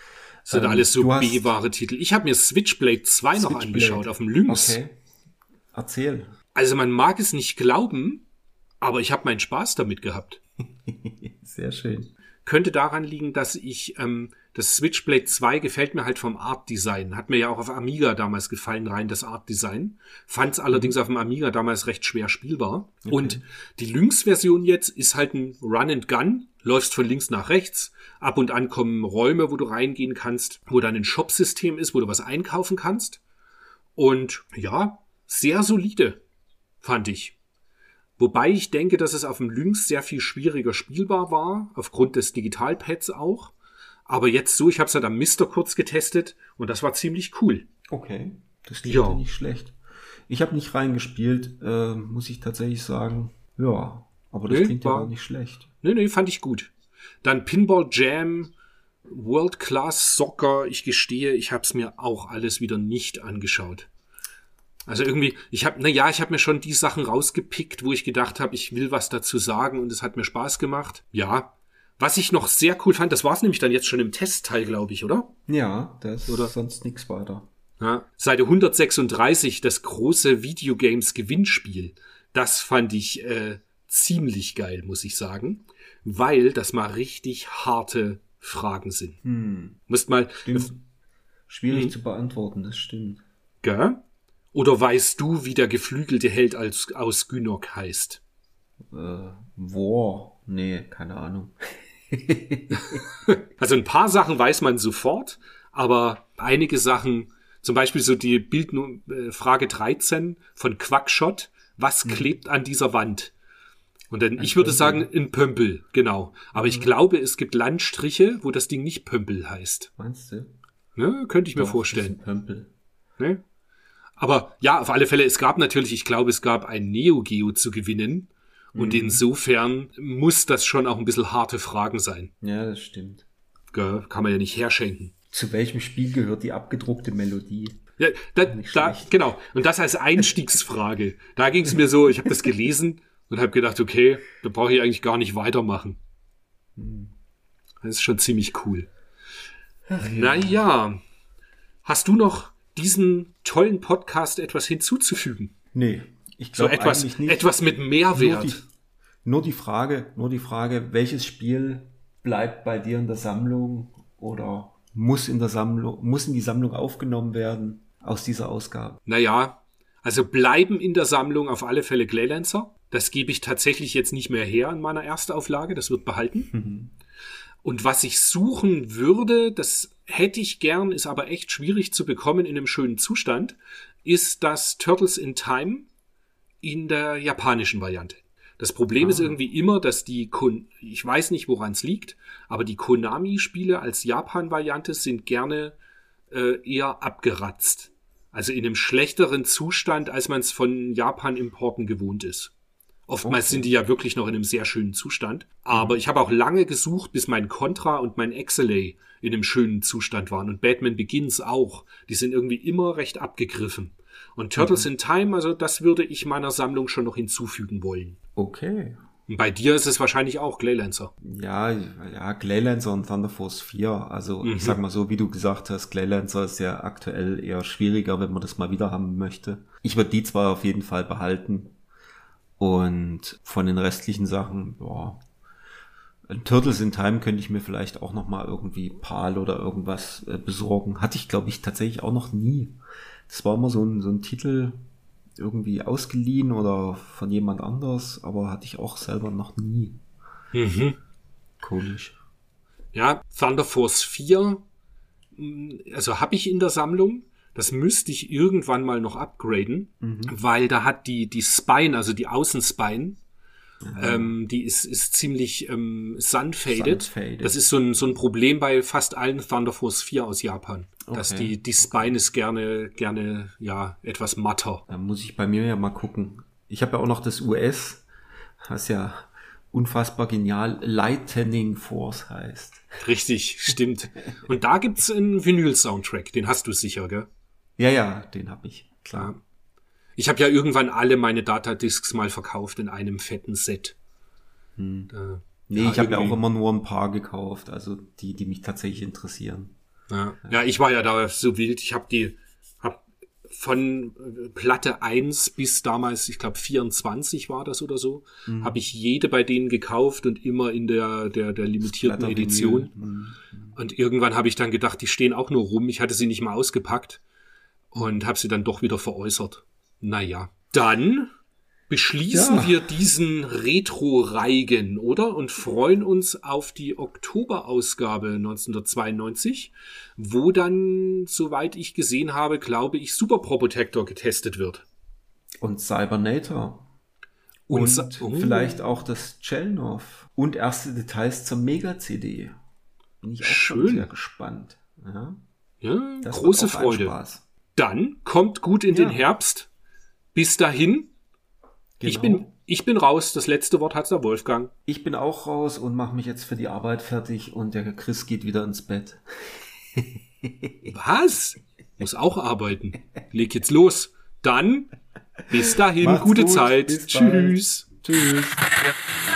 Das sind Ähm, alles so du hast- B-ware Titel. Ich habe mir Switchblade zwei noch Switchblade. angeschaut auf dem Lynx. Okay. Erzähl. Also man mag es nicht glauben, aber ich habe meinen Spaß damit gehabt. Sehr schön. Könnte daran liegen, dass ich, ähm, das Switchblade zwei gefällt mir halt vom Art-Design. Hat mir ja auch auf Amiga damals gefallen, rein das Art-Design. Fand es allerdings auf dem Amiga damals recht schwer spielbar. Okay. Und die Lynx-Version jetzt ist halt ein Run-and-Gun. Läufst von links nach rechts. Ab und an kommen Räume, wo du reingehen kannst, wo dann ein Shop-System ist, wo du was einkaufen kannst. Und ja, sehr solide, fand ich. Wobei ich denke, dass es auf dem Lynx sehr viel schwieriger spielbar war, aufgrund des Digitalpads auch. Aber jetzt so, ich habe es halt am Mister kurz getestet und das war ziemlich cool. Okay, das klingt Ja. ja nicht schlecht. Ich habe nicht reingespielt, äh, muss ich tatsächlich sagen. Ja, aber das Nee, klingt ja war- gar nicht schlecht. Nee, nee, fand ich gut. Dann Pinball Jam, World Class Soccer, ich gestehe, ich habe es mir auch alles wieder nicht angeschaut. Also irgendwie, ich habe, na ja, ich habe mir schon die Sachen rausgepickt, wo ich gedacht habe, ich will was dazu sagen und es hat mir Spaß gemacht. Ja, was ich noch sehr cool fand, das war es nämlich dann jetzt schon im Testteil, glaube ich, oder? Ja, da ist Oder? sonst nichts weiter. Ja, Seite hundertsechsunddreißig, das große Videogames-Gewinnspiel. Das fand ich äh, ziemlich geil, muss ich sagen, weil das mal richtig harte Fragen sind. Hm. Musst mal, Stimmt. Schwierig Hm. zu beantworten, das stimmt. gell? Oder weißt du, wie der geflügelte Held als, aus Gynok heißt? Äh, War? Nee, keine Ahnung. Also ein paar Sachen weiß man sofort, aber einige Sachen, zum Beispiel so die Bildfrage dreizehn von Quackshot, was Mhm. klebt an dieser Wand? Und dann, Ein ich würde Pömpel. sagen, ein Pömpel, genau. Aber ich glaube, es gibt Landstriche, wo das Ding nicht Pömpel heißt. Meinst du? Ne? Könnte ich mir Doch, vorstellen. das ist ein Pömpel. Ne? Aber ja, auf alle Fälle, es gab natürlich, ich glaube, es gab ein Neo Geo zu gewinnen. Und Mhm. insofern muss das schon auch ein bisschen harte Fragen sein. Ja, das stimmt. Gell? Kann man ja nicht herschenken. Zu welchem Spiel gehört die abgedruckte Melodie? Ja, da, Nicht da, schlecht. genau. Und das als Einstiegsfrage. Da ging es mir so, ich habe das gelesen und habe gedacht, okay, da brauche ich eigentlich gar nicht weitermachen. Das ist schon ziemlich cool. Naja, hast du noch diesen tollen Podcast etwas hinzuzufügen? Nee, ich So glaube etwas, eigentlich nicht. etwas mit nur, Mehrwert. die, nur die Frage, nur die Frage, welches Spiel bleibt bei dir in der Sammlung oder muss in der Sammlung, muss in die Sammlung aufgenommen werden aus dieser Ausgabe? Naja, also bleiben in der Sammlung auf alle Fälle Glaylancer. Das gebe ich tatsächlich jetzt nicht mehr her in meiner Erstauflage. Das wird behalten. Und was ich suchen würde, das hätte ich gern, ist aber echt schwierig zu bekommen in einem schönen Zustand, ist das Turtles in Time in der japanischen Variante. Das Problem Ah. ist irgendwie immer, dass die, Kon- ich weiß nicht, woran es liegt, aber die Konami-Spiele als Japan-Variante sind gerne äh, eher abgeratzt. Also in einem schlechteren Zustand, als man es von Japan-Importen gewohnt ist. Oftmals Okay. sind die ja wirklich noch in einem sehr schönen Zustand. Aber ich habe auch lange gesucht, bis mein Contra und mein Exelay in einem schönen Zustand waren. Und Batman Begins auch. Die sind irgendwie immer recht abgegriffen. Und Turtles in Time, also das würde ich meiner Sammlung schon noch hinzufügen wollen. Okay. Und bei dir ist es wahrscheinlich auch Glaylancer. Ja, ja, Glaylancer und Thunder Force vier. Also Mhm. ich sag mal so, wie du gesagt hast, Glaylancer ist ja aktuell eher schwieriger, wenn man das mal wieder haben möchte. Ich würde die zwar auf jeden Fall behalten. Und von den restlichen Sachen, ja, ein Turtles in Time könnte ich mir vielleicht auch noch mal irgendwie PAL oder irgendwas äh, besorgen. Hatte ich, glaube ich, tatsächlich auch noch nie. Das war immer so ein, so ein Titel, irgendwie ausgeliehen oder von jemand anders, aber hatte ich auch selber noch nie. Mhm. Komisch. Ja, Thunder Force vier, mh, also habe ich in der Sammlung. Das müsste ich irgendwann mal noch upgraden, weil da hat die, die Spine, also die Außenspine, ähm, die ist, ist ziemlich ähm, sun-faded. Sun-faded. Das ist so ein, so ein Problem bei fast allen Thunder Force vier aus Japan. Dass Okay. die, die Spine ist gerne, gerne, ja, etwas matter. Da muss ich bei mir ja mal gucken. Ich habe ja auch noch das U S, was ja unfassbar genial Lightning Force heißt. Richtig, stimmt. Und da gibt's einen Vinyl-Soundtrack, den hast du sicher, gell? Ja, ja, den habe ich, klar. Ja. Ich habe ja irgendwann alle meine Datadiscs mal verkauft in einem fetten Set. Hm. Da, Nee, ja, ich habe ja auch irgendwie- immer nur ein paar gekauft, also die, die mich tatsächlich interessieren. Ja, ja, ich war ja da so wild. Ich habe die hab von Platte eins bis damals, ich glaube vierundzwanzig war das oder so, mhm. habe ich jede bei denen gekauft und immer in der der der limitierten Edition. Mhm. Und irgendwann habe ich dann gedacht, die stehen auch nur rum. Ich hatte sie nicht mal ausgepackt und habe sie dann doch wieder veräußert. Naja, dann beschließen ja. wir diesen Retro-Reigen, oder? Und freuen uns auf die Oktoberausgabe neunzehnhundertzweiundneunzig, wo dann, soweit ich gesehen habe, glaube ich, Super Pro Protector getestet wird. Und Cybernator. Und, und oh. vielleicht auch das Chelnov. Und erste Details zur Mega-C D. Bin ich auch Schön. schon sehr gespannt. Ja, ja große Freude. Dann kommt gut in ja. den Herbst. Bis dahin. Genau. Ich bin, ich bin raus. Das letzte Wort hat der Wolfgang. Ich bin auch raus und mache mich jetzt für die Arbeit fertig und der Chris geht wieder ins Bett. Was? Muss auch arbeiten. Leg jetzt los. Dann bis dahin, Macht's gute gut. Zeit. Bis Tschüss. Bald. Tschüss.